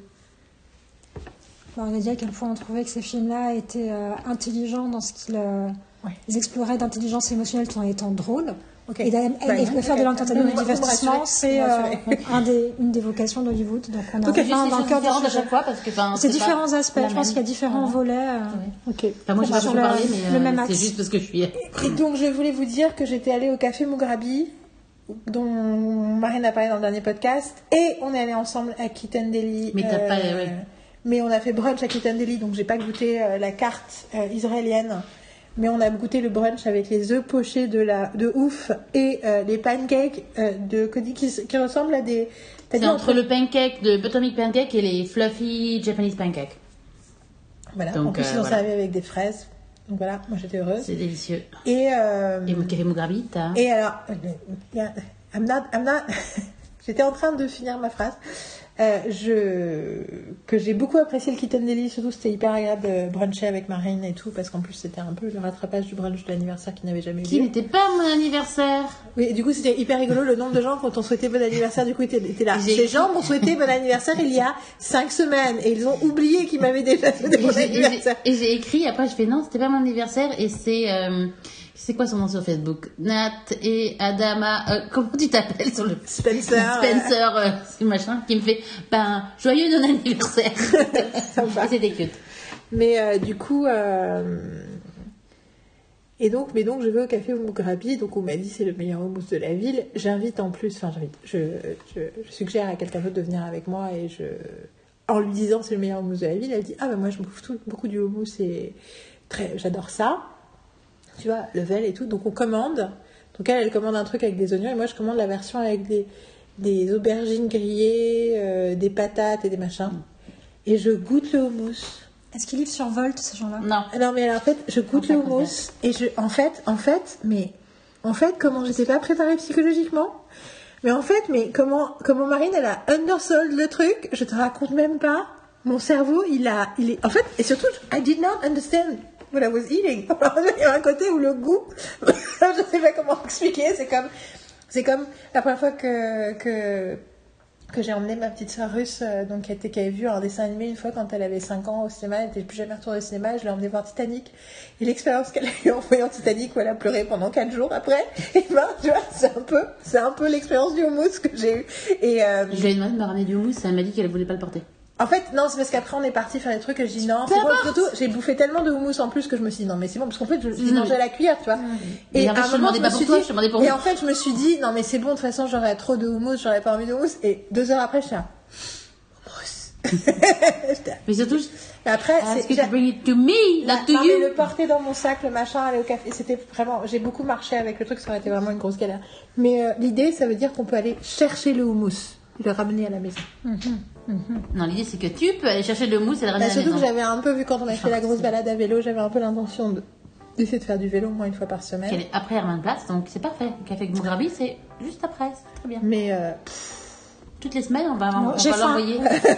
Bon, on a dit à quel point on trouvait que ces films-là étaient euh, intelligents dans ce qu'ils euh, Ouais. ils exploraient d'intelligence émotionnelle tout en étant drôles. Okay. Et, et, Bah, et de faire okay. de l'entertainment et du Vous me divertissement, rassurez, c'est vous me euh, rassurez. un des, une des vocations d'Hollywood. Donc on a Donc, il y a enfin juste dans des le choses cœur du différentes à sujet. chaque fois parce que enfin, C'est pas différents aspects. la Je pense même. qu'il y a différents Voilà. volets. euh, Ouais. Ok. Enfin, moi, je Sur vais pas le- beaucoup parler, mais le euh, même c'est axe. juste parce que je suis. Et donc, je voulais vous dire que j'étais allée au café Mugrabi, dont Marine a parlé dans le dernier podcast, et on est allé ensemble à Kitten Deli. Mais t'as pas- ouais. Mais on a fait brunch à Kitten Deli, donc j'ai pas goûté euh, la carte euh, israélienne. mais on a goûté le brunch avec les œufs pochés de, la, de ouf et euh, les pancakes euh, de Cody qui, qui ressemblent à des... C'est dit, entre, entre le pancake de Buttermilk Pancake et les fluffy Japanese pancakes. Voilà, donc, en plus euh, ils ont voilà. servi avec des fraises. Donc voilà, moi j'étais heureuse. C'est délicieux. Et, euh, et mon café Mugravita. Et alors, I'm not, I'm not... j'étais en train de finir ma phrase. Euh, je... que j'ai beaucoup apprécié le Kitten Deli, surtout c'était hyper agréable de bruncher avec Marine et tout, parce qu'en plus c'était un peu le rattrapage du brunch de l'anniversaire qui n'avait jamais eu lieu. Qui n'était pas mon anniversaire. Oui, et du coup c'était hyper rigolo le nombre de gens quand on souhaitait bon anniversaire, du coup étaient, étaient là. Ces gens m'ont souhaité bon anniversaire il y a cinq semaines et ils ont oublié qu'ils m'avaient déjà souhaité bon anniversaire. Et j'ai écrit, après je fais non, c'était pas mon anniversaire et c'est... Euh... C'est quoi son nom sur Facebook? Nat et Adama. Euh, comment tu t'appelles sur le Spencer? Spencer, euh, c'est machin, qui me fait ben joyeux non anniversaire. Et c'était cute. Mais euh, du coup, euh... et donc, mais donc je vais au café Mugravita. Donc on m'a dit c'est le meilleur houmous de la ville. J'invite en plus, enfin j'invite, je, je, je suggère à quelqu'un d'autre de venir avec moi et je, en lui disant c'est le meilleur houmous de la ville, elle dit ah ben moi je bouffe tout, beaucoup du houmous et très, j'adore ça. Tu vois, level et tout. Donc on commande. Donc elle, elle commande un truc avec des oignons et moi je commande la version avec des, des aubergines grillées, euh, des patates et des machins. Et je goûte le houmous. Est-ce qu'ils livrent sur Volt, ces gens-là? Non. Non, mais alors, en fait, je goûte le houmous et je, en fait, en fait, mais en fait, comment j'étais pas préparée psychologiquement. Mais en fait, mais comment, comment Marine, elle a undersold le truc, je te raconte même pas. Mon cerveau, il a, il est, en fait, et surtout, I did not understand what I was eating. Il y a un côté où le goût, je sais pas comment expliquer, c'est comme, c'est comme la première fois que, que, que j'ai emmené ma petite sœur russe, euh, donc qui, était, qui avait vu un dessin animé une fois quand elle avait cinq ans au cinéma, elle n'était plus jamais retournée au cinéma, je l'ai emmenée voir Titanic. Et l'expérience qu'elle a eue en voyant Titanic où elle a pleuré pendant quatre jours après, et ben, tu vois, c'est un peu, c'est un peu l'expérience du houmous que j'ai eue. Et, euh, je lui ai demandé de me ramener du houmous, elle m'a dit qu'elle voulait pas le porter. En fait, non, c'est parce qu'après on est parti faire des trucs et je dis non, c'est bon. Surtout, j'ai bouffé tellement de houmous en plus que je me suis dit non, mais c'est bon, parce qu'en fait, je, je mangeais à la cuillère, tu vois. Mmh. Et, et en fait, je demandais pas pour toi, je demandais pour Et en fait, je me suis dit non, mais c'est bon, de toute façon, j'aurais trop de houmous, j'aurais pas envie de houmous. Et deux heures après, je suis là, houmous. Mais surtout, et après, c'est que tu bring it to me, not to non, you. Mais le porter dans mon sac, le machin, aller au café, c'était vraiment, j'ai beaucoup marché avec le truc, ça aurait été vraiment une grosse galère. Mais euh, l'idée, ça veut dire qu'on peut aller chercher le houmous et le ramener à la maison. Mmh. Mmh. Non, l'idée c'est que tu peux aller chercher le mousse et le ramener bah, à la maison. Surtout que j'avais un peu vu quand on a fait la grosse balade à vélo, j'avais un peu l'intention de, d'essayer de faire du vélo au moins une fois par semaine. Qu'elle est après Herman Place, donc c'est parfait. Le café Mugravita, c'est juste après, c'est très bien. Mais euh... toutes les semaines, on va, non, on va l'envoyer.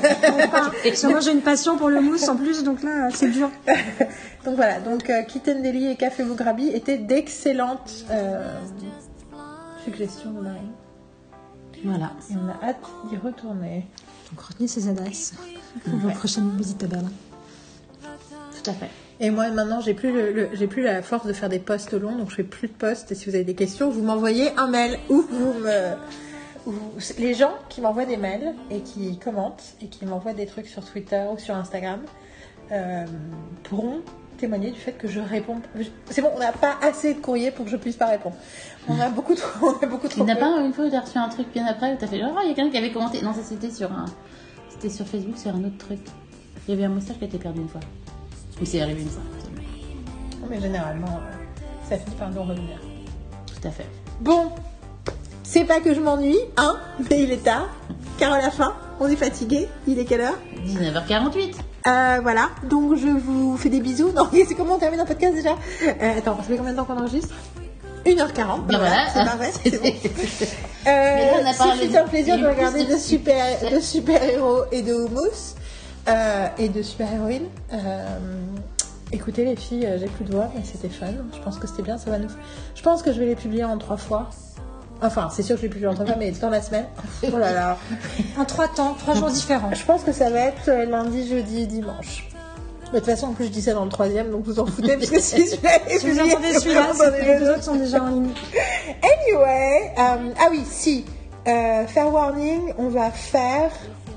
Parce que moi j'ai une passion pour le mousse en plus, donc là c'est dur. Donc voilà, donc euh, Kitten Deli et café Mugravita étaient d'excellentes euh, suggestions de Marine. Voilà. Et on a hâte d'y retourner. Donc retenez ces adresses pour ouais. vos prochaines visites à Berlin. Tout à fait. Et moi maintenant j'ai plus le, le, j'ai plus la force de faire des posts longs, donc je fais plus de posts. Et si vous avez des questions, vous m'envoyez un mail ou vous me, ou les gens qui m'envoient des mails et qui commentent et qui m'envoient des trucs sur Twitter ou sur Instagram euh, pourront témoigner du fait que je réponds. C'est bon, on n'a pas assez de courriers pour que je puisse pas répondre. On a beaucoup trop. On a beaucoup trop. Il n'y a pas une fois où tu as reçu un truc bien après où tu as fait genre, oh, il y a quelqu'un qui avait commenté. Non, ça c'était sur un. C'était sur Facebook, sur un autre truc. Il y avait un message qui a été perdu une fois. Ou c'est arrivé une fois. Mais généralement, ça finit par nous revenir. Tout à fait. Bon, c'est pas que je m'ennuie, hein, mais il est tard. Car à la fin, on est fatigué. Il est quelle heure? dix-neuf heures quarante-huit. Euh, voilà, donc je vous fais des bisous. Non, c'est comment on termine un podcast déjà? euh, Attends, ça fait combien de temps qu'on enregistre? une heure quarante. Ben voilà, c'est parfait. C'est bon. euh, c'est fut un plaisir de regarder de super, de super héros et de houmous euh, et de super héroïnes. Euh, écoutez les filles, j'ai plus de voix, mais c'était fun. Je pense que c'était bien. Ça va nous. Je pense que je vais les publier en trois fois. Enfin, c'est sûr que je vais publier en trois fois, mais dans la semaine. Oh là là. En trois temps, trois jours différents. Je pense que ça va être lundi, jeudi et dimanche. Mais de toute façon, en plus, je dis ça dans le troisième, donc vous en foutez, parce que si celui-là est si vous entendez celui-là, c'est que les autres sont déjà en ligne. Anyway, um, ah oui, si. Euh, fair warning, on va faire,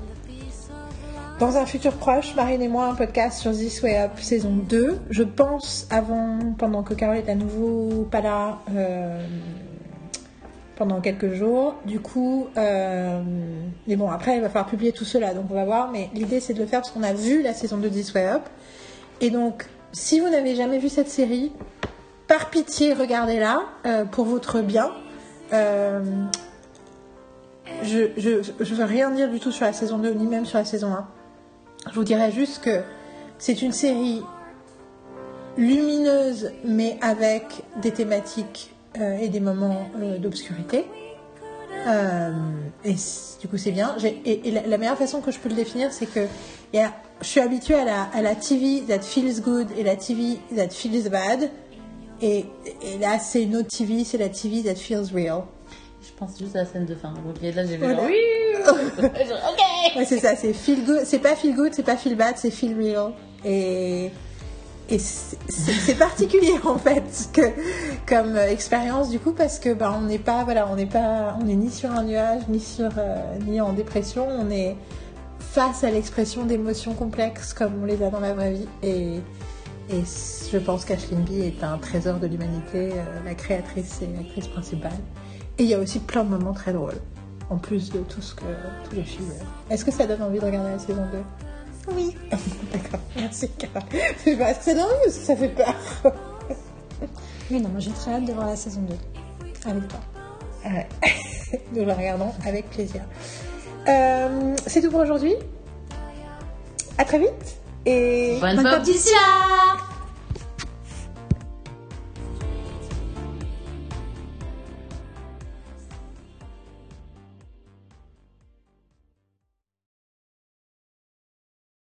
dans un futur proche, Marine et moi, un podcast sur This Way Up saison deux. Je pense, avant, pendant que Carole est à nouveau pas là, euh, pendant quelques jours. Du coup, euh, mais bon, après, il va falloir publier tout cela, donc on va voir. Mais l'idée, c'est de le faire parce qu'on a vu la saison deux de This Way Up. Et donc, si vous n'avez jamais vu cette série, par pitié, regardez-la euh, pour votre bien. Euh, je, je, je veux rien dire du tout sur la saison deux, ni même sur la saison un. Je vous dirais juste que c'est une série lumineuse, mais avec des thématiques euh, et des moments euh, d'obscurité. Euh, et du coup, c'est bien. J'ai, et et la, la meilleure façon que je peux le définir, c'est que y a, je suis habituée à la, à la T V that feels good et la T V that feels bad. Et, et là, c'est une autre T V, c'est la T V that feels real. Je pense juste à la scène de fin. Donc là, j'ai vu Voilà. genre, oui. Ok. Ouais, c'est ça, c'est feel good. C'est pas feel good, c'est pas feel bad, c'est feel real. Et Et c'est, c'est, c'est particulier en fait que, comme euh, expérience du coup parce que bah, on n'est pas voilà on n'est pas on est ni sur un nuage ni sur euh, ni en dépression, on est face à l'expression d'émotions complexes comme on les a dans la vraie vie et, et je pense qu'Aisling Bea est un trésor de l'humanité, euh, la créatrice et l'actrice principale, et il y a aussi plein de moments très drôles en plus de tout ce que tous les films. Est-ce que ça donne envie de regarder la saison deux? Oui. D'accord, merci Cara. Est-ce que c'est dingue ou est-ce que ça fait peur? Oui, non, moi j'ai très hâte de voir la saison deux avec toi. Ouais. Nous la regardons avec plaisir. Euh, c'est tout pour aujourd'hui. À très vite. Et Bonne Bonne pop. pop, Laetitia.